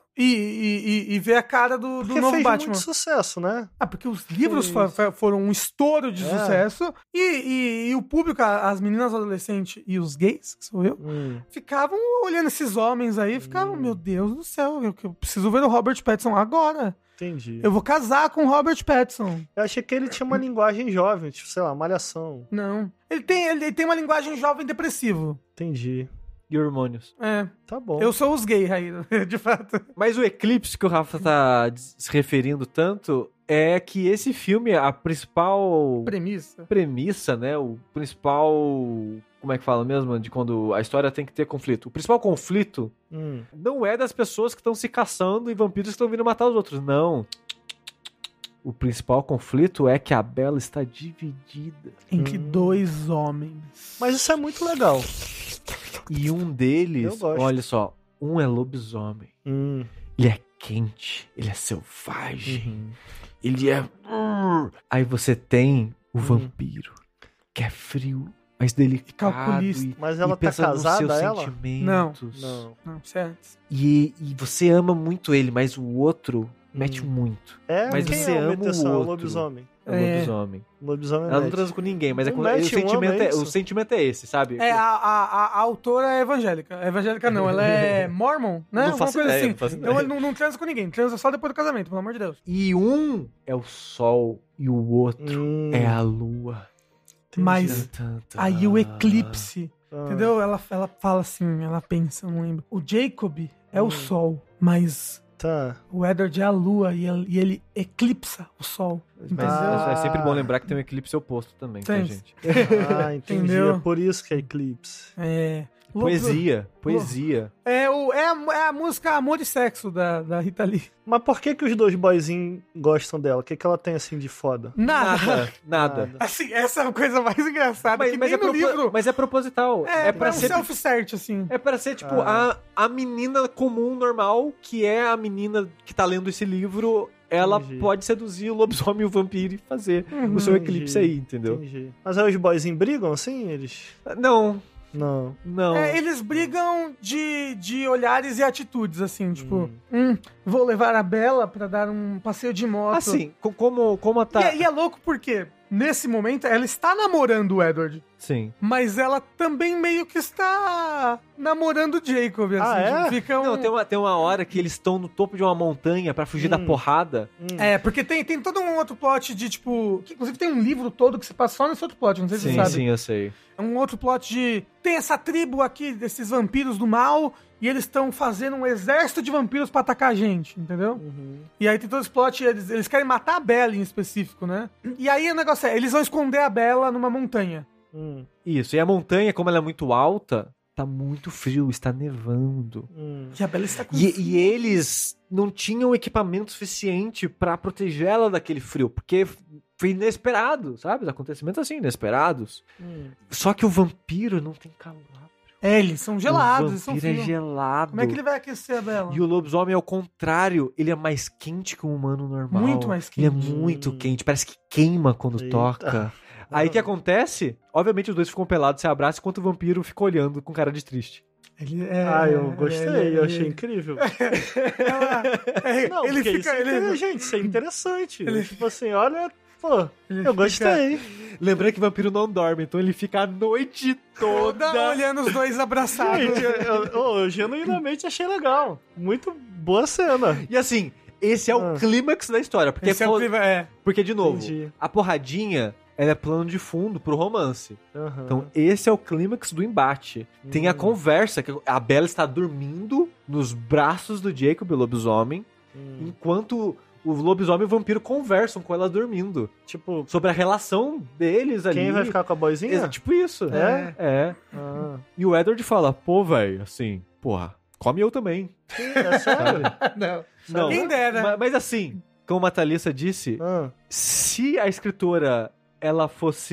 E ver a cara do novo fez Batman. Muito sucesso, né? Porque os livros foram um estouro de sucesso e o público, as meninas adolescentes e os gays, que sou eu, ficavam olhando esses homens aí, ficavam, meu Deus do céu, eu preciso ver o Robert Pattinson agora. Entendi. Eu vou casar com o Robert Pattinson. Eu achei que ele tinha uma linguagem jovem, tipo, sei lá, malhação. Não. Ele tem uma linguagem jovem depressivo. Entendi. E hormônios. Tá bom. Eu sou os gays aí, de fato. Mas o eclipse que o Rafa tá se referindo tanto é que esse filme, a principal... Premissa, né? O principal... Como é que fala mesmo? De quando a história tem que ter conflito. O principal conflito não é das pessoas que estão se caçando e vampiros que estão vindo matar os outros. Não. O principal conflito é que a Bella está dividida entre dois homens. Mas isso é muito legal. E um deles, olha só, um é lobisomem. Ele é quente, ele é selvagem, ele é... Aí você tem o vampiro, que é frio, mas delicado. Calculista. Mas ela tá casada, ela? Sentimentos. Não, certo. E você ama muito ele, mas o outro mete muito. Mas quem você ama o outro. lobisomem. É o lobisomem. Lobisomem ela não transa com ninguém, mas o sentimento é esse, sabe? A autora é evangélica. Evangélica não, ela é mormon, né? Não faço ideia, Então ele não transa com ninguém, transa só depois do casamento, pelo amor de Deus. E um é o sol e o outro é a lua. Mas aí o eclipse, entendeu? Ela fala assim, ela pensa, não lembro. O Jacob é o sol, mas... o Edward é a lua e ele eclipsa o sol. Entendeu? É sempre bom lembrar que tem um eclipse oposto também, tá, gente? Entendi. Entendeu? É por isso que é eclipse. Poesia. É a música Amor e Sexo da Rita Lee. Mas por que os dois boyzinhos gostam dela? O que ela tem assim de foda? Nada. Assim, essa é a coisa mais engraçada. Mas é livro. Mas é proposital. É pra um ser self-cert, assim. É pra ser, tipo, a menina comum, normal, que é a menina que tá lendo esse livro, ela pode seduzir o lobisomem e o vampiro e fazer o seu eclipse aí, entendeu? Entendi. Mas aí os boyzinhos brigam assim, eles? Não. Eles brigam de olhares e atitudes, assim, tipo, vou levar a Bella pra dar um passeio de moto. Assim, como tá... E é louco porque, nesse momento, ela está namorando o Edward. Sim. Mas ela também meio que está namorando o Jacob, assim. Fica Não, tem uma hora que eles estão no topo de uma montanha pra fugir da porrada. Porque tem todo um outro plot de, tipo... Que, inclusive tem um livro todo que se passa só nesse outro plot, não sei se você sabe. Sim, eu sei. É um outro plot de... Tem essa tribo aqui, desses vampiros do mal, e eles estão fazendo um exército de vampiros pra atacar a gente, entendeu? E aí tem todo esse plot, eles querem matar a Bella em específico, né? E aí o negócio eles vão esconder a Bella numa montanha. Isso, e a montanha, como ela é muito alta, tá muito frio, está nevando. E a Bella está com e eles não tinham equipamento suficiente pra proteger ela daquele frio, porque foi inesperado, sabe? Os acontecimentos assim, inesperados. Só que o vampiro não tem calor. Eles são gelados, eles o são vampiro frios. é gelado. Como é que ele vai aquecer a Bella? E o lobisomem, ao contrário, ele é mais quente que um humano normal. Muito mais quente. Ele é muito quente, parece que queima quando toca. Aí o que acontece? Obviamente os dois ficam pelados, se abraçam, enquanto o vampiro fica olhando com cara de triste. Eu gostei, eu achei incrível. Não, ele porque fica... gente, isso é interessante. Tipo assim, olha... Pô, eu gostei. Lembrando que vampiro não dorme, então ele fica a noite toda olhando os dois abraçados. Gente, eu genuinamente achei legal. Muito boa cena. E assim, esse é o clímax da história. Porque, porque de novo, Entendi. a porradinha, ela é plano de fundo pro romance. Uhum. Então esse é o clímax do embate. Tem a conversa, que a Bella está dormindo nos braços do Jacob, o lobisomem, enquanto... o lobisomem e o vampiro conversam com ela dormindo. Tipo, sobre a relação deles ali. Quem vai ficar com a boizinha? Tipo isso. É. E o Edward fala, pô, velho, assim, porra, come eu também. É sério? Não. Quem dera. Mas assim, como a Thalissa disse, se a escritora, ela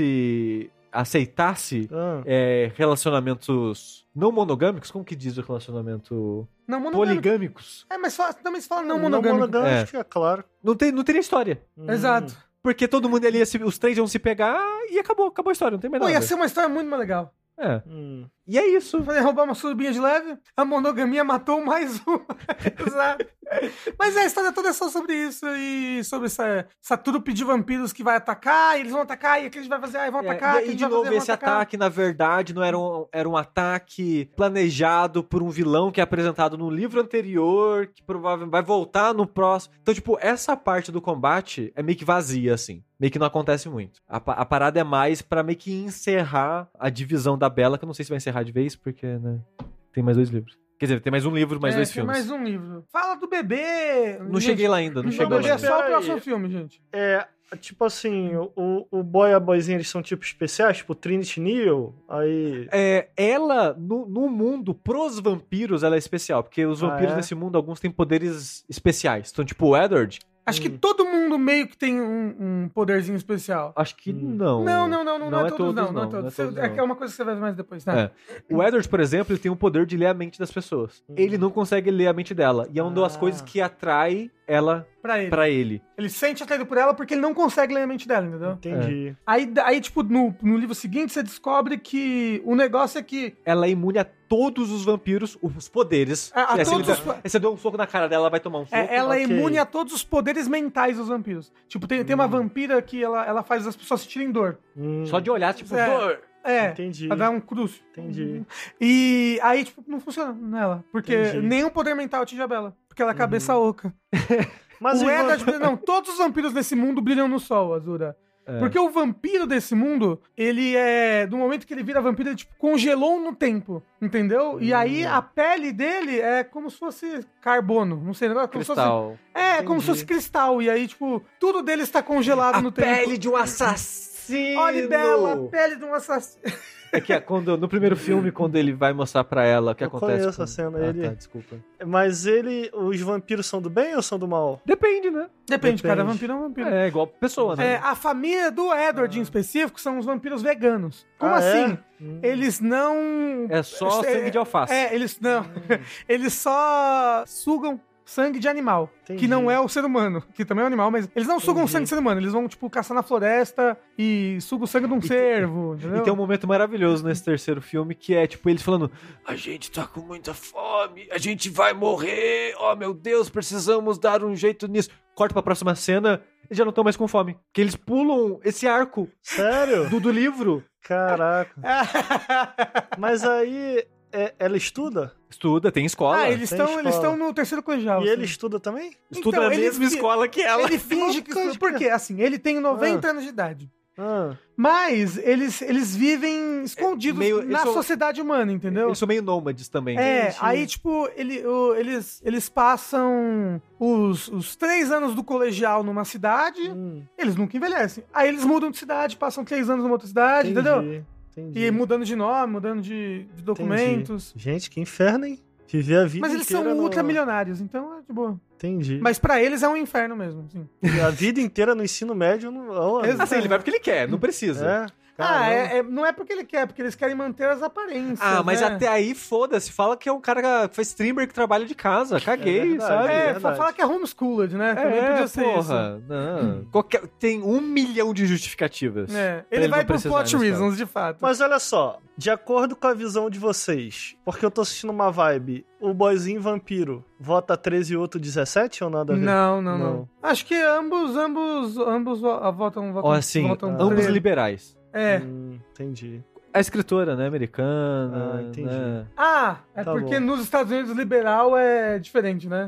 aceitasse relacionamentos não monogâmicos, como que diz o relacionamento... Não monogâmico. Poligâmicos. Mas também se fala não monogâmico. Não monogâmico, é claro. Não teria história. Exato. Porque todo mundo ali, os três iam se pegar e acabou a história, não tem mais Pô, nada. ia ser uma história muito mais legal. E é isso. Vai roubar uma surubinha de leve, a monogamia matou mais um. Exato. Mas a história toda é só sobre isso e sobre essa trupe de vampiros que vai atacar, e eles vão atacar, e aqueles vai fazer, vão atacar. E de novo, esse ataque, na verdade, não era um ataque planejado por um vilão que é apresentado no livro anterior, que provavelmente vai voltar no próximo. Então, tipo, essa parte do combate é meio que vazia, assim. Meio que não acontece muito. A parada é mais pra meio que encerrar a divisão da Bella, que eu não sei se vai encerrar de vez, porque, né, tem mais 2 livros. Quer dizer, tem mais um livro, mais 2 tem filmes. mais um livro. Fala do bebê! Não cheguei lá ainda, não cheguei lá bebê é ainda. só o próximo filme, gente. Tipo assim, o boy e a boizinha, eles são tipo especiais, tipo Trinity Neo, aí... Ela, no mundo, pros vampiros, ela é especial, porque os vampiros nesse mundo, alguns têm poderes especiais. Então, tipo, o Edward... Acho que todo mundo meio que tem um poderzinho especial. Acho que não. Não é todos, não. É uma coisa que você vai ver mais depois, tá? O Edward, por exemplo, ele tem o poder de ler a mente das pessoas. Ele não consegue ler a mente dela. E é uma das coisas que atrai ela pra ele. Ele sente atraído por ela porque ele não consegue ler a mente dela, entendeu? Entendi. Aí tipo, no livro seguinte, você descobre que o negócio é que... ela é imune a todos os vampiros, os poderes. Se você der um soco na cara dela, ela vai tomar um soco. Ela é imune a todos os poderes mentais dos vampiros. Tipo, tem uma vampira que ela faz as pessoas sentirem dor. Só de olhar, tipo, dor. Entendi. Pra dar um crucio. Entendi. E aí, tipo, não funciona nela. Porque nenhum poder mental atinge a Bella. Porque ela é cabeça oca. Mas o Edward, não, todos os vampiros desse mundo brilham no sol, Azura. Porque o vampiro desse mundo, ele é... Do momento que ele vira vampiro, ele tipo, congelou no tempo, entendeu? E aí a pele dele é como se fosse carbono, não sei, como cristal. Como se fosse cristal. E aí, tipo, tudo dele está congelado no tempo. A pele de um assassino! Olha, Bella, a pele de um assassino. É que no primeiro filme, quando ele vai mostrar pra ela o que acontece... Eu conheço a cena, desculpa. Mas os vampiros são do bem ou são do mal? Depende, né? Depende. Cada vampiro é um vampiro. É, igual pessoa, né? A família do Edward, em específico, são os vampiros veganos. Como assim? Eles não... É só sangue de alface. Eles não. Eles só sugam sangue de animal, que não é o ser humano, que também é um animal, mas eles não sugam sangue de ser humano, eles vão, tipo, caçar na floresta e sugam o sangue de um cervo, entendeu? E tem um momento maravilhoso nesse terceiro filme, que é, tipo, eles falando, a gente tá com muita fome, a gente vai morrer, oh meu Deus, precisamos dar um jeito nisso. Corta pra próxima cena, eles já não estão mais com fome, porque eles pulam esse arco. Sério? Do livro. Caraca. Mas aí... ela estuda? Estuda, tem escola. Eles estão no terceiro colegial. E assim. ele estuda também? Estuda na mesma escola que ela. Ele finge que estuda. Porque, assim, ele tem 90 anos de idade. Mas eles vivem escondidos na sociedade humana, entendeu? Eles são meio nômades também. Aí, tipo, eles passam os 3 anos do colegial numa cidade, eles nunca envelhecem. Aí eles mudam de cidade, passam 3 anos numa outra cidade, entendeu? Entendi. E mudando de nome, mudando de documentos. Entendi. Gente, que inferno, hein? Viver a vida Mas eles são ultramilionários, então é de boa. Entendi. Mas pra eles é um inferno mesmo, sim. E a vida inteira no ensino médio... Assim, ele vai porque ele quer, não precisa. Não é porque ele quer, porque eles querem manter as aparências. Mas né? até aí, foda-se. Fala que é um cara que faz streamer que trabalha de casa. Caguei, verdade, sabe? Fala que é homeschooled, né? Também podia ser porra. Não. Tem 1 milhão de justificativas. isso. pra Ele vai não por precisar plot nesse reasons, de fato. Mas olha só, de acordo com a visão de vocês, porque eu tô assistindo uma vibe, o boyzinho vampiro vota 13 e outro 17 ou nada a ver? Não. Acho que ambos votam Ó, assim, ambos 13. liberais. Entendi. A escritora, né, americana. Entendi. Né? É Tá porque bom. nos Estados Unidos liberal é diferente, né?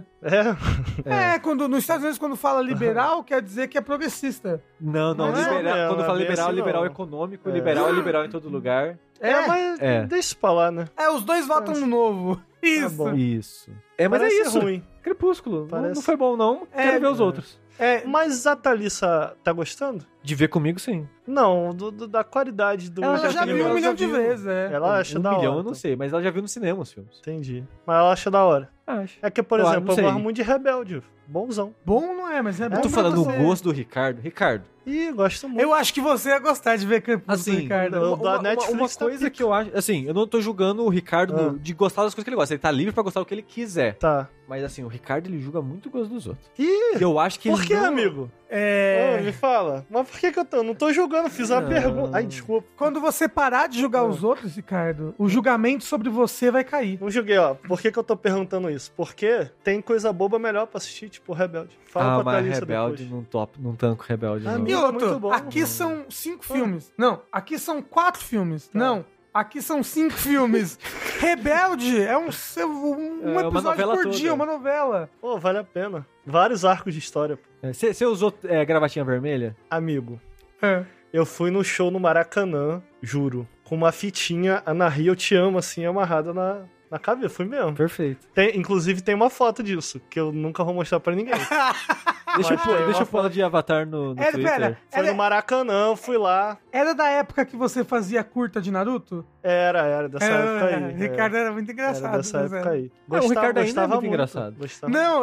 Nos Estados Unidos quando fala liberal quer dizer que é progressista. Não, Não é, liberal, quando fala bem liberal, assim, liberal não. econômico, liberal é liberal em todo lugar. Mas deixa isso pra lá, né? Os dois votam no novo. Isso. bom. Isso. Mas Parece é isso. ruim. Crepúsculo. Parece- Não foi bom, não. Quero ver os outros. Mas a Thalissa tá gostando? De ver comigo, sim. Não, da qualidade do... Ela já entretenimento. viu 1 milhão de viu. vezes, Ela acha 1 da hora. milhão eu não sei, mas ela já viu no cinema os filmes. Entendi. Mas ela acha da hora. Acho. É que, por Eu exemplo, não eu sei. gosto muito de Rebelde. Bonzão. Bom não é, mas é bom Eu tô pra falando você. o gosto do Ricardo. Ricardo, Ih, gosto muito. Eu acho que você ia gostar de ver Crepúsculo, assim, Ricardo. o da Netflix tá coisa pica. que eu acho... Assim, eu não tô julgando o Ricardo de gostar das coisas que ele gosta. Ele tá livre pra gostar do que ele quiser. Tá. Mas assim, o Ricardo, ele julga muito o gosto dos outros. Ih, E eu acho que por ele que, não... amigo? Me fala. Mas por que eu tô? Não tô julgando, fiz uma Não. pergunta. Ai, desculpa. Quando você parar de julgar os outros, Ricardo, o julgamento sobre você vai cair. Não julguei, ó. Por que eu tô perguntando isso? Porque tem coisa boba melhor pra assistir, tipo Rebelde. Fala pra mas Thalissa Rebelde depois. não tanco Rebelde, não. E é outro, muito bom. aqui são 5 filmes. Não, aqui são 4 filmes. Não, aqui são 5 filmes. Rebelde é um uma episódio novela por toda. dia, uma novela. Pô, vale a pena. Vários arcos de história, pô. Você usou gravatinha vermelha? Amigo, eu fui no show no Maracanã, juro, com uma fitinha Ana Ria, eu te amo, assim, amarrada na cabeça. Fui mesmo. Perfeito. Inclusive tem uma foto disso, que eu nunca vou mostrar pra ninguém. Deixa eu pôr de avatar no Twitter. Pera, Foi no Maracanã, eu fui lá. era da época que você fazia curta de Naruto? Era dessa época aí. Ricardo era muito engraçado. Era dessa época aí. o Ricardo ainda é Gostava muito engraçado. Gostava. Não,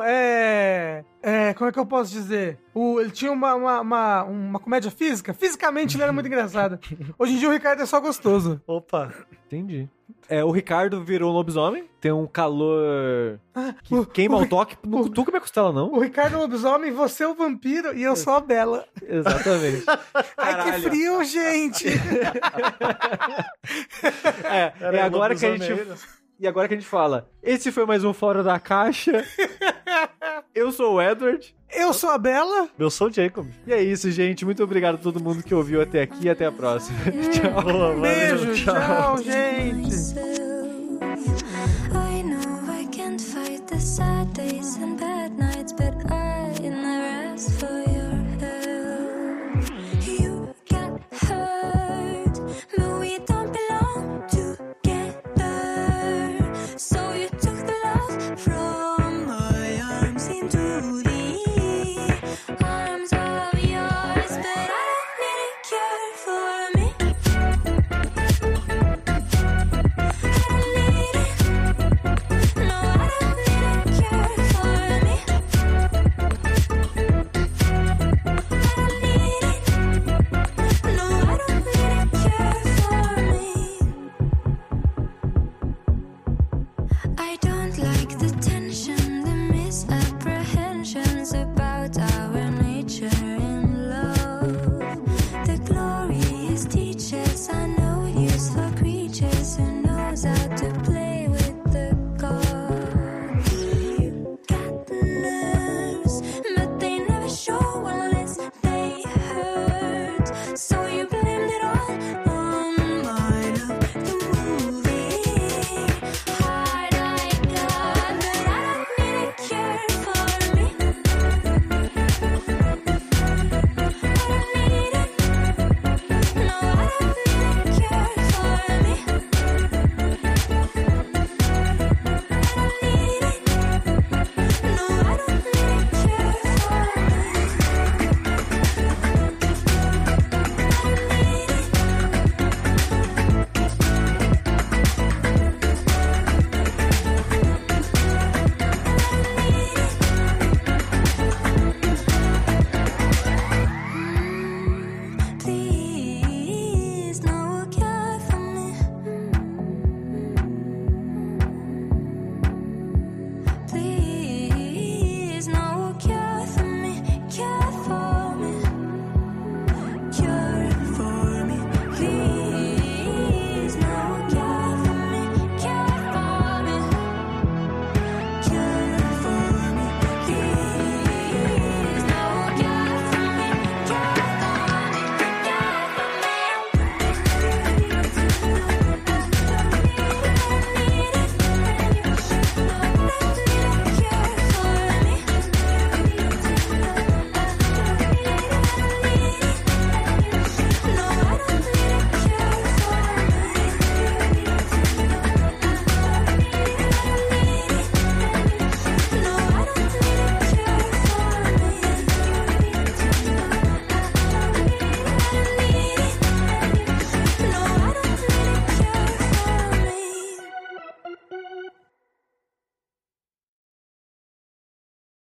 como é que eu posso dizer? Ele tinha uma comédia física. Fisicamente ele era muito engraçado. Hoje em dia o Ricardo é só gostoso. Opa. Entendi. O Ricardo virou um lobisomem, tem um calor que queima o toque. Não cutuca minha costela, não? O Ricardo é um lobisomem, você é o vampiro e eu sou a Bela. Exatamente. Ai, que frio, gente! Era agora que a lobisomem gente... ainda. E agora que a gente fala, esse foi mais um Fora da Caixa. Eu sou o Edward. Eu sou a Bela. Eu sou o Jacob. E é isso, gente. Muito obrigado a todo mundo que ouviu até aqui e até a próxima. Tchau. Boa, valeu, Beijo, tchau, gente. I know I can't fight the sad days and bad nights, but I